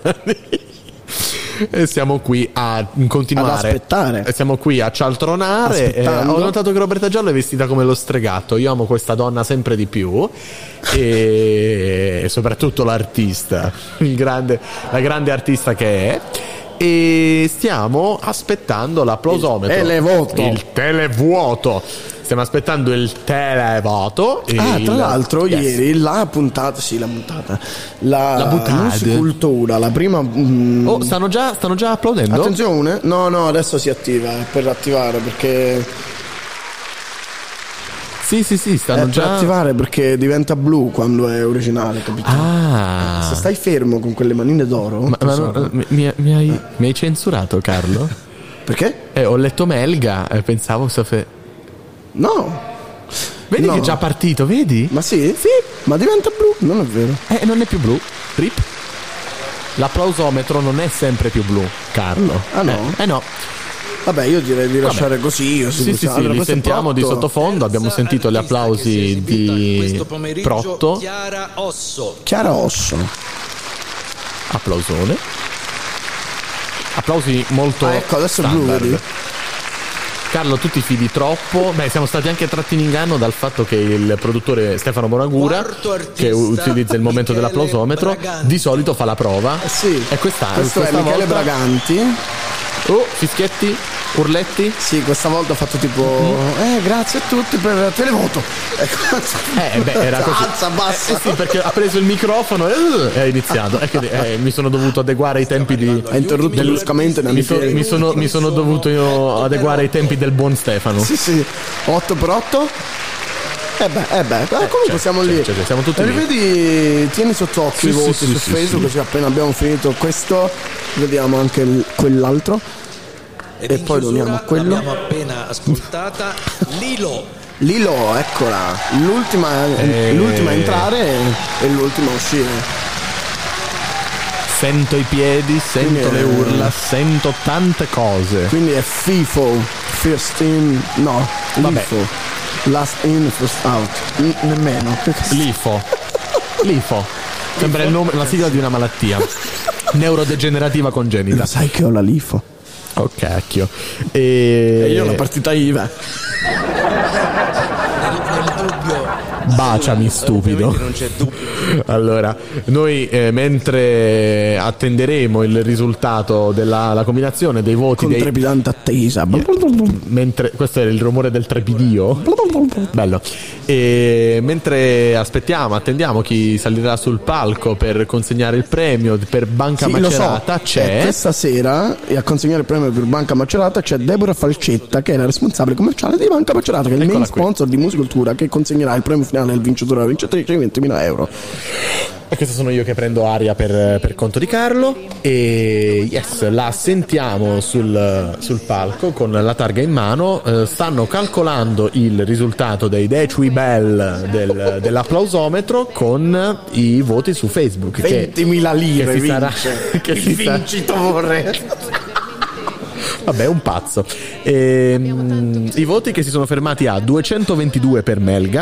E siamo qui a continuare ad aspettare. Siamo qui a cialtronare. Ho notato che Roberta Giallo è vestita come lo stregato. Io amo questa donna sempre di più. E soprattutto l'artista, la grande artista che è. E stiamo aspettando l'applausometro. Il televuoto. Stiamo aspettando il televoto. Tra l'altro ieri la puntata, la musicultura, la prima. Stanno già applaudendo? Attenzione, no, adesso si attiva per attivare perché. Sì, stanno già per attivare perché diventa blu quando è originale, capito? Se stai fermo con quelle manine d'oro. Mi hai censurato, Carlo? Perché? Ho letto Melga e pensavo No. Vedi che è già partito, vedi? Ma sì? Sì. Ma diventa blu, non è vero. Non è più blu. Rip. L'applausometro non è sempre più blu, Carlo. Ah no? No. Vabbè, io direi di lasciare così. Sì, li sentiamo di sottofondo. Abbiamo sentito gli applausi di Protto. Chiara Osso. Applausone. Applausi molto adesso standard. blu, vedi? Carlo, tu ti fidi troppo. Siamo stati anche tratti in inganno dal fatto che il produttore Stefano Bonagura, che utilizza il momento dell'applausometro, di solito fa la prova. Sì. E questo è Michele Braganti. Fischietti, urletti. Sì, questa volta ha fatto tipo grazie a tutti per televoto. Era così. Alza, bassa. Sì, perché ha preso il microfono e è iniziato. Mi sono dovuto adeguare ai tempi di. Ha interrotto bruscamente. Mi sono dovuto adeguare ai tempi del buon Stefano. Sì. 8x8. Comunque siamo lì. Siamo tutti lì. Vedi, tieni sotto occhio i voti su Facebook, così appena abbiamo finito questo, vediamo anche quell'altro. E poi lo uniamo a quello. Abbiamo appena ascoltata Lilo, eccola. L'ultima a entrare e l'ultima a uscire. Sento i piedi, sento le urla, sento tante cose. Quindi è FIFO, first in, no, LIFO. Last in, first out. Nemmeno. LIFO. Sembra il nome, la sigla di una malattia neurodegenerativa congenita. Lo sai che ho la LIFO? Oh cacchio. E io ho la partita IVA. Nel dubbio. Baciami, stupido. Non c'è dubbio. Allora, noi mentre attenderemo il risultato della combinazione dei voti con trepidante attesa, mentre questo è il rumore del trepidio, bello, e mentre attendiamo chi salirà sul palco per consegnare il premio per Banca Macerata, c'è questa sera, e a consegnare il premio per Banca Macerata c'è Deborah Falcetta, che è la responsabile commerciale di Banca Macerata, che è il main sponsor di Musicultura, che consegnerà il premio finale al vincitore o alla vincitrice di 20.000 euro. E questo sono io che prendo aria per conto di Carlo. E la sentiamo sul palco con la targa in mano. Stanno calcolando il risultato dei decibel dell'applausometro con i voti su Facebook. 20.000 lire che sarà, che il vincitore. Vabbè, un pazzo. I voti che si sono fermati a 222 per Melga,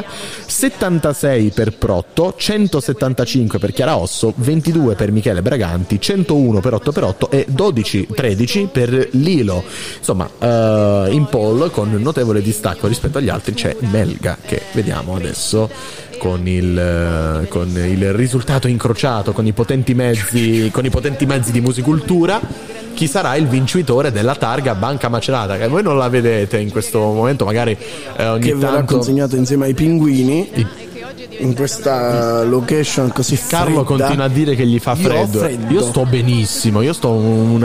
76 per Protto, 175 per Chiara Osso, 22 per Michele Braganti, 101 per 8x8 e 13 per Lilo. Insomma, in poll con notevole distacco rispetto agli altri c'è Melga, che vediamo adesso con il risultato incrociato, con i potenti mezzi di Musicultura. Chi sarà il vincitore della targa Banca Macerata, che voi non la vedete in questo momento, magari ogni che verrà tanto consegnato insieme ai pinguini in questa location così fredda. Carlo continua a dire che gli fa freddo. Io sto benissimo, io sto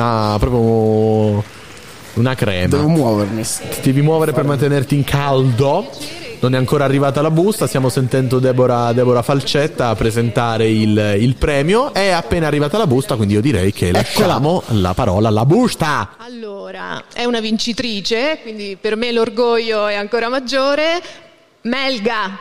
proprio una crema. Devo muovermi. Ti devi muovere per mantenerti in caldo. Non è ancora arrivata la busta, stiamo sentendo Deborah Falcetta presentare il premio. È appena arrivata la busta, quindi io direi che lasciamo la parola alla busta. Allora, è una vincitrice, quindi per me l'orgoglio è ancora maggiore. Melga.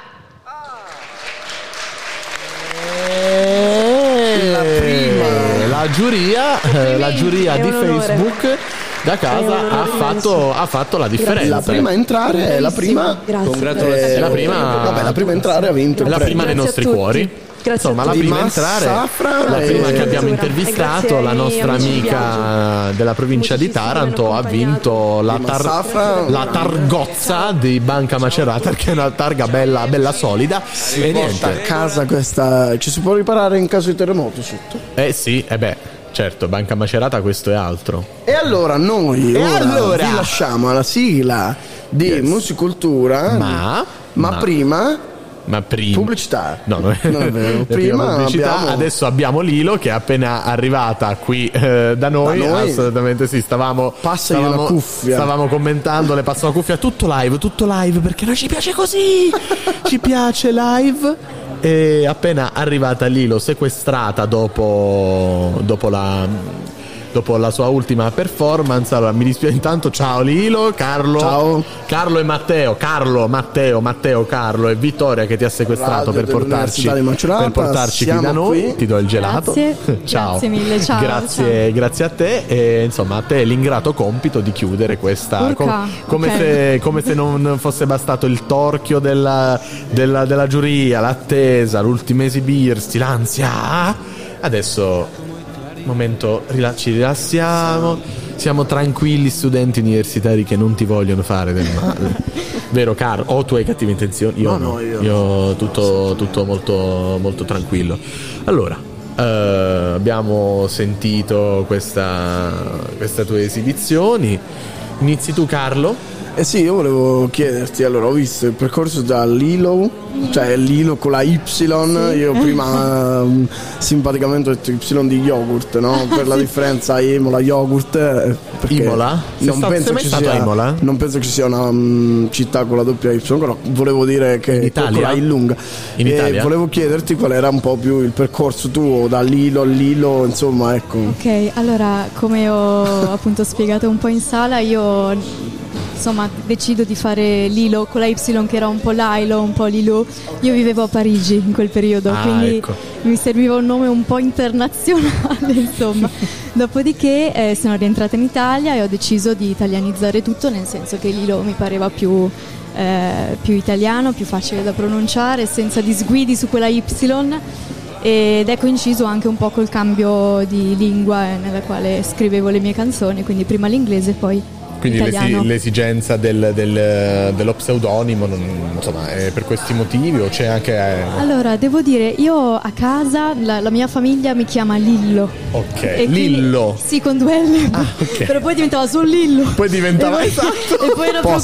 La giuria di Facebook da casa ha fatto la differenza. La prima a entrare è la prima. Congratulazioni. La prima a entrare ha vinto. È la prima nei nostri cuori. Insomma, la prima a entrare, la prima che abbiamo intervistato, la nostra amica della provincia di Taranto, ha vinto la targozza di Banca Macerata, che è una targa bella solida. E niente, a casa questa ci si può riparare in caso di terremoto sotto. Sì, certo, Banca Macerata questo è altro. E allora noi vi lasciamo alla sigla di Musicultura. Ma prima pubblicità. No, non è vero. Prima pubblicità, adesso abbiamo Lilo che è appena arrivata qui da noi. Assolutamente sì, stavamo la cuffia. Stavamo commentando, le passo la cuffia tutto live perché noi ci piace così. Ci piace live. E appena arrivata Lilo sequestrata dopo la sua ultima performance. Allora mi dispiace intanto, ciao Lilo, Carlo e Matteo, Carlo e Vittoria che ti ha sequestrato per portarci qui da noi. Ti do il gelato. Ciao. Grazie mille, ciao. Grazie a te e insomma a te l'ingrato compito di chiudere questa come se non fosse bastato il torchio della giuria, l'attesa, l'ultimo esibirsi, l'ansia. Adesso momento, ci rilassiamo, siamo tranquilli studenti universitari che non ti vogliono fare del male. Vero Carlo? O tu hai cattive intenzioni? Io tutto molto, molto tranquillo. Allora, abbiamo sentito questa tua esibizioni. Inizi tu, Carlo? Sì, io volevo chiederti, allora ho visto il percorso da Lilo, cioè Lilo con la Y, io prima simpaticamente ho detto Y di yogurt, no? Per la differenza Imola yogurt, perché Imola? Non penso ci sia una città con la doppia Y, però volevo dire che in Italia? In lunga. In Italia? Volevo chiederti qual era un po' più il percorso tuo da Lilo a Lilo, insomma, ecco. Ok, allora come ho appunto spiegato un po' in sala, io decido di fare Lilo con la Y che era un po' Lilo, un po' Lilo. Io vivevo a Parigi in quel periodo, quindi mi serviva un nome un po' internazionale, insomma. Dopodiché sono rientrata in Italia e ho deciso di italianizzare tutto, nel senso che Lilo mi pareva più italiano, più facile da pronunciare, senza disguidi su quella Y. Ed è coinciso anche un po' col cambio di lingua nella quale scrivevo le mie canzoni, quindi prima l'inglese e poi quindi l'esigenza dello pseudonimo, insomma, è per questi motivi o c'è anche... Allora, devo dire, io a casa, la mia famiglia mi chiama Lillo. Ok, e Lillo. Quindi, sì, con 2 L. Okay. Però poi diventava solo Lillo. Poi diventava esatto. E poi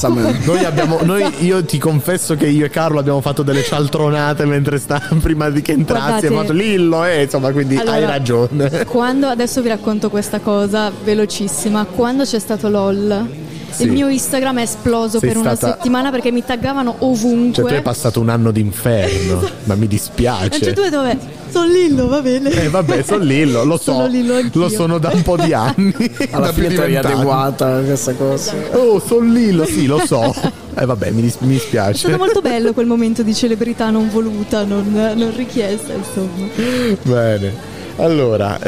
era io ti confesso che io e Carlo abbiamo fatto delle cialtronate mentre prima di che entrassi, abbiamo fatto Lillo, insomma, quindi allora, hai ragione. Adesso vi racconto questa cosa velocissima. Quando c'è stato LOL, il mio Instagram è esploso per una settimana perché mi taggavano ovunque. Cioè tu hai passato un anno d'inferno, ma mi dispiace. Cioè tu dov'è? Sono Lillo, va bene. Vabbè, sono Lillo, lo so. Sono Lillo anch'io. Lo sono da un po' di anni. Alla fine ti è adeguata questa cosa. Oh, sono Lillo, sì, lo so. Vabbè, mi dispiace. È stato molto bello quel momento di celebrità non voluta, non richiesta, insomma. Bene. Allora,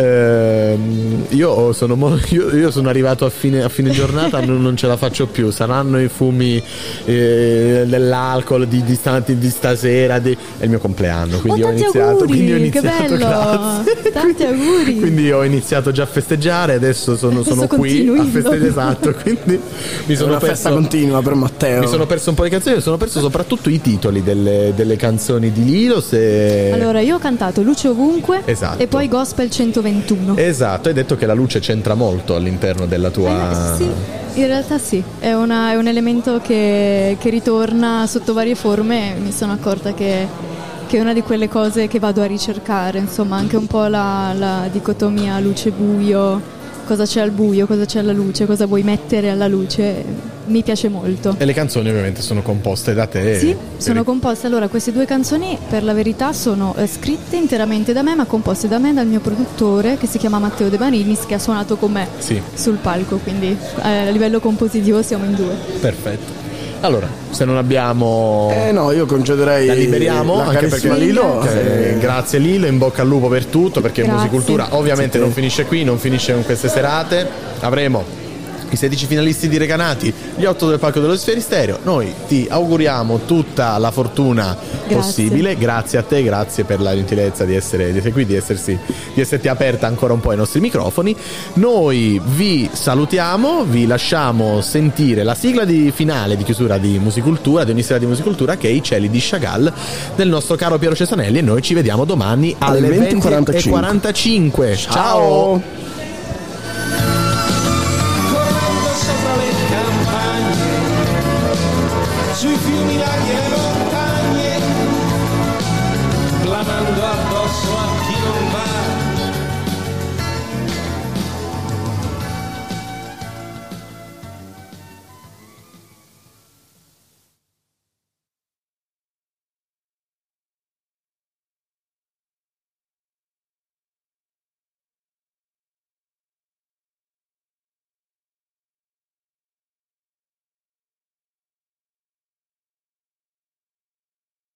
io sono arrivato a fine giornata, non ce la faccio più. Saranno i fumi dell'alcol di stasera. È il mio compleanno, quindi ho iniziato. Quindi ho iniziato, che bello! Grazie. Tanti auguri! Quindi ho iniziato già a festeggiare. Adesso sono qui a festeggiare. Esatto. Quindi mi sono una festa continua per Matteo. Mi sono perso un po' di canzoni. Mi sono perso soprattutto i titoli delle canzoni di Lilo. Allora, io ho cantato Luce ovunque. Esatto. E poi Gospel 121. Esatto, hai detto che la luce c'entra molto all'interno della tua... Sì, in realtà sì, è un elemento che ritorna sotto varie forme. Mi sono accorta che è una di quelle cose che vado a ricercare, insomma, anche un po' la dicotomia luce-buio, cosa c'è al buio, cosa c'è alla luce, cosa vuoi mettere alla luce, mi piace molto. E le canzoni ovviamente sono composte da te? Sì, sono composte. Allora, queste 2 canzoni per la verità sono scritte interamente da me, ma composte da me e dal mio produttore che si chiama Matteo De Marinis, che ha suonato con me sul palco, quindi a livello compositivo siamo in 2. Perfetto. Allora, se non abbiamo... no, io concederei... La liberiamo, anche perché Lilo... Grazie Lilo, in bocca al lupo per tutto, perché Musicultura ovviamente non finisce qui, non finisce con queste serate. Avremo i 16 finalisti di Recanati, gli 8 del palco dello Sferistereo. Noi ti auguriamo tutta la fortuna possibile. Grazie a te, grazie per la gentilezza di essere qui, di esserti aperta ancora un po' ai nostri microfoni. Noi vi salutiamo, vi lasciamo sentire la sigla di finale di chiusura di Musicultura, di ogni sera di Musicultura, che è I cieli di Chagall del nostro caro Piero Cesanelli, e noi ci vediamo domani alle 20:45. Ciao! sui fiori